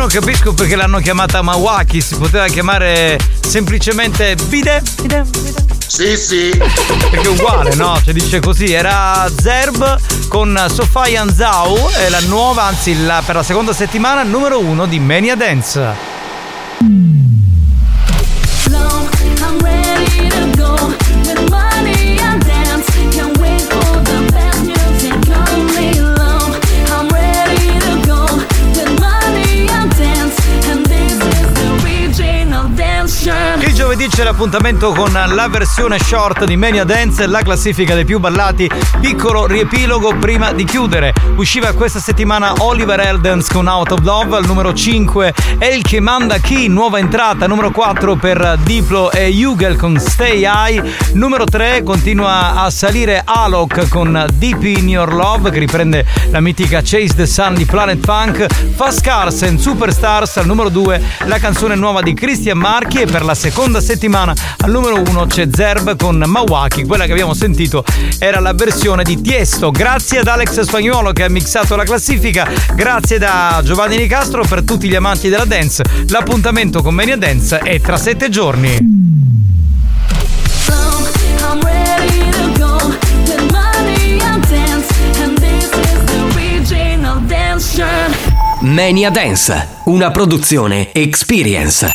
non capisco perché l'hanno chiamata Mawaki, si poteva chiamare semplicemente Bide. Bide, Bide. Sì, sì. Perché è uguale, no? Cioè dice così, era Zerb con Sofia Anzau, è la nuova, anzi la, per la seconda settimana numero uno di Mania Dance. I'm ready to go with money and dance. Can't wait for the best music only love. I'm ready to go with money and dance. And this is the original dance show. Il giovedì c'è l'appuntamento con la versione short di Mania Dance, la classifica dei più ballati, piccolo riepilogo prima di chiudere. Usciva questa settimana Oliver Heldens con Out of Love, al numero cinque El che manda chi, nuova entrata, numero quattro per Diplo e Hugel con Stay High, numero tre continua a salire Alok con Deep in Your Love, che riprende la mitica Chase the Sun di Planet Funk. Fast Cars and Superstars al numero due, la canzone nuova di Christian Marchi, e per la seconda settimana al numero uno c'è Zerb con Mawaki. Quella che abbiamo sentito era la versione di Tiesto. Grazie ad Alex Spagnuolo che ha mixato la classifica, grazie da Giovanni Nicastro. Per tutti gli amanti della dance, l'appuntamento con Mania Dance è tra sette giorni. I'm ready to go with money and dance. And this is the original dance show. Mania Dance, una produzione Experience.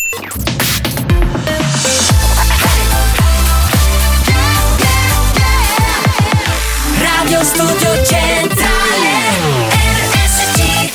Radio Studio Centrale R S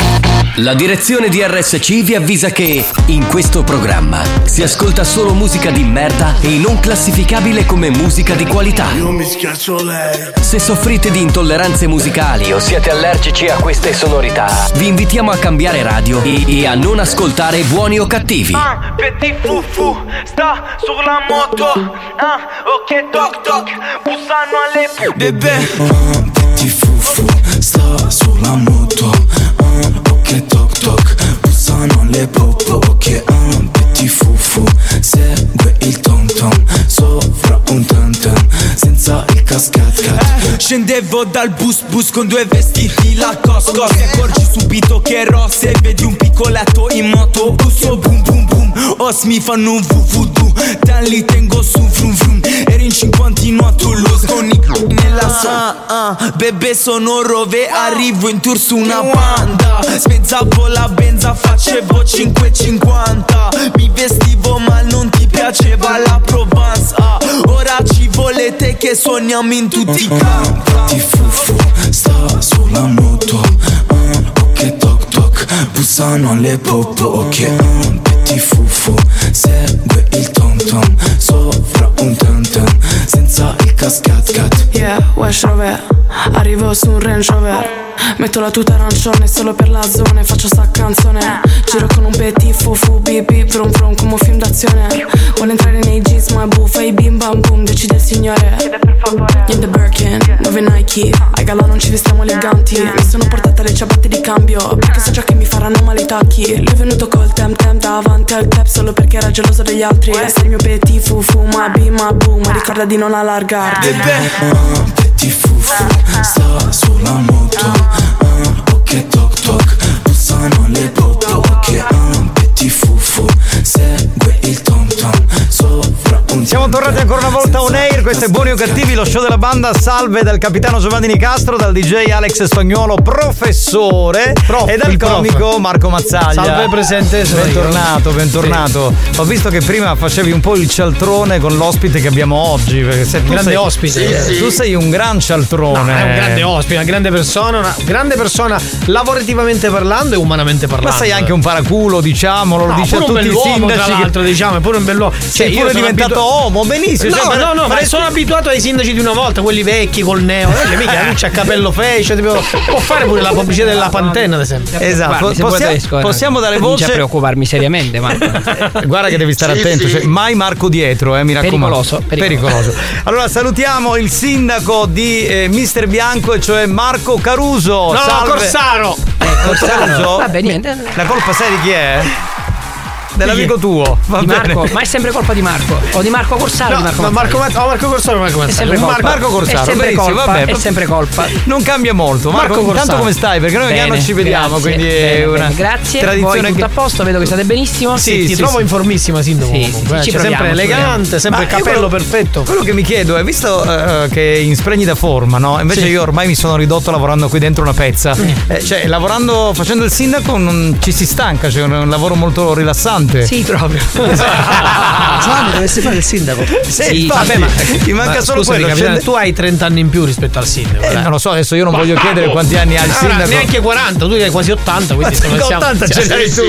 C. La direzione di R S C vi avvisa che in questo programma si ascolta solo musica di merda e non classificabile come musica di qualità. Io mi schiaccio lei. Se soffrite di intolleranze musicali o siete allergici a queste sonorità, vi invitiamo a cambiare radio e, e a non ascoltare Buoni o Cattivi. Ah, petit fufu, sta sulla moto. Ah, ok, toc toc, bussano alle pu- Bebè, un petit fufu, sta sulla moto. Un ok toc toc, bussano le popo. Ok, un petit fufu, segue il tom tom sopra un tam tam, senza il cascat cat. Scendevo dal bus bus con due vestiti Lacoste. Ti accorgi subito che è rossa e vedi un piccoletto in moto. Busso boom boom boom, os mi fanno un vuvudu. Dan li tengo su vrum vrum. Ero in cinquantino a Toulouse con i c***i nella so. Ah ah, bebè sono Rove, arrivo in tour su una Panda. Spezzavo la benza, facevo cinque e cinquanta. Mi vestivo ma non ti piaceva la Provence. Ah, ora ci volete che suoniamo in tutti i campi. Petit fufu, sta sulla moto. Un ok toc toc, bussano alle popo. Ok, un petit fufu, segue il tom tom sopra un tam tam, senza il cascat cat. Yeah, Wesh Rover, arrivo su un Range Rover. Metto la tuta arancione solo per la zona e faccio sta canzone. Giro con un petit fufu, bip bip vrum vrum come un film d'azione. Vuole entrare nei jeans ma è buffa e bim bam boom, decide il signore. Chiede per favore. Niente Birkin, nuove Nike, ai gala non ci vestiamo eleganti. Mi sono portata le ciabatte di cambio perché so già che mi faranno male i tacchi. Lui è venuto col tem tem davanti al cap solo perché era geloso degli altri. Sei il mio petit fufu ma bim ma boom, ma ricorda di non allargarti. Un petit fufu, sta sulla moto. Un ok toc toc, bussano le popo. Ok, un petit fufu, segue il tom tom sopra un. Siamo tornati ancora una volta on air, questo è Buoni o Cattivi, lo show della banda. Salve dal capitano Giovanni Nicastro, dal D J Alex Spagnuolo, professore, prof, e dal comico prof. Marco Mazzaglia. Salve, presente. Bentornato, bentornato. Sì. Ho visto che prima facevi un po' il cialtrone con l'ospite che abbiamo oggi, perché se tu grande sei, ospite. Sì, sì. Tu sei un gran cialtrone. No, è un grande ospite, una grande persona, una grande persona lavorativamente parlando e umanamente parlando. Ma sei anche un paraculo, diciamolo, lo no, dice a tutti i sindaci. Tra l'altro, che... diciamo, è pure un bell'uomo. Sei cioè, pure diventato abitu... uomo, benissimo. No, cioè, no, no, faresti... ma sono abituato ai sindaci di una volta, quelli vecchi col neo. Eh, mica lui c'ha capello fascia, tipo, può fare pure la pubblicità della Pantene, ad esempio. Esatto. Guarda, Possia... riesco, possiamo dare voce. Comincia a preoccuparmi seriamente, Marco. Guarda che devi stare sì, attento, sì. Cioè, mai Marco dietro, eh, mi raccomando. Pericoloso, pericoloso. Pericoloso. Allora salutiamo il sindaco di eh, Mister Bianco, e cioè Marco Caruso. No, Salve. Corsaro. Eh, Corsaro. Vabbè, niente. La colpa sai di chi è? dell'amico tuo. Va di bene. Marco, ma è sempre colpa di Marco. O di Marco Corsaro No, o di Marco no, Marco Mazzari. Mat- oh, Marco Corsaro o Marco È Mazzari? sempre colpa. Marco Corsaro, è sempre benissimo, colpa, vabbè. è sempre colpa. Non cambia molto. Marco, Marco intanto Corsaro. come stai? Perché noi ogni Bene, anno ci vediamo, grazie, quindi bene, è una bene, grazie. tradizione Voi tutto che a posto, vedo che state benissimo. Sì, ti sì, trovo sì. informissimo, sindaco. Sì, comunque, sì, eh. ci Cioè, sempre proviamo, ci elegante, sempre il Ma io capello quello- perfetto. Quello che mi chiedo è, visto eh, che è in splendida forma, no? Invece Sì. io ormai mi sono ridotto lavorando qui dentro una pezza. Eh, cioè, lavorando, facendo il sindaco non ci si stanca, cioè è un lavoro molto rilassante. Sì, proprio. Giovanni, dovresti fare il sindaco. Sì, Sì, infatti, Vabbè, ma ti manca ma solo scusami, quello. capitano, scende- tu hai trenta anni in più rispetto al sindaco. Eh, dai. non lo so, adesso io non voglio chiedere quanti anni ha il Allora, sindaco. neanche quaranta, tu hai quasi ottanta, quindi insomma, siamo- ottanta ce l'hai tu.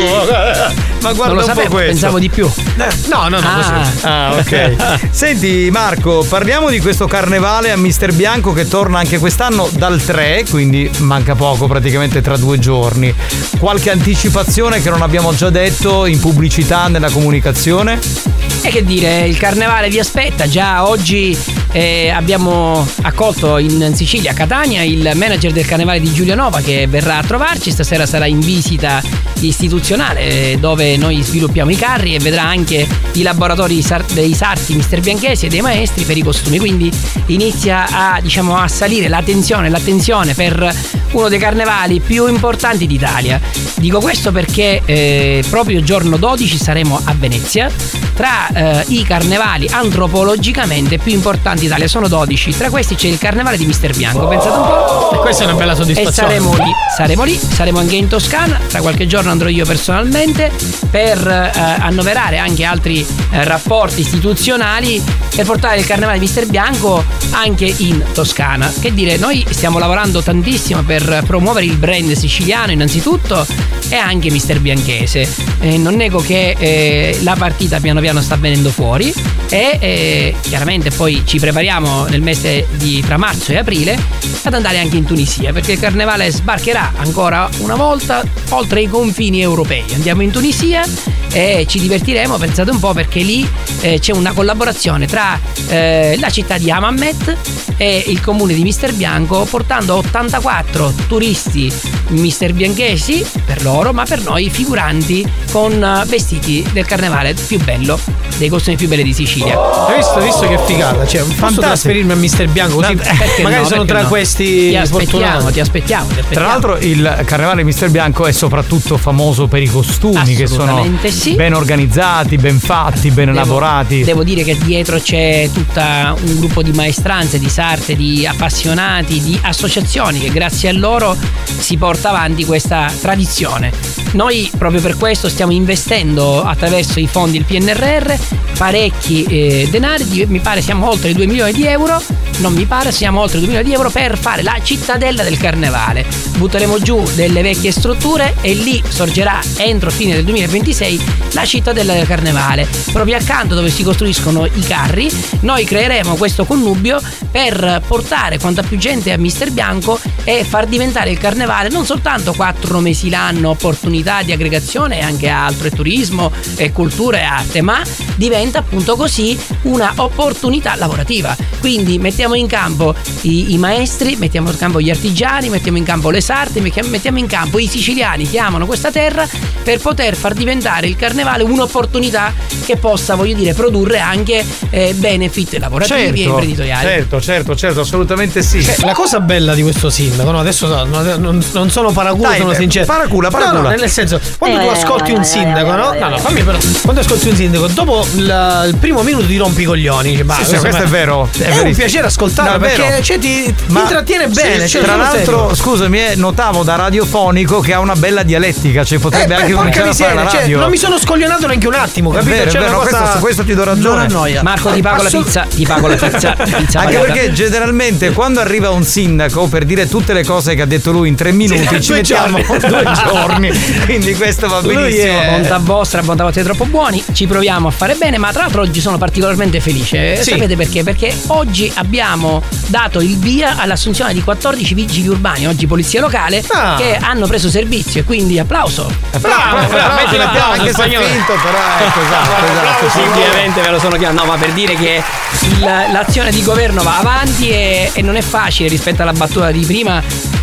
Ma guarda Non lo un po' sapevo, questo. pensavo di più. No, no, no, Ah. così. Ah, ok. Senti Marco, parliamo di questo carnevale a Mister Bianco che torna anche quest'anno dal tre, quindi manca poco, praticamente tra due giorni. Qualche anticipazione che non abbiamo già detto in pubblicità, nella comunicazione? E che dire, il carnevale vi aspetta. Già oggi eh, abbiamo accolto in Sicilia, a Catania, il manager del carnevale di Giulianova che verrà a trovarci. Stasera sarà in visita istituzionale eh, dove noi sviluppiamo i carri e vedrà anche i laboratori sar- dei sarti Mister Bianchesi e dei maestri per i costumi. Quindi inizia a, diciamo, a salire la tensione, l'attenzione per uno dei carnevali più importanti d'Italia. Dico questo perché eh, proprio il giorno dodici saremo a Venezia. Tra eh, i carnevali antropologicamente più importanti d'Italia sono dodici. Tra questi c'è il carnevale di Mister Bianco. Pensate un po'. E questa è una bella E soddisfazione. saremo lì, saremo lì, saremo anche in Toscana. Tra qualche giorno andrò io personalmente per eh, annoverare anche altri eh, rapporti istituzionali per portare il carnevale di Mister Bianco anche in Toscana. Che dire, noi stiamo lavorando tantissimo per promuovere il brand siciliano innanzitutto e anche Mister Bianchese. Eh, non nego che eh, la partita piano piano sta venendo fuori e eh, chiaramente poi ci prepariamo nel mese di tra marzo e aprile ad andare anche in Tunisia, perché il carnevale sbarcherà ancora una volta oltre i confini europei. Andiamo in Tunisia e ci divertiremo, pensate un po', perché lì eh, c'è una collaborazione tra eh, la città di Hammamet e il comune di Mister Bianco, portando ottantaquattro turisti Mister Bianchesi per loro, ma per noi figuranti con eh, vestiti del carnevale più bello, dei costumi più belli di Sicilia. Hai visto, visto che figata? Cioè, posso trasferirmi a Mister Bianco così? No, perché magari no, sono perché tra no? questi Ti aspettiamo, fortunati. ti aspettiamo, ti aspettiamo. Tra l'altro il carnevale di Mister Bianco è soprattutto famoso per i costumi che sono Assolutamente sì. ben organizzati, ben fatti, ben Devo- elaborati. Devo dire che dietro c'è tutta un gruppo di maestranze, di sarte, di appassionati, di associazioni che grazie a loro si porta avanti questa tradizione. Noi proprio per questo stiamo investendo attraverso i fondi del P N R R parecchi eh, denari, di- mi pare siamo oltre i due milioni di euro, non mi pare siamo oltre i due milioni di euro per fare la cittadella del carnevale. Butteremo giù delle vecchie strutture e lì sorgerà entro fine del duemilaventisei la cittadella del carnevale. Proprio accanto dove si costruiscono i carri noi creeremo questo connubio per portare quanta più gente a Mister Bianco e far diventare il carnevale non soltanto quattro mesi l'anno, opportunità di aggregazione e anche altro, e turismo e cultura e arte, ma diventa appunto così una opportunità lavorativa. Quindi mettiamo in campo i, i maestri, mettiamo in campo gli artigiani, mettiamo in campo le sarte, mettiamo in campo i siciliani che amano questa terra per poter far diventare il carnevale un'opportunità che possa, voglio dire, produrre anche eh, benefit lavorativi Certo, e imprenditoriali. certo, certo, certo, assolutamente sì. Cioè, la cosa bella di questo sindaco, no, adesso no, no, non, non sono paraculo, Dai, sono eh, sincero. paracula, No, paracula. no, nel senso, quando tu Eh, ascolti eh, un eh, sindaco, eh, no? eh, No, no, eh. fammi però. Quando ascolti un sindaco, dopo il, il primo minuto ti rompi i coglioni. Dici, bah, Sì, sì, questo è vero, è È, un verissimo. piacere ascoltarlo, No, è perché vero. cioè, ti, ti Ma- intrattiene bene. Sì, cioè, tra sono l'altro, serio. scusami, eh, notavo da radiofonico che ha una bella dialettica, cioè potrebbe Eh, anche beh, porca cominciare a fare la miseria, cioè, radio. non mi sono scoglionato neanche un attimo, È capito? vero, è C'è vero, una cosa... questo, su questo ti do ragione. Non annoia. Marco, ti pago la Assolut- pizza, ti pago la pizza, pizza Anche pagata. perché generalmente quando arriva un sindaco per dire tutte le cose che ha detto lui in tre minuti ci due mettiamo giorni. due giorni. Quindi questo va Lui benissimo. è- Bontà vostra, bontà vostra, siete troppo buoni. Ci proviamo a fare bene, ma tra l'altro oggi sono particolarmente felice. Sì. Sapete perché? Perché oggi abbiamo dato il via all'assunzione di quattordici vigili urbani, oggi polizia locale, Ah. che hanno preso servizio, e quindi applauso. Bravo, bravo, metti un applauso, anche se spagnolo. finto, però ecco, esatto, esatto. Sì, ovviamente ve lo sono chiamato. No, ma per dire che il- l'azione di governo va avanti e, e non è facile rispetto alla battuta di prima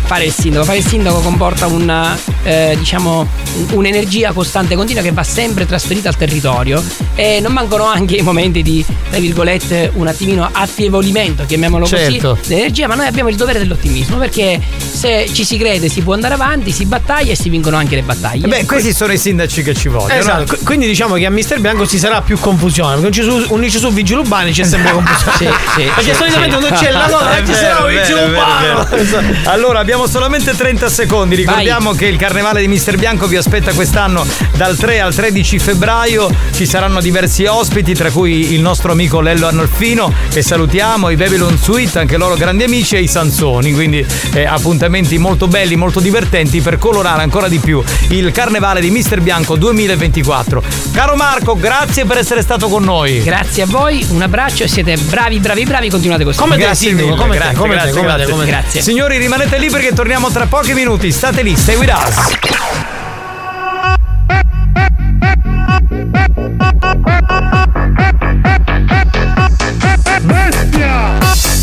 fare il sindaco. Fare il sindaco comporta una, eh, diciamo, un'energia costante e continua che va sempre trasferita al territorio, e non mancano anche i momenti di, tra virgolette, un attimino affievolimento, chiamiamolo certo. così, dell'energia, ma noi abbiamo il dovere dell'ottimismo, perché se ci si crede si può andare avanti, si battaglia e si vincono anche le battaglie. Beh, questi sono i sindaci che ci vogliono. Esatto, quindi diciamo che a mister Bianco ci sarà più confusione, perché un unici su vigili urbani c'è sempre confusione. Sì, sì, perché sì, solitamente sì. quando c'è la cosa ci sarà un vigile urbano. Allora, abbiamo solamente trenta secondi. Ricordiamo Vai. che il carnevale di mister Bianco vi aspetta quest'anno dal tre al tredici febbraio. Ci saranno diversi ospiti, tra cui il nostro amico Lello Arnolfino, che salutiamo, i Babylon Suite, anche loro grandi amici, e i Sansoni. Quindi eh, appuntamenti molto belli, molto divertenti per colorare ancora di più il carnevale di mister Bianco duemilaventiquattro. Caro Marco, grazie per essere stato con noi. Grazie a voi, un abbraccio, e siete bravi, bravi, bravi, continuate così. Come grazie te, mille. come grazie, te, come grazie, te, come grazie, te, come te. grazie. Signori, rimanete lì perché torniamo tra pochi minuti. State lì, stay with us. Bestia!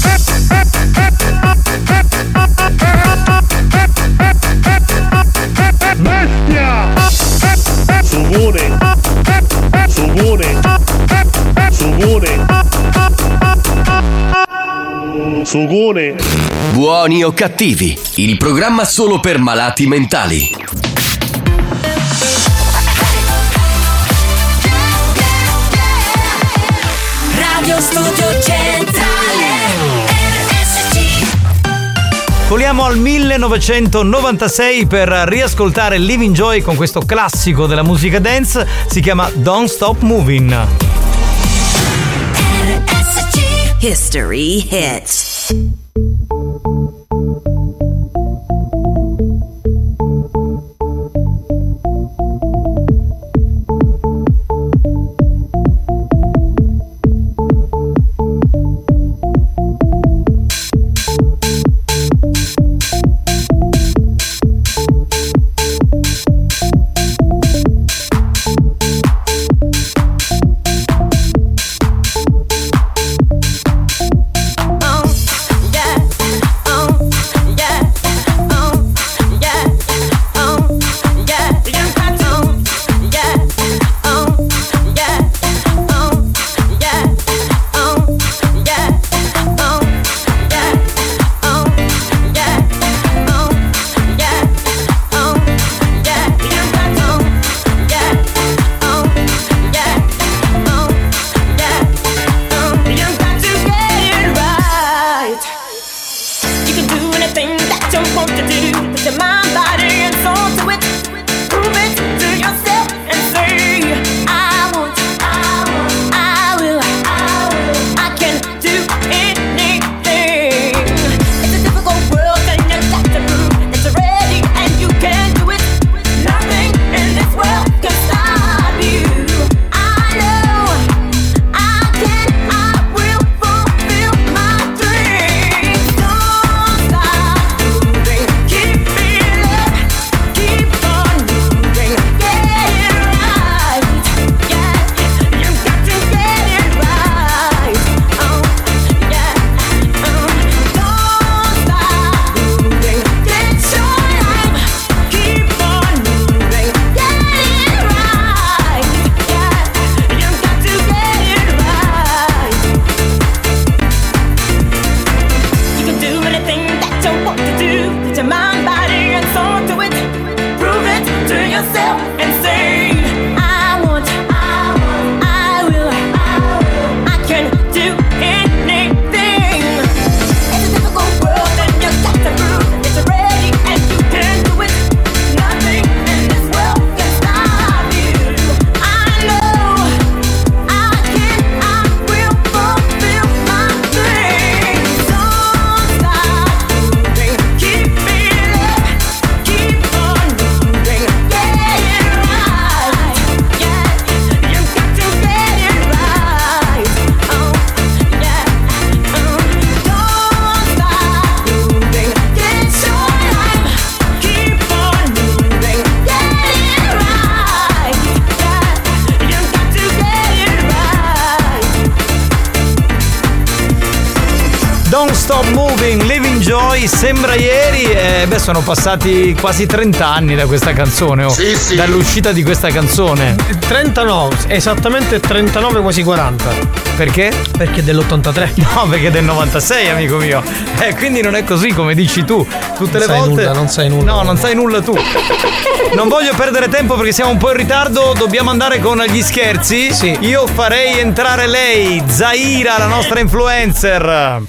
Bestia! Sugone! Sugone! Sugone! Sugone! Buoni o cattivi, il programma solo per malati mentali. Radio Studio Centrale R S C. Voliamo al millenovecentonovantasei per riascoltare Living Joy con questo classico della musica dance. Si chiama Don't Stop Moving. R S C. History hits. Oh, yeah. Don't Stop Moving, Living Joy, sembra ieri e beh sono passati quasi trenta anni da questa canzone, oh, sì, sì. dall'uscita di questa canzone. trentanove, esattamente trentanove quasi quaranta. Perché? Perché è dell'ottantatré. No, perché è del novantasei, amico mio. Eh, quindi non è così come dici tu. Tutte le non sai volte. Nulla, non sai nulla. No, non sai nulla tu. Non voglio perdere tempo perché siamo un po' in ritardo. Dobbiamo andare con gli scherzi. Sì. Io farei entrare lei, Zaira, la nostra influencer.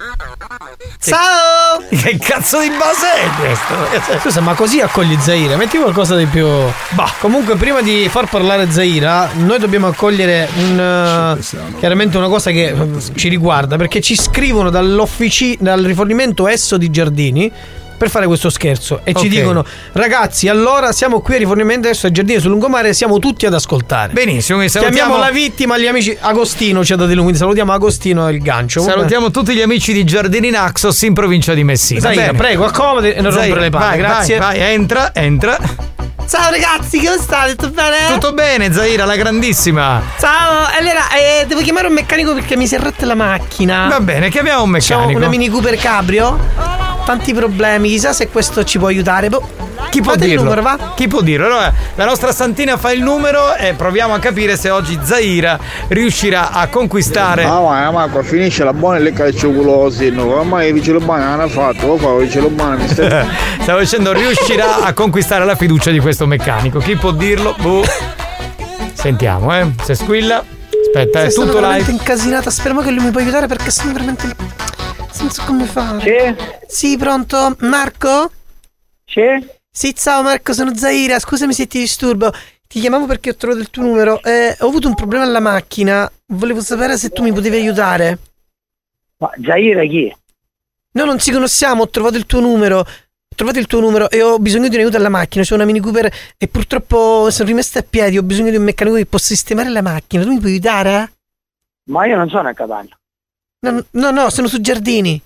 Ciao! Che cazzo di base è questo? Scusa, ma così accogli Zaira? Metti qualcosa di più. Bah. Comunque, prima di far parlare Zaira, noi dobbiamo accogliere un uh, chiaramente una cosa che uh, ci riguarda, perché ci scrivono dall'officina, dal rifornimento Esso di Giardini per fare questo scherzo e okay. ci dicono: ragazzi, allora siamo qui a rifornimento Esso di Giardini sul lungomare, siamo tutti ad ascoltare. Benissimo, salutiamo... chiamiamo la vittima, gli amici. Agostino ci ha dato il nome, quindi salutiamo Agostino il gancio. Salutiamo tutti gli amici di Giardini Naxos in provincia di Messina. Zaira, prego, accomodi e non Zaira, rompere le palle. Vai, grazie. Vai, vai, entra, entra. Ciao ragazzi, come state? Tutto bene? Tutto bene, Zaira, la grandissima. Ciao, allora eh, devo chiamare un meccanico perché mi si è rotta la macchina. Va bene, chiamiamo un meccanico. C'ho una Mini Cooper Cabrio. Tanti problemi, chissà se questo ci può aiutare. Boh. Chi può Fate dirlo? il numero, va? Chi può dirlo? Allora, la nostra Santina fa il numero e proviamo a capire se oggi Zaira riuscirà a conquistare. Ah, ma Marco, finisce la buona e lecca il cioccolose. No, ormai vicino banana ha fatto, lo fa vicino banana. Stavo dicendo, riuscirà a conquistare la fiducia di questo meccanico. Chi può dirlo? Boh. Sentiamo, eh. Se squilla. Aspetta, è tutto live. Sono veramente incasinata, speriamo che lui mi può aiutare perché sono veramente. Non so come fare. Sì? Sì, pronto? Marco? Sì? Sì, ciao Marco, sono Zaira, scusami se ti disturbo. Ti chiamavo perché ho trovato il tuo numero. Eh, ho avuto un problema alla macchina. Volevo sapere se tu mi potevi aiutare. Ma Zaira chi? No, non ci conosciamo, ho trovato il tuo numero. Ho trovato il tuo numero e ho bisogno di un aiuto alla macchina. C'è una Mini Cooper e purtroppo sono rimasta a piedi. Ho bisogno di un meccanico che possa sistemare la macchina. Tu mi puoi aiutare? Ma io non sono a Catania. No, no, no, sono su Giardini.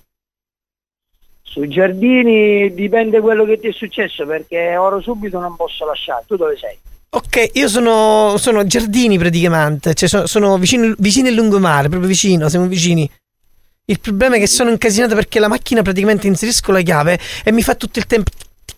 Su Giardini dipende quello che ti è successo, perché ora subito non posso lasciare. Tu dove sei? Ok, io sono sono a Giardini praticamente, cioè sono, sono vicino, vicino al lungomare, proprio vicino, siamo vicini. Il problema è che sono incasinata perché la macchina praticamente inserisco la chiave e mi fa tutto il tempo.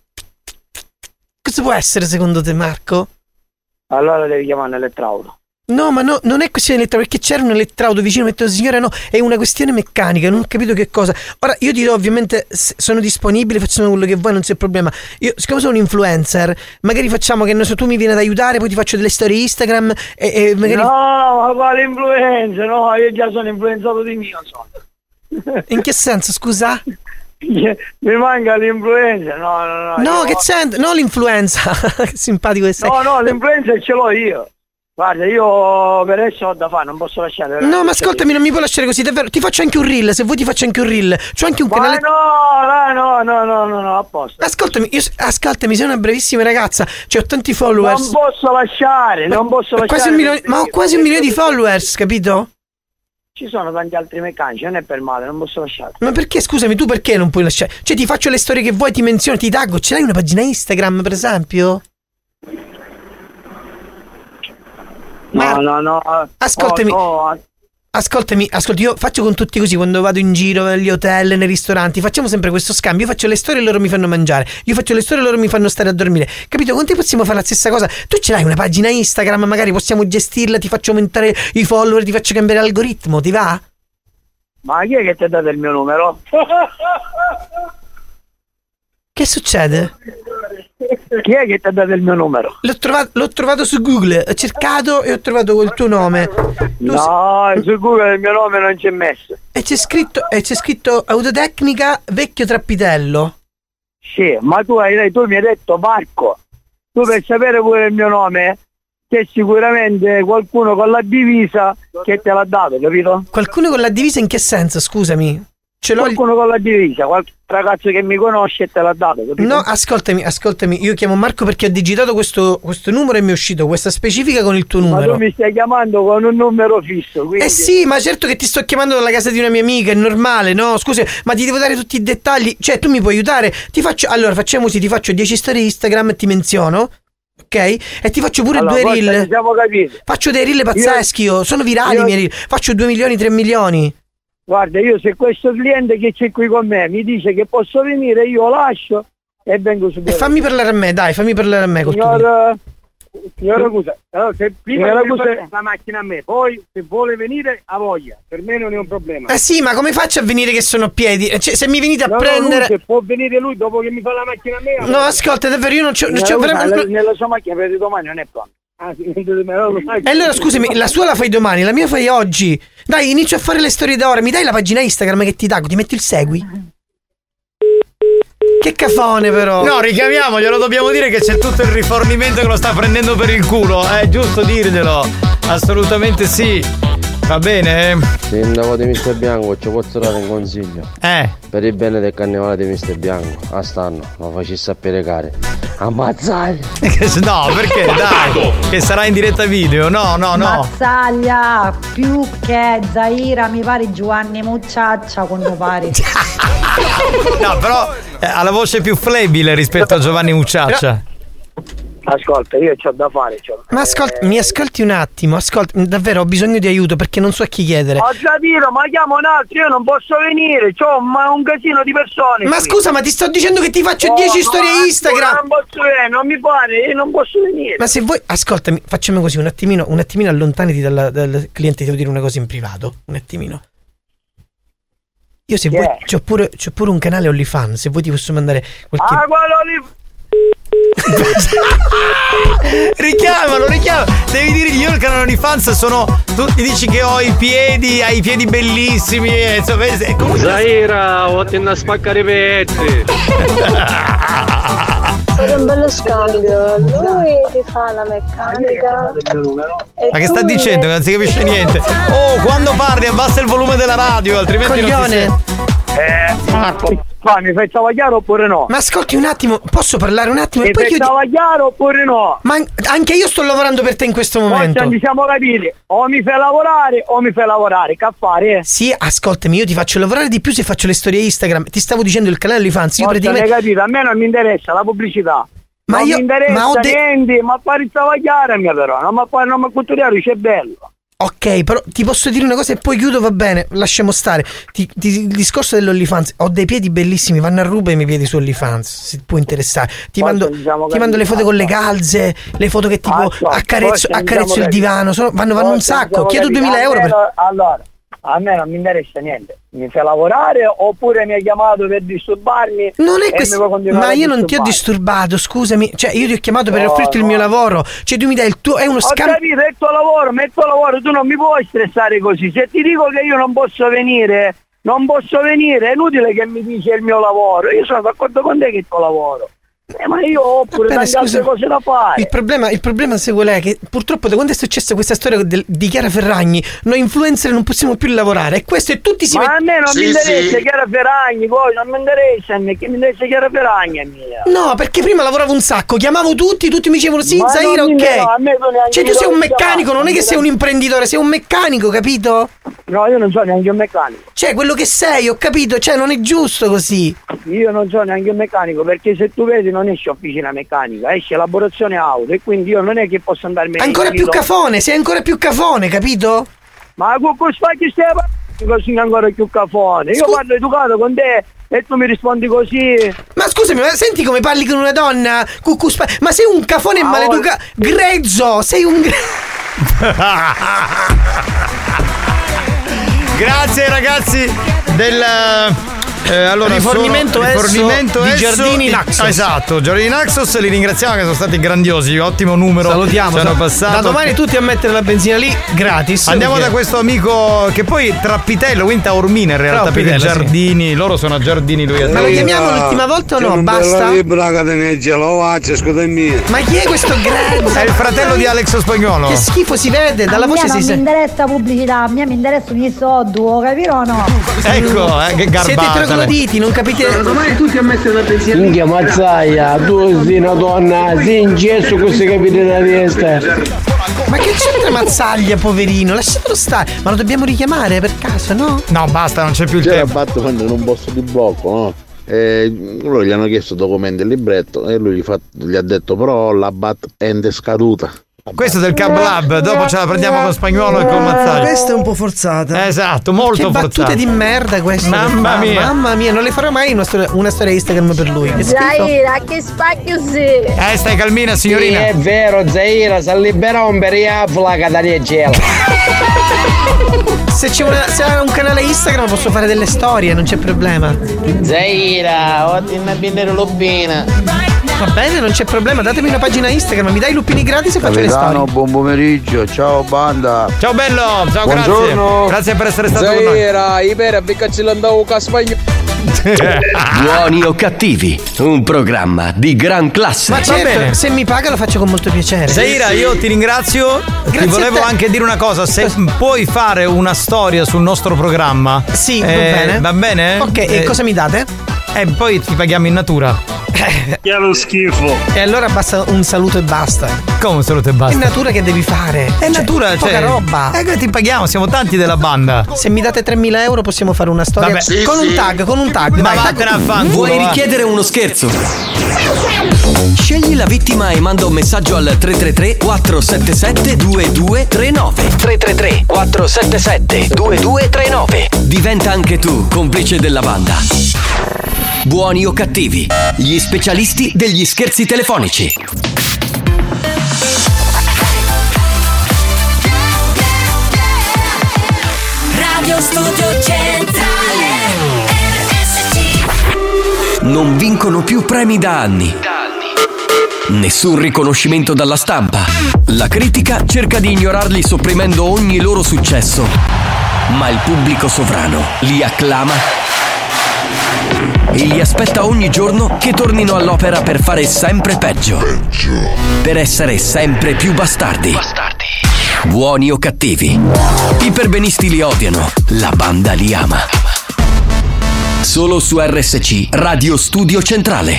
Cosa può essere secondo te, Marco? Allora devi chiamare un elettrauto. No, ma no, non è questione di elettrauto, perché c'era un elettrauto vicino, metto signora, no, è una questione meccanica, non ho capito che cosa. Ora io ti do, ovviamente, sono disponibile, facciamo quello che vuoi, non c'è problema. Io, siccome sono un influencer, magari facciamo che non so, tu mi vieni ad aiutare, poi ti faccio delle storie Instagram e, e magari. No, ma quale influenza? No, io già sono influenzato di mio, so. In che senso, scusa? Mi manca l'influenza, no, no, no. No, che c'è? No, l'influenza. Che simpatico che sei. No, no, l'influenza ce l'ho io. Guarda, io per adesso ho da fare, non posso lasciare. No, ma ascoltami, non mi puoi lasciare così, davvero. Ti faccio anche un reel, se vuoi ti faccio anche un reel. C'ho anche un ma canale. No, no, no, no, no, no, a posto. Ascoltami, io, ascoltami, sei una brevissima ragazza. Cioè, ho tanti followers. Non posso lasciare, ma, non posso lasciare. Quasi un milione, ma ho quasi un milione di followers, capito? Ci sono tanti altri meccanici, non è per male, non posso lasciare. Ma perché, scusami, tu perché non puoi lasciare? Cioè, ti faccio le storie che vuoi, ti menziono, ti taggo. Ce l'hai una pagina Instagram, per esempio? No, no, no. Ascoltami. Oh, no. Ascoltami, ascolti, io faccio con tutti così quando vado in giro negli hotel, nei ristoranti, facciamo sempre questo scambio. Io faccio le storie e loro mi fanno mangiare. Io faccio le storie e loro mi fanno stare a dormire. Capito? Con te possiamo fare la stessa cosa. Tu ce l'hai una pagina Instagram, magari possiamo gestirla, ti faccio aumentare i follower, ti faccio cambiare l'algoritmo, ti va? Ma chi è che ti ha dato il mio numero? Che succede? Chi è che ti ha dato il mio numero? L'ho trovato, l'ho trovato su Google, ho cercato e ho trovato il tuo nome. Tu no, sei... su Google il mio nome non c'è messo. E c'è scritto, e c'è scritto Autotecnica Vecchio Trappitello. Sì, ma tu, hai, tu mi hai detto Marco. Tu per sapere pure il mio nome c'è sicuramente qualcuno con la divisa che te l'ha dato, capito? Qualcuno con la divisa in che senso, scusami? Ce l'ho qualcuno il... con la divisa, qualche ragazzo che mi conosce e te l'ha dato, capito? No, ascoltami, ascoltami, io chiamo Marco perché ho digitato questo, questo numero e mi è uscito questa specifica con il tuo numero. Ma tu mi stai chiamando con un numero fisso, quindi... Eh sì, ma certo che ti sto chiamando dalla casa di una mia amica, è normale, no? Scusa, ma ti devo dare tutti i dettagli, cioè tu mi puoi aiutare? Ti faccio, allora facciamo così, ti faccio dieci storie Instagram e ti menziono, ok? E ti faccio pure allora, due reel. Siamo capiti. Faccio dei reel pazzeschi, io, sono virali io... i miei reel, faccio due milioni, tre milioni. Guarda, io se questo cliente che c'è qui con me mi dice che posso venire, io lascio e vengo subito. E fammi parlare a me, dai, fammi parlare a me. Signor, signora Cusa, allora, se prima signora Cusa la macchina a me, poi se vuole venire a voglia, per me non è un problema. Eh sì, ma come faccio a venire che sono a piedi? Cioè, se mi venite a no, prendere. No, lui, se può venire lui dopo che mi fa la macchina a me. No, ascolta, davvero, io non c'ho. Non c'ho Cusa, veramente... Nella sua macchina per domani non è pronta. Ah, sì, e allora scusami, la sua la fai domani, la mia fai oggi. Dai, inizio a fare le storie da ora. Mi dai la pagina Instagram che ti tago, ti metti il segui. Che cafone però. No, richiamiamoglielo, dobbiamo dire che c'è tutto il rifornimento che lo sta prendendo per il culo. È giusto dirglielo. Assolutamente sì. Va bene? Sindaco di mister Bianco, ci posso dare un consiglio? Eh. Per il bene del carnevale di mister Bianco, a stanno, lo facci sapere care. Ammazzaglia! No, perché? Dai, che sarà in diretta video. No, no, no. Mazzaglia, più che Zaira, mi pare Giovanni Mucciaccia quando pare. No, però eh, ha la voce più flebile rispetto a Giovanni Mucciaccia. Ascolta, io c'ho da fare, c'ho. Ma ascolta, eh... mi ascolti un attimo, ascolta, davvero ho bisogno di aiuto perché non so a chi chiedere. Ho capito, ma chiamo un altro, io non posso venire, c'ho ma un casino di persone. Ma qui. Scusa, ma ti sto dicendo che ti faccio oh, dieci no, storie Instagram. Non posso venire, non mi pare, io non posso venire. Ma se vuoi, ascoltami, facciamo così, un attimino, un attimino allontanati dal, dal cliente, ti devo dire una cosa in privato, un attimino. Io se yeah. vuoi, c'ho pure, c'ho pure un canale OnlyFans, se vuoi ti posso mandare qualche... Ah, quello OnlyFans! Richiamalo, richiamalo. Devi dire io il canale OnlyFans sono. Tu ti dici che ho i piedi, hai i piedi bellissimi. E insomma, è come Zaira, ho tendo a spaccare i pezzi. È un bello scambio. Lui ti fa la meccanica. Ma che sta dicendo? Non si capisce niente. Oh, quando parli abbassa il volume della radio, altrimenti coglione. non ti sente. Eh, Marco. Ma mi fai travagliare oppure no? Ma ascolti un attimo, posso parlare un attimo? Mi e poi fai travagliare oppure no? Ma anche io sto lavorando per te in questo momento. Forse ci siamo capiti. O mi fai lavorare o mi fai lavorare. Che fare? Sì, ascoltami, io ti faccio lavorare di più se faccio le storie Instagram. Ti stavo dicendo il canale OnlyFans. Io praticamente... capito, a me non mi interessa la pubblicità. Ma non io, mi interessa ma ho de... niente, ma fare travagliare a me però. Non mi fare, non mi culturare, c'è bello. Ok, però ti posso dire una cosa e poi chiudo, va bene, lasciamo stare. Ti, ti, il discorso dell'OnlyFans, ho dei piedi bellissimi, vanno a ruba i miei piedi su OnlyFans, se può interessare. Ti mando, diciamo ti mando le foto con le calze, le foto che tipo ah, accarezzo, accarezzo diciamo il divano, sono, vanno, vanno un sacco, diciamo chiedo duemila euro per... Allora, a me non mi interessa niente. Mi fai lavorare oppure mi hai chiamato per disturbarmi? Non è questo. Ma io non ti ho disturbato, scusami. Cioè, io ti ho chiamato per no, offrirti no. il mio lavoro. Cioè, tu mi dai il tuo. È uno scambio. Ho capito, è il tuo lavoro, ma è il tuo lavoro. Tu non mi puoi stressare così. Se ti dico che io non posso venire, non posso venire, è inutile che mi dici il mio lavoro. Io sono d'accordo con te che è il tuo lavoro. Eh, ma io ho pure bene, tante altre cose da fare. Il problema, il problema se vuole è che purtroppo da quando è successa questa storia del, di Chiara Ferragni, noi influencer non possiamo più lavorare. E questo è tutti si Ma met- a me non sì, mi interessa sì. Chiara Ferragni, poi non mi interessa, che mi interessa Chiara Ferragni è mia. No, perché prima lavoravo un sacco, chiamavo tutti, tutti mi dicevano sì, Zaira, ok. No, a me cioè tu sei un meccanico, non è che sei un imprenditore, sei un meccanico, capito? No, io non sono neanche un meccanico. Cioè, quello che sei, ho capito, cioè non è giusto così. Io non sono neanche un meccanico, perché se tu vedi non esce officina meccanica, esce elaborazione auto, e quindi io non è che posso andarmi ancora più cafone, sei ancora più cafone, capito? Ma con cosa fai che stai così ancora più cafone? Io Scu- parlo educato con te e tu mi rispondi così. Ma scusami, ma senti come parli con una donna? Cucù spa- ma sei un cafone ah, maleducato, grezzo, sei un gre- Grazie ragazzi del eh, allora rifornimento, sono, esso rifornimento di esso Giardini di, Naxos. Esatto, Giardini Naxos, li ringraziamo che sono stati grandiosi, ottimo numero. Salutiamo, hanno da, passato. Da domani tutti a mettere la benzina lì gratis. Andiamo perché... da questo amico che poi tra Pitello, quindi Taormina in realtà, perché Giardini, sì. Loro sono a Giardini, lui a Ma lo chiamiamo l'ultima volta o no? Basta. Ma chi è questo grezzo? È il fratello di Alex Spagnolo. Che schifo si vede, dalla a voce si sente. Non mi interessa pubblicità, a me mi interessano i soldi, capito o no? Ecco, eh, che garbata. Siete trogloditi, non capite. Domani tutti a mettere la benzina. Minchia mazzaia, tu sei una donna, sei in gesso con queste capite da testa. Ma che c'entra Mazzaglia, poverino? Lasciatelo stare. Ma lo dobbiamo richiamare per caso, no? No, basta, non c'è più il C'era tempo. fatto quando non posso di blocco, no? E loro gli hanno chiesto documenti e libretto e lui gli, fa, gli ha detto però la bat è scaduta. Questo del Cab Lab, dopo ce la prendiamo con Spagnuolo e con Mazzaglia. Questa è un po' forzata. Esatto, molto che forzata. battute di merda queste. Mamma mia. Mamma mia, non le farò mai una storia, una storia Instagram per lui. Che Zaira, che spacchio sei? Eh, stai calmina, signorina. Sì, è vero, Zaira, si libera un periafla che da gela. Se c'è una, se ha un canale Instagram posso fare delle storie, non c'è problema. Zaira, ottima bindere lupina. Va bene, non c'è problema, datemi una pagina Instagram, mi dai i lupini gratis e faccio le storie. Capitano, buon pomeriggio, ciao banda. Ciao bello, ciao, Buongiorno. grazie. Grazie per essere stato con noi. Zaira, Ibera, beccaci l'andavo a spagnolo. Buoni o cattivi, un programma di gran classe. Ma certo, se mi paga lo faccio con molto piacere. Zaira, io ti ringrazio. Grazie ti volevo anche dire una cosa: se puoi fare una storia sul nostro programma. Sì, va eh, bene. Va bene? Ok, eh, e cosa mi date? E poi ti paghiamo in natura. Che è lo schifo. E allora basta un saluto e basta. Come un saluto e basta? È natura che devi fare. È cioè, natura, poca cioè, roba. Eh, che ti paghiamo, siamo tanti della banda. Se mi date tremila euro possiamo fare una storia. Vabbè. Sì, con sì. un tag, con un tag. Ma Dai, vattene tag. a fanculo. Vuoi va. richiedere uno scherzo? Scegli la vittima e manda un messaggio al tre tre tre quattro sette sette due due tre nove. tre tre tre quattro sette sette due due tre nove. Diventa anche tu complice della banda. Buoni o cattivi, gli specialisti degli scherzi telefonici. Radio Studio Centrale R S C. Non vincono più premi da anni. Nessun riconoscimento dalla stampa. La critica cerca di ignorarli sopprimendo ogni loro successo. Ma il pubblico sovrano li acclama e li aspetta ogni giorno che tornino all'opera per fare sempre peggio. Per essere sempre più bastardi. Buoni o cattivi, i perbenisti li odiano, la banda li ama. Solo su R S C Radio Studio Centrale.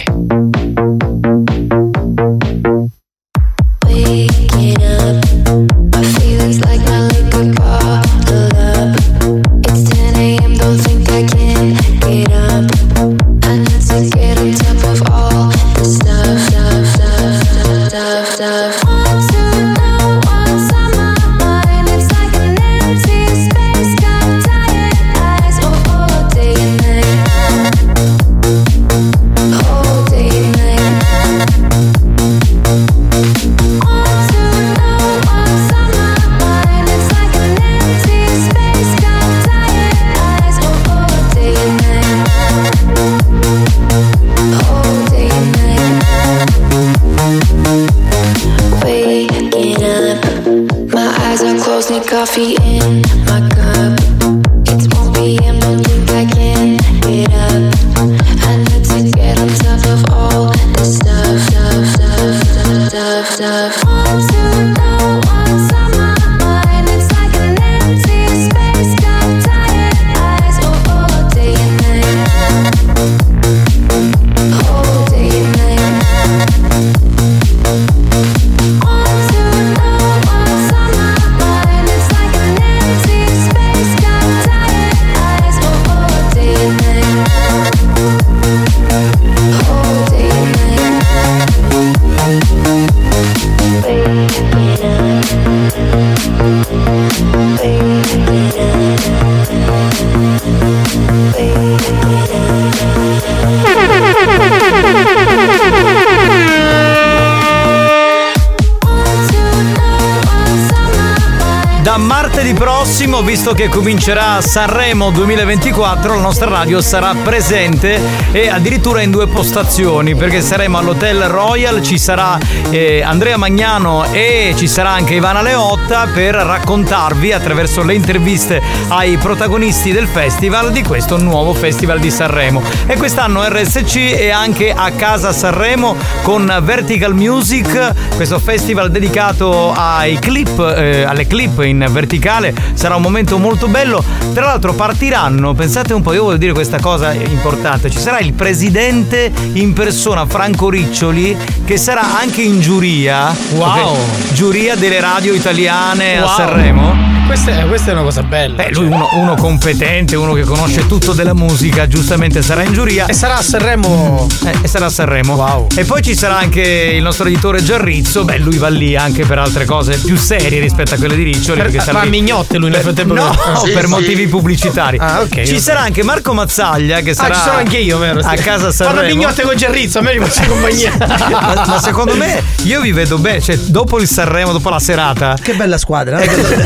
Waking up, my feelings like my liquor bottled up. It's ten a.m., don't think I can get up. I need to get on top of all the stuff, stuff, stuff, stuff, stuff. Want to know what's on my mind? It's like an empty space, got tired eyes, oh, all day and night, all day and night. Need coffee in my cup. It's one p.m. Don't think I can get up. I need to get on top of all the stuff, stuff, stuff, stuff, stuff. Want to know what's on my mind? It's like an empty space, got tired eyes, oh, all day and night, all day and night. Want to know what's on my mind? It's like an empty space, got tired eyes, oh, all day and night, all day and Da martedì prossimo, visto che comincerà Sanremo duemilaventiquattro, la nostra radio sarà presente e addirittura in due postazioni, perché saremo all'Hotel Royal, ci sarà eh, Andrea Magnano e ci sarà anche Ivana Leotta per raccontarvi attraverso le interviste ai protagonisti del festival di questo nuovo Festival di Sanremo. E quest'anno R S C è anche a casa Sanremo con Vertical Music, questo festival dedicato ai clip, eh, alle clip in verticale. Sarà un momento molto bello. Tra l'altro partiranno, pensate un po', io voglio dire questa cosa importante, ci sarà il presidente in persona, Franco Riccioli, che sarà anche in giuria. Wow. Okay, giuria delle radio italiane wow. a Sanremo. Questa è, questa è una cosa bella. Beh, lui uno, uno competente, uno che conosce tutto della musica, giustamente sarà in giuria. E sarà a Sanremo. Eh, e sarà a Sanremo. Wow. E poi ci sarà anche il nostro editore Giarrizzo. Beh, lui va lì anche per altre cose più serie rispetto a quelle di Riccioli. Per, perché ma a mignotte lui nel frattempo. No, sì, per sì. motivi pubblicitari. Ah, ok. Ci okay. sarà anche Marco Mazzaglia che sarà. Ah, ci sono anche io, vero? A casa a Sanremo. Vado a mignotte con Giarrizzo, a me mi faccio compagnia. ma, ma secondo me io vi vedo bene, cioè dopo il Sanremo, dopo la serata. Che bella squadra.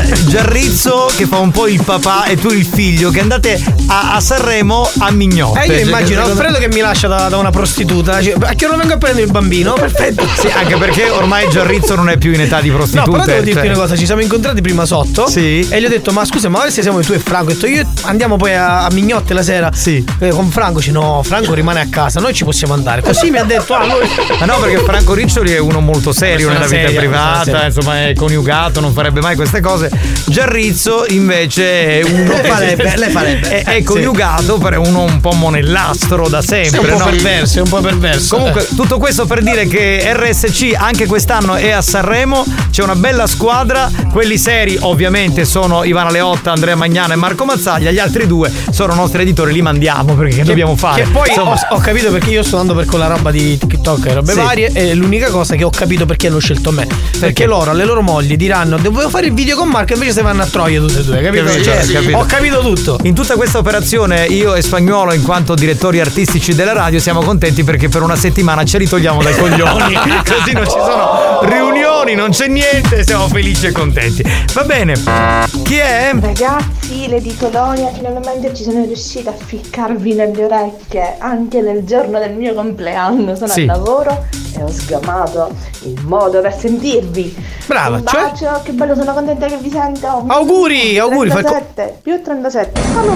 Giarrizzo che fa un po' il papà e tu il figlio che andate a, a Sanremo a mignotte. E eh, io immagino Alfredo che mi lascia da, da una prostituta. Cioè, a che ora vengo a prendere il bambino? Perfetto. Sì, anche perché ormai Giarrizzo non è più in età di prostitute. No, però devo dirti cioè. una cosa, ci siamo incontrati prima sotto. Sì. E gli ho detto, ma scusa, ma se siamo tu e Franco? Ho detto, io andiamo poi a, a Mignotte la sera. Sì. Eh, con Franco, dice, no, Franco rimane a casa, noi ci possiamo andare. Così mi ha detto, ah, lui. Ma no, perché Franco Riccioli è uno molto serio nella vita seria, privata, insomma, è coniugato, non farebbe mai queste cose. Giarrizzo invece è uno farebbe, lei farebbe. È, è coniugato, però è uno un po' monellastro da sempre. È un po' no? perverso, è un po' perverso. Comunque, tutto questo per dire che R S C anche quest'anno è a Sanremo, c'è una bella squadra, quelli seri ovviamente sono Ivana Leotta, Andrea Magnana e Marco Mazzaglia, gli altri due sono nostri editori, li mandiamo perché che dobbiamo fare. Che poi Insomma, ho, ho capito perché io sto andando per quella roba di TikTok e robe sì. varie, e l'unica cosa che ho capito perché hanno scelto me. Perché, Perché? loro alle loro mogli diranno dovevo fare il video con Marco, invece se vanno a Troia tutte e due, capito? Capito, Cioè, sì, capito. Ho capito tutto. In tutta questa operazione io e Spagnuolo, in quanto direttori artistici della radio, siamo contenti perché per una settimana ci ritogliamo dai coglioni. Così non ci sono riunioni, non c'è niente, siamo felici e contenti. Va bene. Chi è? Ragazzi, Lady Colonia, finalmente ci sono riuscita a ficcarvi nelle orecchie anche nel giorno del mio compleanno. Sono Sì. al lavoro e ho sgamato il modo per sentirvi. Brava, Un cioè? bacio, che bello, sono contenta che vi sento. Auguri, auguri, fai co- trentasette, più trentasette. Fammi un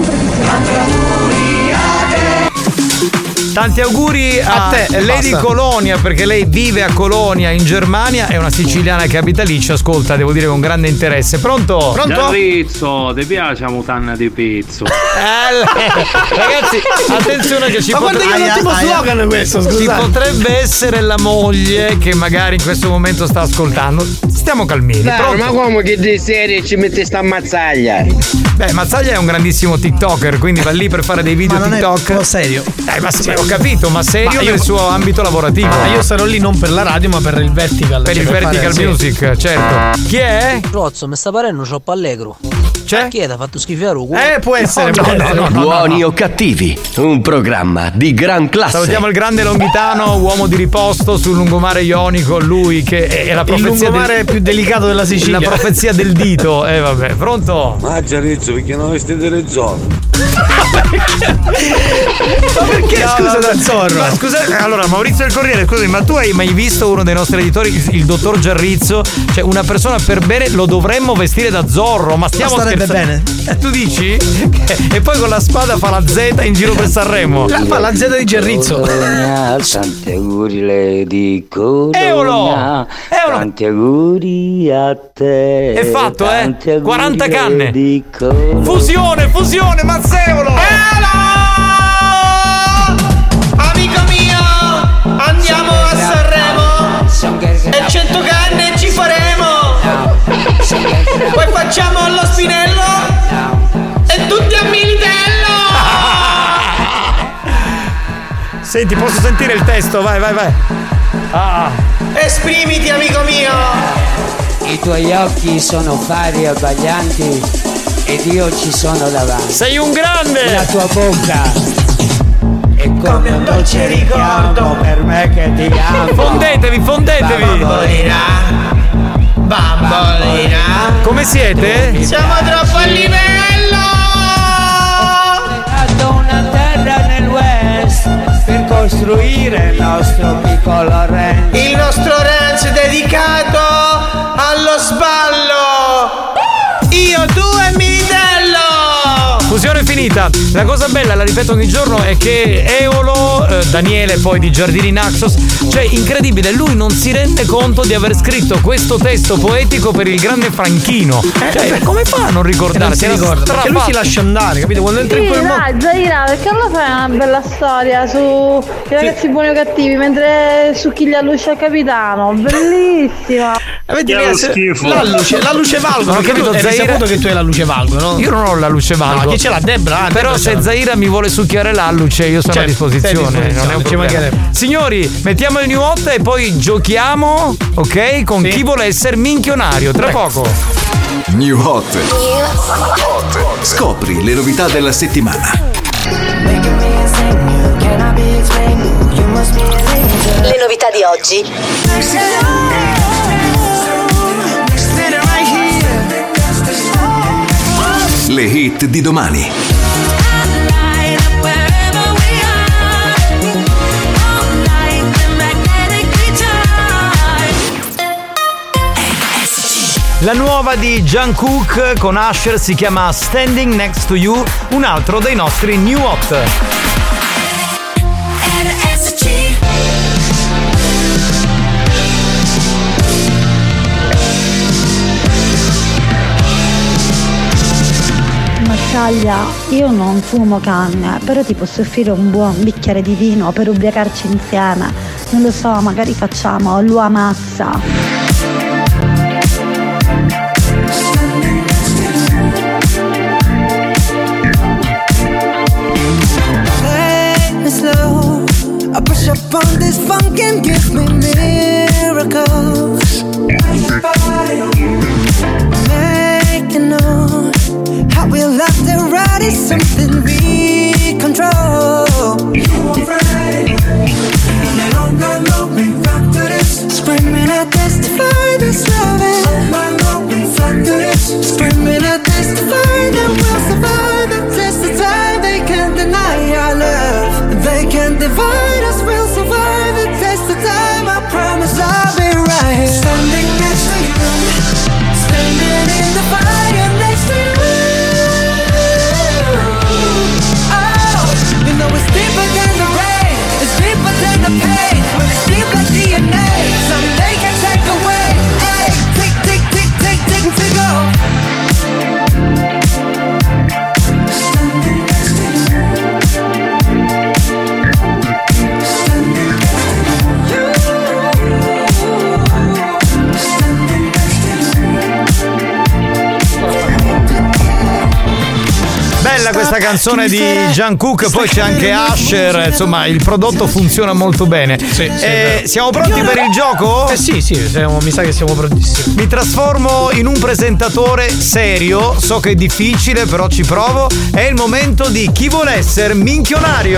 brevissimo. Tanti auguri a, A te, e Lady basta. Colonia, perché lei vive a Colonia in Germania, è una siciliana che abita lì, ci ascolta, devo dire, con grande interesse. Pronto? Pronto? Giarrizzo, ti piace la mutanna di pizzo? Eh, ragazzi, attenzione che ci Ma guarda che è un ottimo slogan questo, Ci scusate. potrebbe essere la moglie che magari in questo momento sta ascoltando. Stiamo calmini. Dai, Pronto? ma come che di serie ci mette sta mazzaglia? Beh, Mazzaglia è un grandissimo TikToker, quindi va lì per fare dei video Ma non TikTok. è un po' serio. Eh, ma sì, ho capito, ma serio Ma io- nel suo ambito lavorativo. Ma io sarò lì non per la radio, ma per il vertical. Per cioè il vertical fare- sì. music, certo. Chi è? Rozzo, mi sta parendo troppo allegro. C'è? Chi è? T'ha fatto schifare un Eh, può essere, No, può no, essere. no, no, Buoni o cattivi, un programma di gran classe. Salutiamo il grande Longhitano, uomo di riposto sul lungomare ionico, lui che è la Il profezia lungomare del, più delicato della Sicilia. la profezia del dito. Eh vabbè, pronto? Ma Giarrizzo, perché non vestite le zone? Ma perché No, scusa no, da no. Zorro? Ma scusa, allora Maurizio del Corriere, scusami, ma tu hai mai visto uno dei nostri editori, il, il dottor Giarrizzo? Cioè una persona per bene lo dovremmo vestire da Zorro, ma stiamo Ma starebbe scherzando? bene. Eh, tu dici? E poi con la spada fa la Z in giro per Sanremo. La, fa la Z di Giarrizzo. Tanti auguri Lady Colonia. Eolo! Eolo! Tanti auguri a te. È fatto, eh? Tanti auguri, quaranta canne. Lady Colonia. Fusione, fusione, Mazzeolo! Amico mio, andiamo a Sanremo e cento canne ci faremo. Poi facciamo lo spinello e tutti a Militello. Senti, posso sentire il testo? Vai, vai, vai. Ah. Esprimiti, amico mio. I tuoi occhi sono fari e abbaglianti ed io ci sono davanti. Sei un grande! La tua bocca è come un dolce ricordo per me che ti amo. Fondetevi, fondetevi! Bambolina, bambolina. Come siete? Siamo troppo a livello. Ho una terra nel West per costruire il nostro piccolo ranch. Il nostro ranch dedicato allo sballo. Io, tu e Militello. Fusione finale. finita. La cosa bella, la ripeto ogni giorno, è che Eolo, eh, Daniele poi di Giardini Naxos, cioè incredibile, lui non si rende conto di aver scritto questo testo poetico per il grande Franchino. Cioè, come fa a non ricordarsi? Non si ricorda, perché lui si lascia andare, capito? Quando entra in Sì, quel mondo. dai, Zaira, perché non fai una bella storia su i ragazzi buoni o cattivi, mentre su chi gli alluce al capitano? Bellissima. Avete la luce, la luce valgo. Non ho capito, hai Zaira- saputo che tu hai la luce valgo, no? Io non ho la luce valgo. No, chi ce l'ha? Debra? Ah, Però Debra se ce l'ha. Zaira mi vuole succhiare l'alluce, io sono Certo, a disposizione. sei a disposizione, Non è un ci problema. mancherebbe. Signori, mettiamo il new hot e poi giochiamo, ok? Con chi vuole essere minchionario. Tra poco. New Hot. Scopri le novità della settimana. Le novità di oggi. Le hit di domani. La nuova di Jungkook con Usher si chiama Standing Next to You, un altro dei nostri new hot. Mazzaglia, io non fumo canne, però ti posso offrire un buon bicchiere di vino per ubriacarci insieme. Non lo so, magari facciamo l'uamazza. I push up on this funk and give me miracles. Making know how we love to ride is something we control. Screaming, I testify this loving. Screaming, I testify that we'll survive the test of time. They can't deny our love. They can't divide us. We'll survive the test of time. I promise I'll be right. Standing next to you, standing in the fire next to you. Oh, you know it's deeper than the rain. It's deeper than the pain. But it's deep like D N A. Something they can take away. Hey, tick, tick, tick, tick, tick, tick, go. Bella questa canzone di Jungkook, poi c'è anche Usher, insomma il prodotto funziona molto bene. Sì, sì, Eh, siamo pronti per il gioco? Eh sì, sì, siamo, mi sa che siamo prontissimi. Mi trasformo in un presentatore serio, so che è difficile, però ci provo. È il momento di chi vuole essere minchionario.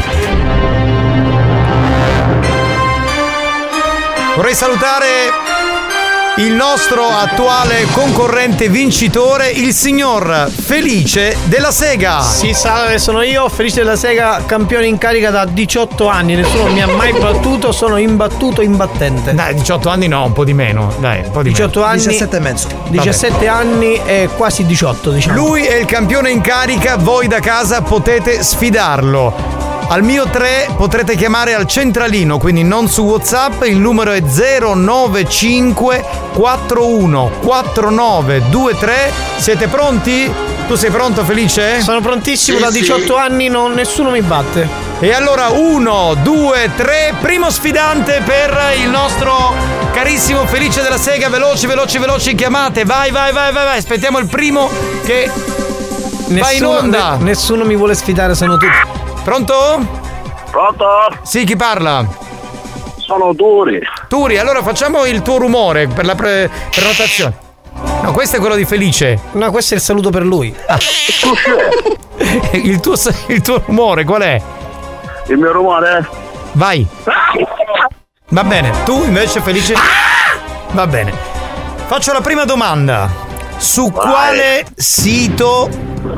Vorrei salutare il nostro attuale concorrente vincitore, il signor Felice della Sega. Sì, salve, sono io, Felice della Sega, campione in carica da diciotto anni. Nessuno mi ha mai battuto, sono imbattuto imbattente. Dai, diciotto anni no, un po' di meno. Dai, un po' di diciotto meno. anni. diciassette e mezzo. diciassette anni e quasi diciotto, diciamo. Lui è il campione in carica, voi da casa potete sfidarlo. Al mio tre potrete chiamare al centralino, quindi non su WhatsApp, il numero è zero nove cinque quattro uno quattro nove due tre. Siete pronti? Tu sei pronto, Felice? Sono prontissimo, Sì, da sì. diciotto anni non, nessuno mi batte. E allora uno, due, tre, primo sfidante per il nostro carissimo Felice della Sega. Veloci, veloci, veloci chiamate. Vai, vai, vai, vai, vai. Aspettiamo il primo che Nessuno, va in onda. ne- nessuno mi vuole sfidare, sono tutti. Pronto? Pronto? Sì, chi parla? Sono Turi. Turi, allora facciamo il tuo rumore per la pre- prenotazione. No, questo è quello di Felice. No, questo è il saluto per lui. Ah. il, tuo, il tuo rumore qual è? Il mio rumore? Vai. Va bene, tu invece Felice? Va bene. Faccio la prima domanda. Su Vai. quale sito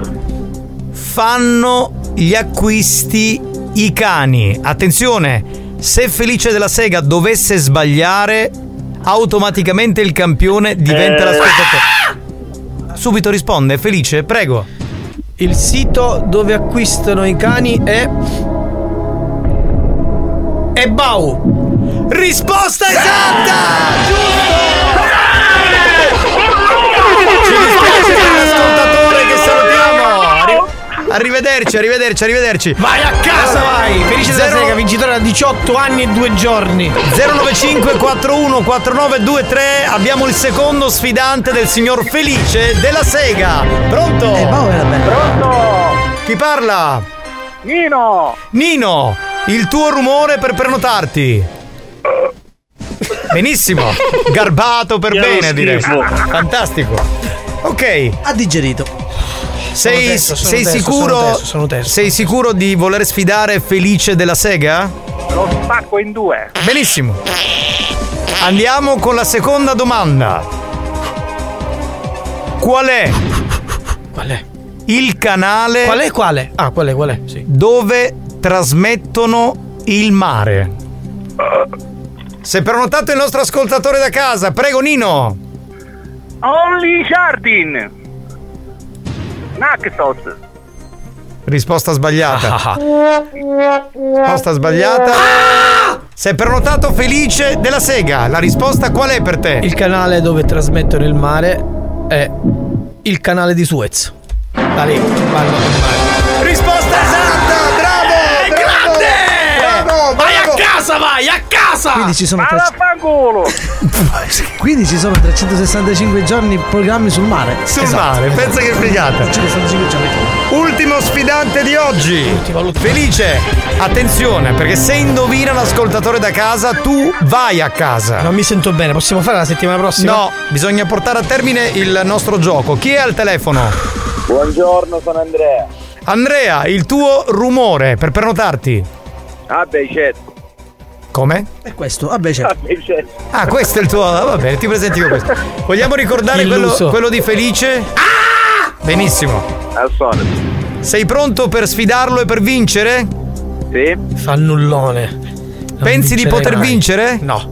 fanno gli acquisti i cani? Attenzione, se Felice della Sega dovesse sbagliare, automaticamente il campione diventa Eh. l'ascoltatore. Subito risponde, Felice, prego. Il sito dove acquistano i cani è è Bau. Risposta esatta! Giusto! Ci dispiace per l'ascoltatore che salutiamo. Arri- arrivederci, arrivederci, arrivederci. Vai a casa, vai! Felice della Zero- Sega, vincitore da diciotto anni e due giorni. zero nove cinque quattro uno quattro nove due tre. Abbiamo il secondo sfidante del signor Felice della Sega. Pronto? Eh, Pronto? Chi parla? Nino! Nino, il tuo rumore per prenotarti. Benissimo, garbato per Che bene, direi. schifo. Fantastico. Ok. Ha digerito. Sei, Sono testo, sono sei testo, sicuro? sono testo, sono testo. Sei sicuro di voler sfidare Felice della Sega? Lo spacco in due. Benissimo. Andiamo con la seconda domanda. Qual è? Qual è? Il canale. Qual è quale? Ah, qual è, qual è? Sì. Dove trasmettono il mare? Si è prenotato il nostro ascoltatore da casa. Prego, Nino. Only Jardin. Naxos. Risposta sbagliata. Risposta sbagliata. Si è prenotato Felice della Sega. La risposta qual è per te? Il canale dove trasmettono il mare è il canale di Suez. Da lì vanno al mare. Risposta esatta! Bravo! Grande! Bravo! Vai a casa, vai a casa! Quindi ci sono Alla fanculo. Quindi ci sono trecentosessantacinque giorni programmi sul mare. Sul Esatto, mare, esatto. pensa che figata. trecentosessantacinque giorni. Ultimo sfidante di oggi. Felice, attenzione, perché se indovina l'ascoltatore da casa, tu vai a casa. Non mi sento bene, possiamo fare la settimana prossima? No, bisogna portare a termine il nostro gioco. Chi è al telefono? Buongiorno, sono Andrea. Andrea, il tuo rumore per prenotarti. Ah, beh, certo. Come? È questo, vabbè c'è. Ah, beh, certo. Ah, questo è il tuo. Va bene, ti presenti con questo. Vogliamo ricordare quello, Illuso. quello di Felice? Ah! Benissimo. Al solito. Sei pronto per sfidarlo e per vincere? Sì. Fannullone. Non Pensi di vincerei poter mai. vincere? No.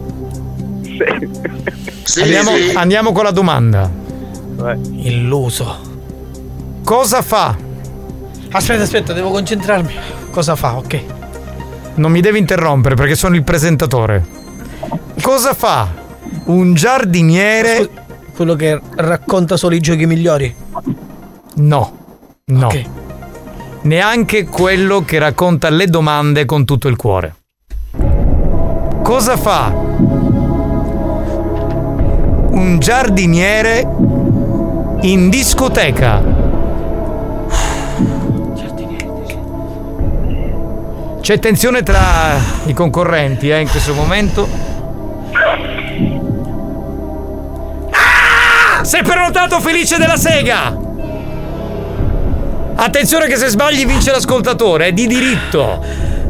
Sì. Andiamo, andiamo con la domanda. Vai. Illuso. Cosa fa? Aspetta, aspetta, devo concentrarmi. Cosa fa? Ok. Non mi devi interrompere perché sono il presentatore. Cosa fa un giardiniere? Scusi, quello che racconta solo i giochi migliori? No. No. Ok. Neanche quello che racconta le domande con tutto il cuore. Cosa fa un giardiniere in discoteca? C'è tensione tra i concorrenti eh, in questo momento. Ah! Sei prenotato Felice della Sega! Attenzione che se sbagli vince l'ascoltatore, è di diritto.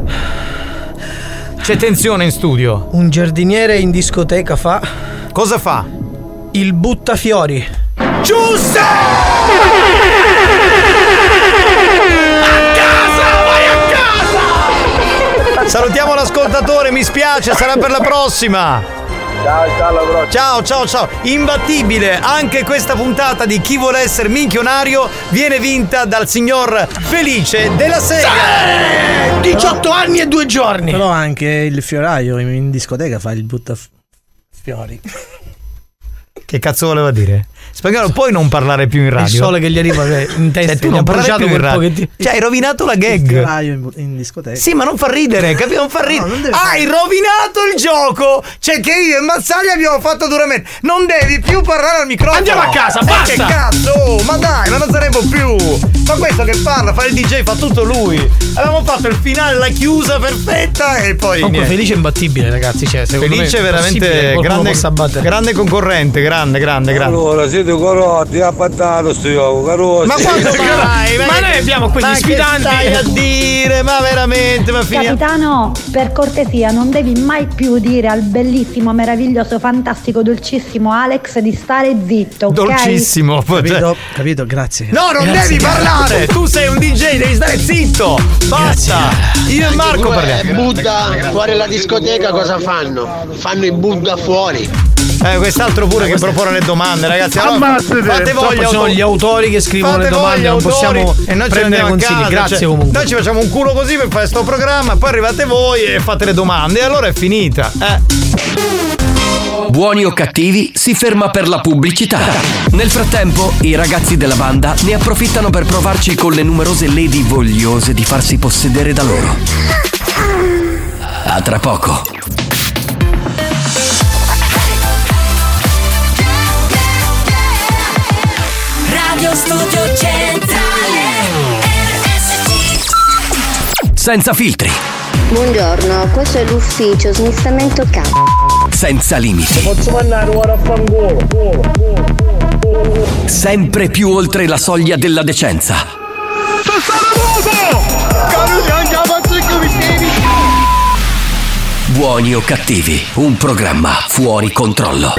C'è tensione in studio. Un giardiniere in discoteca fa Cosa fa? il buttafiori. Giusto! Salutiamo l'ascoltatore, mi spiace, sarà per la prossima. Ciao, ciao, alla prossima. Ciao, ciao, ciao. Imbattibile, anche questa puntata di Chi vuole essere minchionario viene vinta dal signor Felice della Sega. diciotto anni e due giorni. Però anche il fioraio in, in discoteca fa il buttafiori. Che cazzo voleva dire? Spagnolo, puoi non parlare più in radio? Il sole che gli arriva in testa. Cioè, tu gli non ha parlare bruciato più in quel radio. pochettino. Cioè, hai rovinato la Il gag. fioraio in, in discoteca. Sì, ma non fa ridere, capito? Non fa ridere. No, non deve Hai fare- rovinato il gioco. Cioè, che io e Mazzaglia abbiamo fatto duramente. Non devi più parlare al microfono. Andiamo a casa, Eh, basta. Che cazzo? Oh, ma dai, ma non saremo più. Ma questo che parla, fa il D J, fa tutto lui. Avevamo fatto il finale, la chiusa perfetta e poi. Comunque niente. Felice è imbattibile, ragazzi. Cioè, secondo Felice è me veramente possibile che qualcuno grande, possa battere. grande concorrente, grande, grande, grande. Allora, siete corrotti, ha pattato sto gioco, carosi. Ma quando mai? Ma noi abbiamo quegli ma sfidanti. Che stai a dire? Ma veramente, ma finiamo. Capitano, per cortesia, non devi mai più dire al bellissimo, meraviglioso, fantastico, dolcissimo Alex di stare zitto, ok? Dolcissimo. Capito? Capito? Grazie. No, non Grazie. devi parlare! Tu sei un D J, devi stare zitto! Basta! Io e Marco parliamo. Buddha fuori la discoteca cosa fanno? Fanno i Buddha fuori. Eh, quest'altro pure che propone le domande, ragazzi. Allora, Ammazzate. fate voglia, sono gli autori che scrivono fate le domande, voglia, non possiamo autori, e noi ce ne prendere andiamo a consigli. casa, Grazie cioè, comunque. Noi ci facciamo un culo così per fare sto programma, poi arrivate voi e fate le domande, e allora è finita. Eh. Buoni o cattivi si ferma per la pubblicità. Nel frattempo, i ragazzi della banda ne approfittano per provarci con le numerose lady vogliose di farsi possedere da loro. A tra poco. Radio Studio Centrale R S C. Senza filtri, Buongiorno, questo è l'ufficio smistamento capo. senza limiti, Posso mandare ora a fangolo. sempre più oltre la soglia della decenza. Buoni o cattivi, un programma fuori controllo.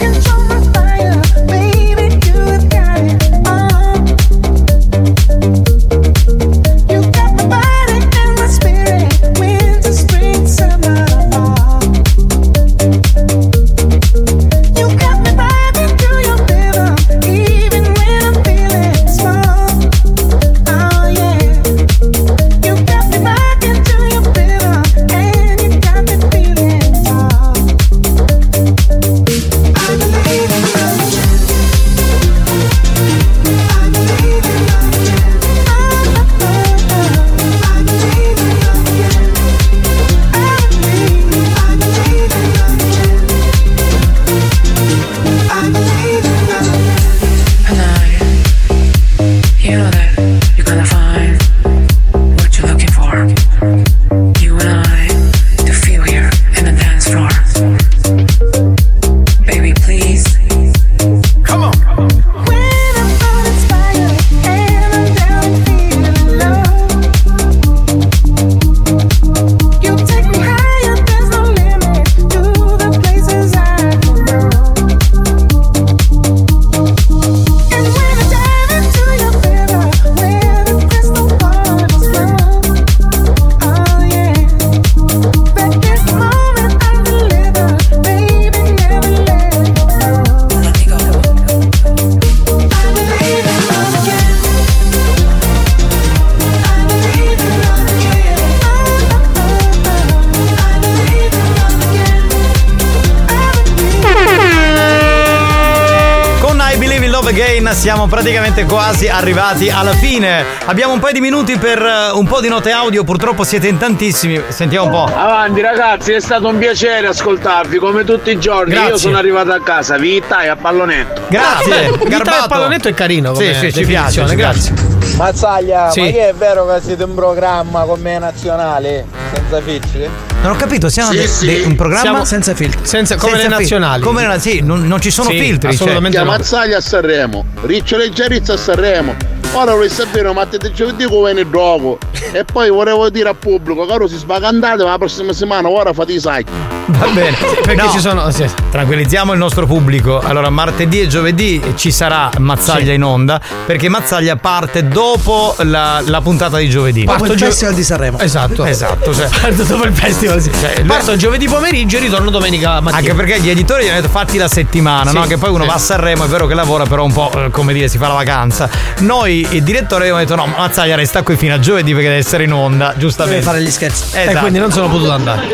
Siamo praticamente quasi arrivati alla fine. Abbiamo un paio di minuti per uh, un po' di note audio. Purtroppo siete in tantissimi. Sentiamo un po'. Avanti ragazzi, è stato un piacere ascoltarvi come tutti i giorni. Grazie. Io sono arrivato a casa, vita e a pallonetto. Grazie. Vita Garbato. e pallonetto è carino come Sì, sì, ci piace, ci grazie. Mazzaglia, Sì. ma che è vero che siete un programma con me nazionale senza filtri? Non ho capito, siamo Sì, de- sì. de- un programma Siamo senza filtri. Senza, come Senza le fil- nazionali. Come le- sì, non, non ci sono Sì, filtri. assolutamente cioè. no. Mazzaglia a Sanremo, Riccio Leggerizza a Sanremo. Ora vorrei sapere, ma te giovedì come ne gioco. E poi volevo dire al pubblico, caro, si spagandate, ma la prossima settimana ora fate i sacchi. Va bene, perché No, ci sono. Sì. Tranquillizziamo il nostro pubblico. Allora, martedì e giovedì ci sarà Mazzaglia Sì. in onda, perché Mazzaglia parte dopo la, la puntata di giovedì. Dopo il gio- Festival di Sanremo. Esatto. Esatto, cioè. Parto dopo il festival, sì. Cioè, lui- Parto giovedì pomeriggio e ritorno domenica mattina. Anche perché gli editori gli hanno detto fatti la settimana, Sì, no? Che poi uno sì. va a Sanremo, è vero che lavora, però un po' eh, come dire, si fa la vacanza. Noi, il direttore, abbiamo detto no, Mazzaglia resta qui fino a giovedì perché deve essere in onda, giustamente. Deve fare gli scherzi. Esatto. E quindi non sono potuto andare.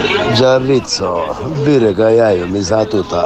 Giarrizzo, dire che hai mi sa tutta.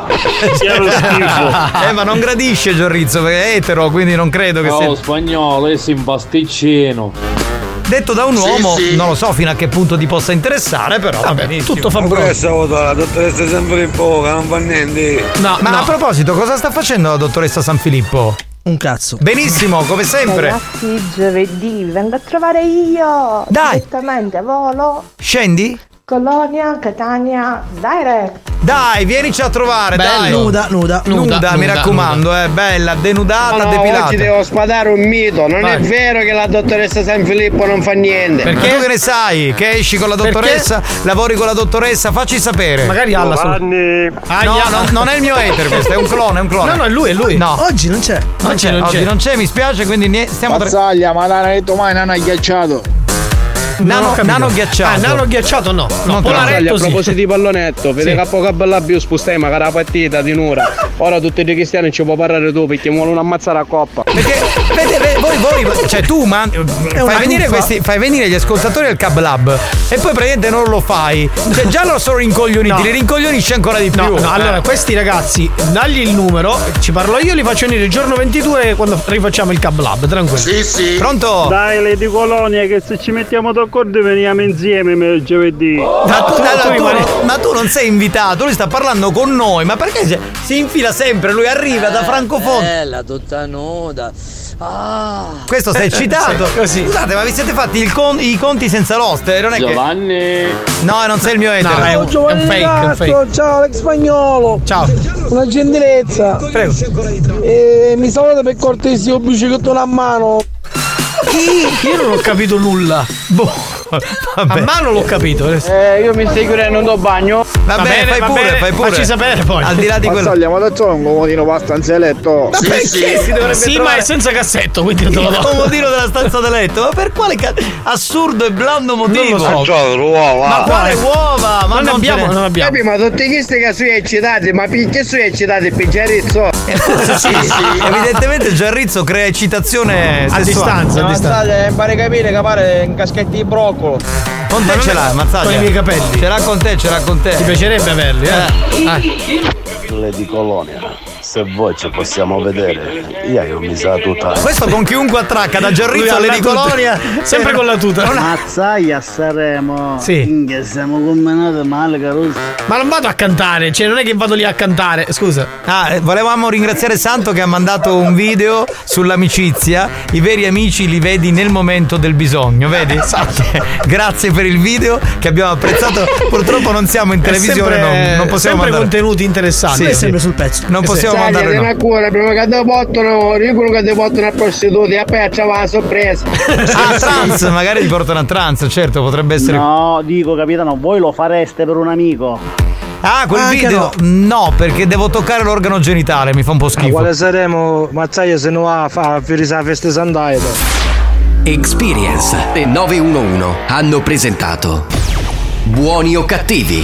eh, ma non gradisce Giorrizzo perché è etero, quindi non credo che Oh, sia. spagnolo, è un pasticcino. Detto da un Sì, uomo, sì. non lo so fino a che punto ti possa interessare, però va benissimo. Tutto fa Pure bene. questa volta la dottoressa sempre in poca, non fa niente. No, Ma no. a proposito, cosa sta facendo la dottoressa San Filippo? Un cazzo. Benissimo, come sempre. Ragazzi, giovedì vi vengo a trovare io. Dai. Direttamente a volo. Scendi? Colonia, Catania, direct. Dai, vienici a trovare, Bello. dai. Nuda, nuda. Nuda, Nuda, mi nuda, raccomando, eh, bella, denudata, No, no, depilata. oggi devo spadare un mito, non Vai. è vero che la dottoressa San Filippo non fa niente. Ma tu che ne sai? Che esci con la dottoressa? Lavori con la dottoressa? Facci sapere. Magari alla solo. Giovanni. No, no, non è il mio hater questo, è un clone, è un clone. No, no, è lui, è lui. No, Oggi non c'è. non c'è, non oggi c'è. non c'è, mi spiace, quindi nie- stiamo tra- Mazzaglia, ma l'hanno detto mai, non ha ghiacciato. Nano, nano ghiacciato. Ah, nano ghiacciato no. No, Non polaretto a sì. proposito di pallonetto, vedi Sì. che poco bella più spostai magari la partita di un'ora. Ora tutti i cristiani ci può parlare tu perché vuole ammazzare la coppa. Perché vede, vede, voi, voi, cioè tu man, fai, venire questi, fai venire gli ascoltatori al Cab Lab e poi praticamente non lo fai. Cioè già loro sono rincoglioniti, No. li rincoglionisci ancora di più. No, no, allora Eh. questi ragazzi, dagli il numero, ci parlo io, li faccio venire il giorno ventidue quando rifacciamo il Cab Lab, tranquillo. Sì, sì. Pronto? Dai, le di Colonia, che se ci mettiamo d'accordo veniamo insieme il giovedì. Ma tu, tu- allora, tu tu rimani- non- ma tu non sei invitato, lui sta parlando con noi, ma perché si- si infila sempre? Lui arriva da Francofonte. Bella, tutta nuda. Ah. Questo sei eccitato? Sì, così. Scusate, ma vi siete fatti il con- i conti senza l'oste? Non è Giovanni. che. No, non sei il mio etero. No, è un, è un fake, è un fake. Ciao Alex Spagnolo. Ciao. Una gentilezza. Prego. Eh, mi saluta per cortesia, ho biciclettone a mano. Chi? Io non ho capito nulla. Boh. A mano l'ho capito. Eh, io mi stai chiudendo, non do bagno. Va, Va bene, bene, fai va pure, bene, fai pure. facci sapere poi. Al di là di quello. Mazzaglia, ma da ciò un comodino abbastanza eletto. Ma perché si dovrebbe Sì, trovare ma è senza cassetto, quindi non te lo il do. comodino della stanza da letto? Ma per quale ca- assurdo e blando motivo? Non lo so. Ma quale uova? Ma non ne abbiamo, ce n'è. non abbiamo. Capi, ma tutti questi che sono eccitati, ma perché sono eccitati per Giarrizzo? Sì, sì. Evidentemente Giarrizzo crea eccitazione A sessuale. distanza, a distanza. Mazzaglia, impari a capire che pare in caschetti di broccolo. Con te ce l'ha, Mazzaglia. Con i miei capelli. Ce l'ha con te, ce l'ha con te. Ti piacerebbe averli, eh? Eh. Le di Colonia, se vuoi ci possiamo vedere. Io mi sa tutta. Questo con chiunque attracca, da Lui Giarrizzo ha alle la di tuta. Colonia. Sempre con la tuta. Mazzaglia a Sanremo. Sì. Inghia, siamo combinati male, Caruso. Ma non vado a cantare, cioè non è che vado lì a cantare. Scusa. Ah, eh, volevamo ringraziare Santo che ha mandato un video sull'amicizia. I veri amici li vedi nel momento del bisogno, vedi? Esatto. Grazie per il video che abbiamo apprezzato. Purtroppo non siamo in televisione, sempre, non, non possiamo sempre mandare. contenuti interessanti. Sì, È sì. sempre sul pezzo. Non possiamo Mazzaglia, mandare. te No. ne cura, prima che ti portano, dicono che ti portano a prostituti, e poi c'aveva la sorpresa. Ah, trans, magari ti portano a trans, certo, potrebbe essere. No, dico capitano, voi lo fareste per un amico. Ah, quel Anche video? No. perché devo toccare l'organo genitale, mi fa un po' schifo. Quale saremo, Mazzaglia, se non va a fare la festa sandaia? Experience e nove uno uno hanno presentato Buoni o cattivi?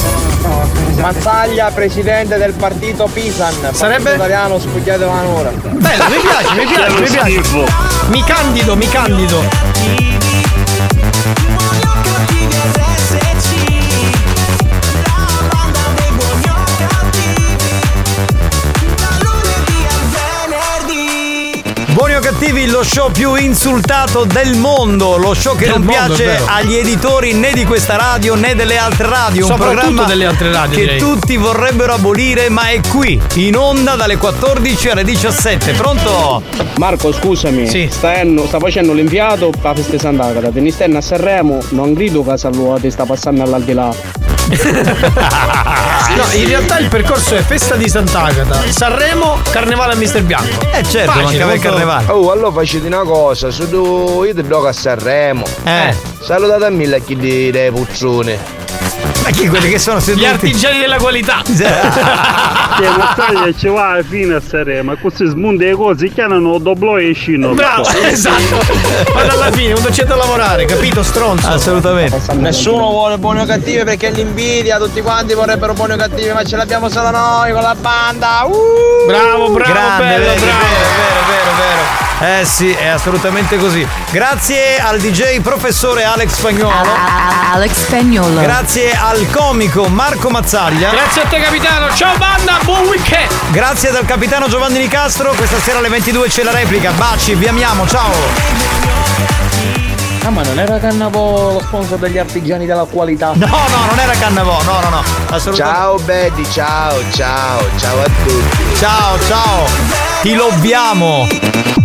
Mazzaglia, presidente del partito Pisan. Sarebbe? Italiano, spugliate un'ora. Bello, mi piace, mi piace, mi piace. Mi candido, mi candido. Buoni o cattivi, lo show più insultato del mondo, lo show che Del non mondo, è piace vero. agli editori né di questa radio né delle altre radio, un Soprattutto programma delle altre radio, che direi. tutti vorrebbero abolire, ma è qui, in onda dalle quattordici alle diciassette. Pronto? Marco, scusami, Sì. stai, sta facendo l'inviato per la festa Sant'Agata. Te ne stai a Sanremo, non grido che Salvo ti sta passando all'aldilà. No, in realtà il percorso è festa di Sant'Agata, Sanremo, carnevale a mister Bianco. Eh certo, Facile, mancava il molto- carnevale. Oh, allora facete una cosa, se tu io ti do a Sanremo. Eh. Salutate a mille a chi di dei puzzoni. Ma chi quelli che sono seduti? Gli artigiani della qualità. Che Mazzaglia ci va alla fine a Sanremo, e così smonda le cose, chiamano doblò e scino. Bravo, esatto. Vado alla fine, quando c'è da lavorare, capito, stronzo? Assolutamente. Nessuno vuole buoni o cattivi perché l'invidia, tutti quanti vorrebbero buoni o cattivi, ma ce l'abbiamo solo noi con la banda. Uh! Bravo, bravo, Grande, bello, vedi, bravo. vero, vero, vero, vero. Eh sì, è assolutamente così. Grazie al D J professore Alex Spagnolo. Alex Spagnolo. Grazie al comico Marco Mazzaglia. Grazie a te capitano, ciao banda, buon weekend. Grazie dal capitano Giovanni Nicastro. Questa sera alle ventidue c'è la replica. Baci, vi amiamo, ciao. Ah, ma non era Cannavò lo sponsor degli artigiani della qualità? No, no, non era Cannavò, no, no, no. Assolutamente. Ciao Betty, ciao, ciao, ciao a tutti. Ciao, ciao. Ti lobbiamo.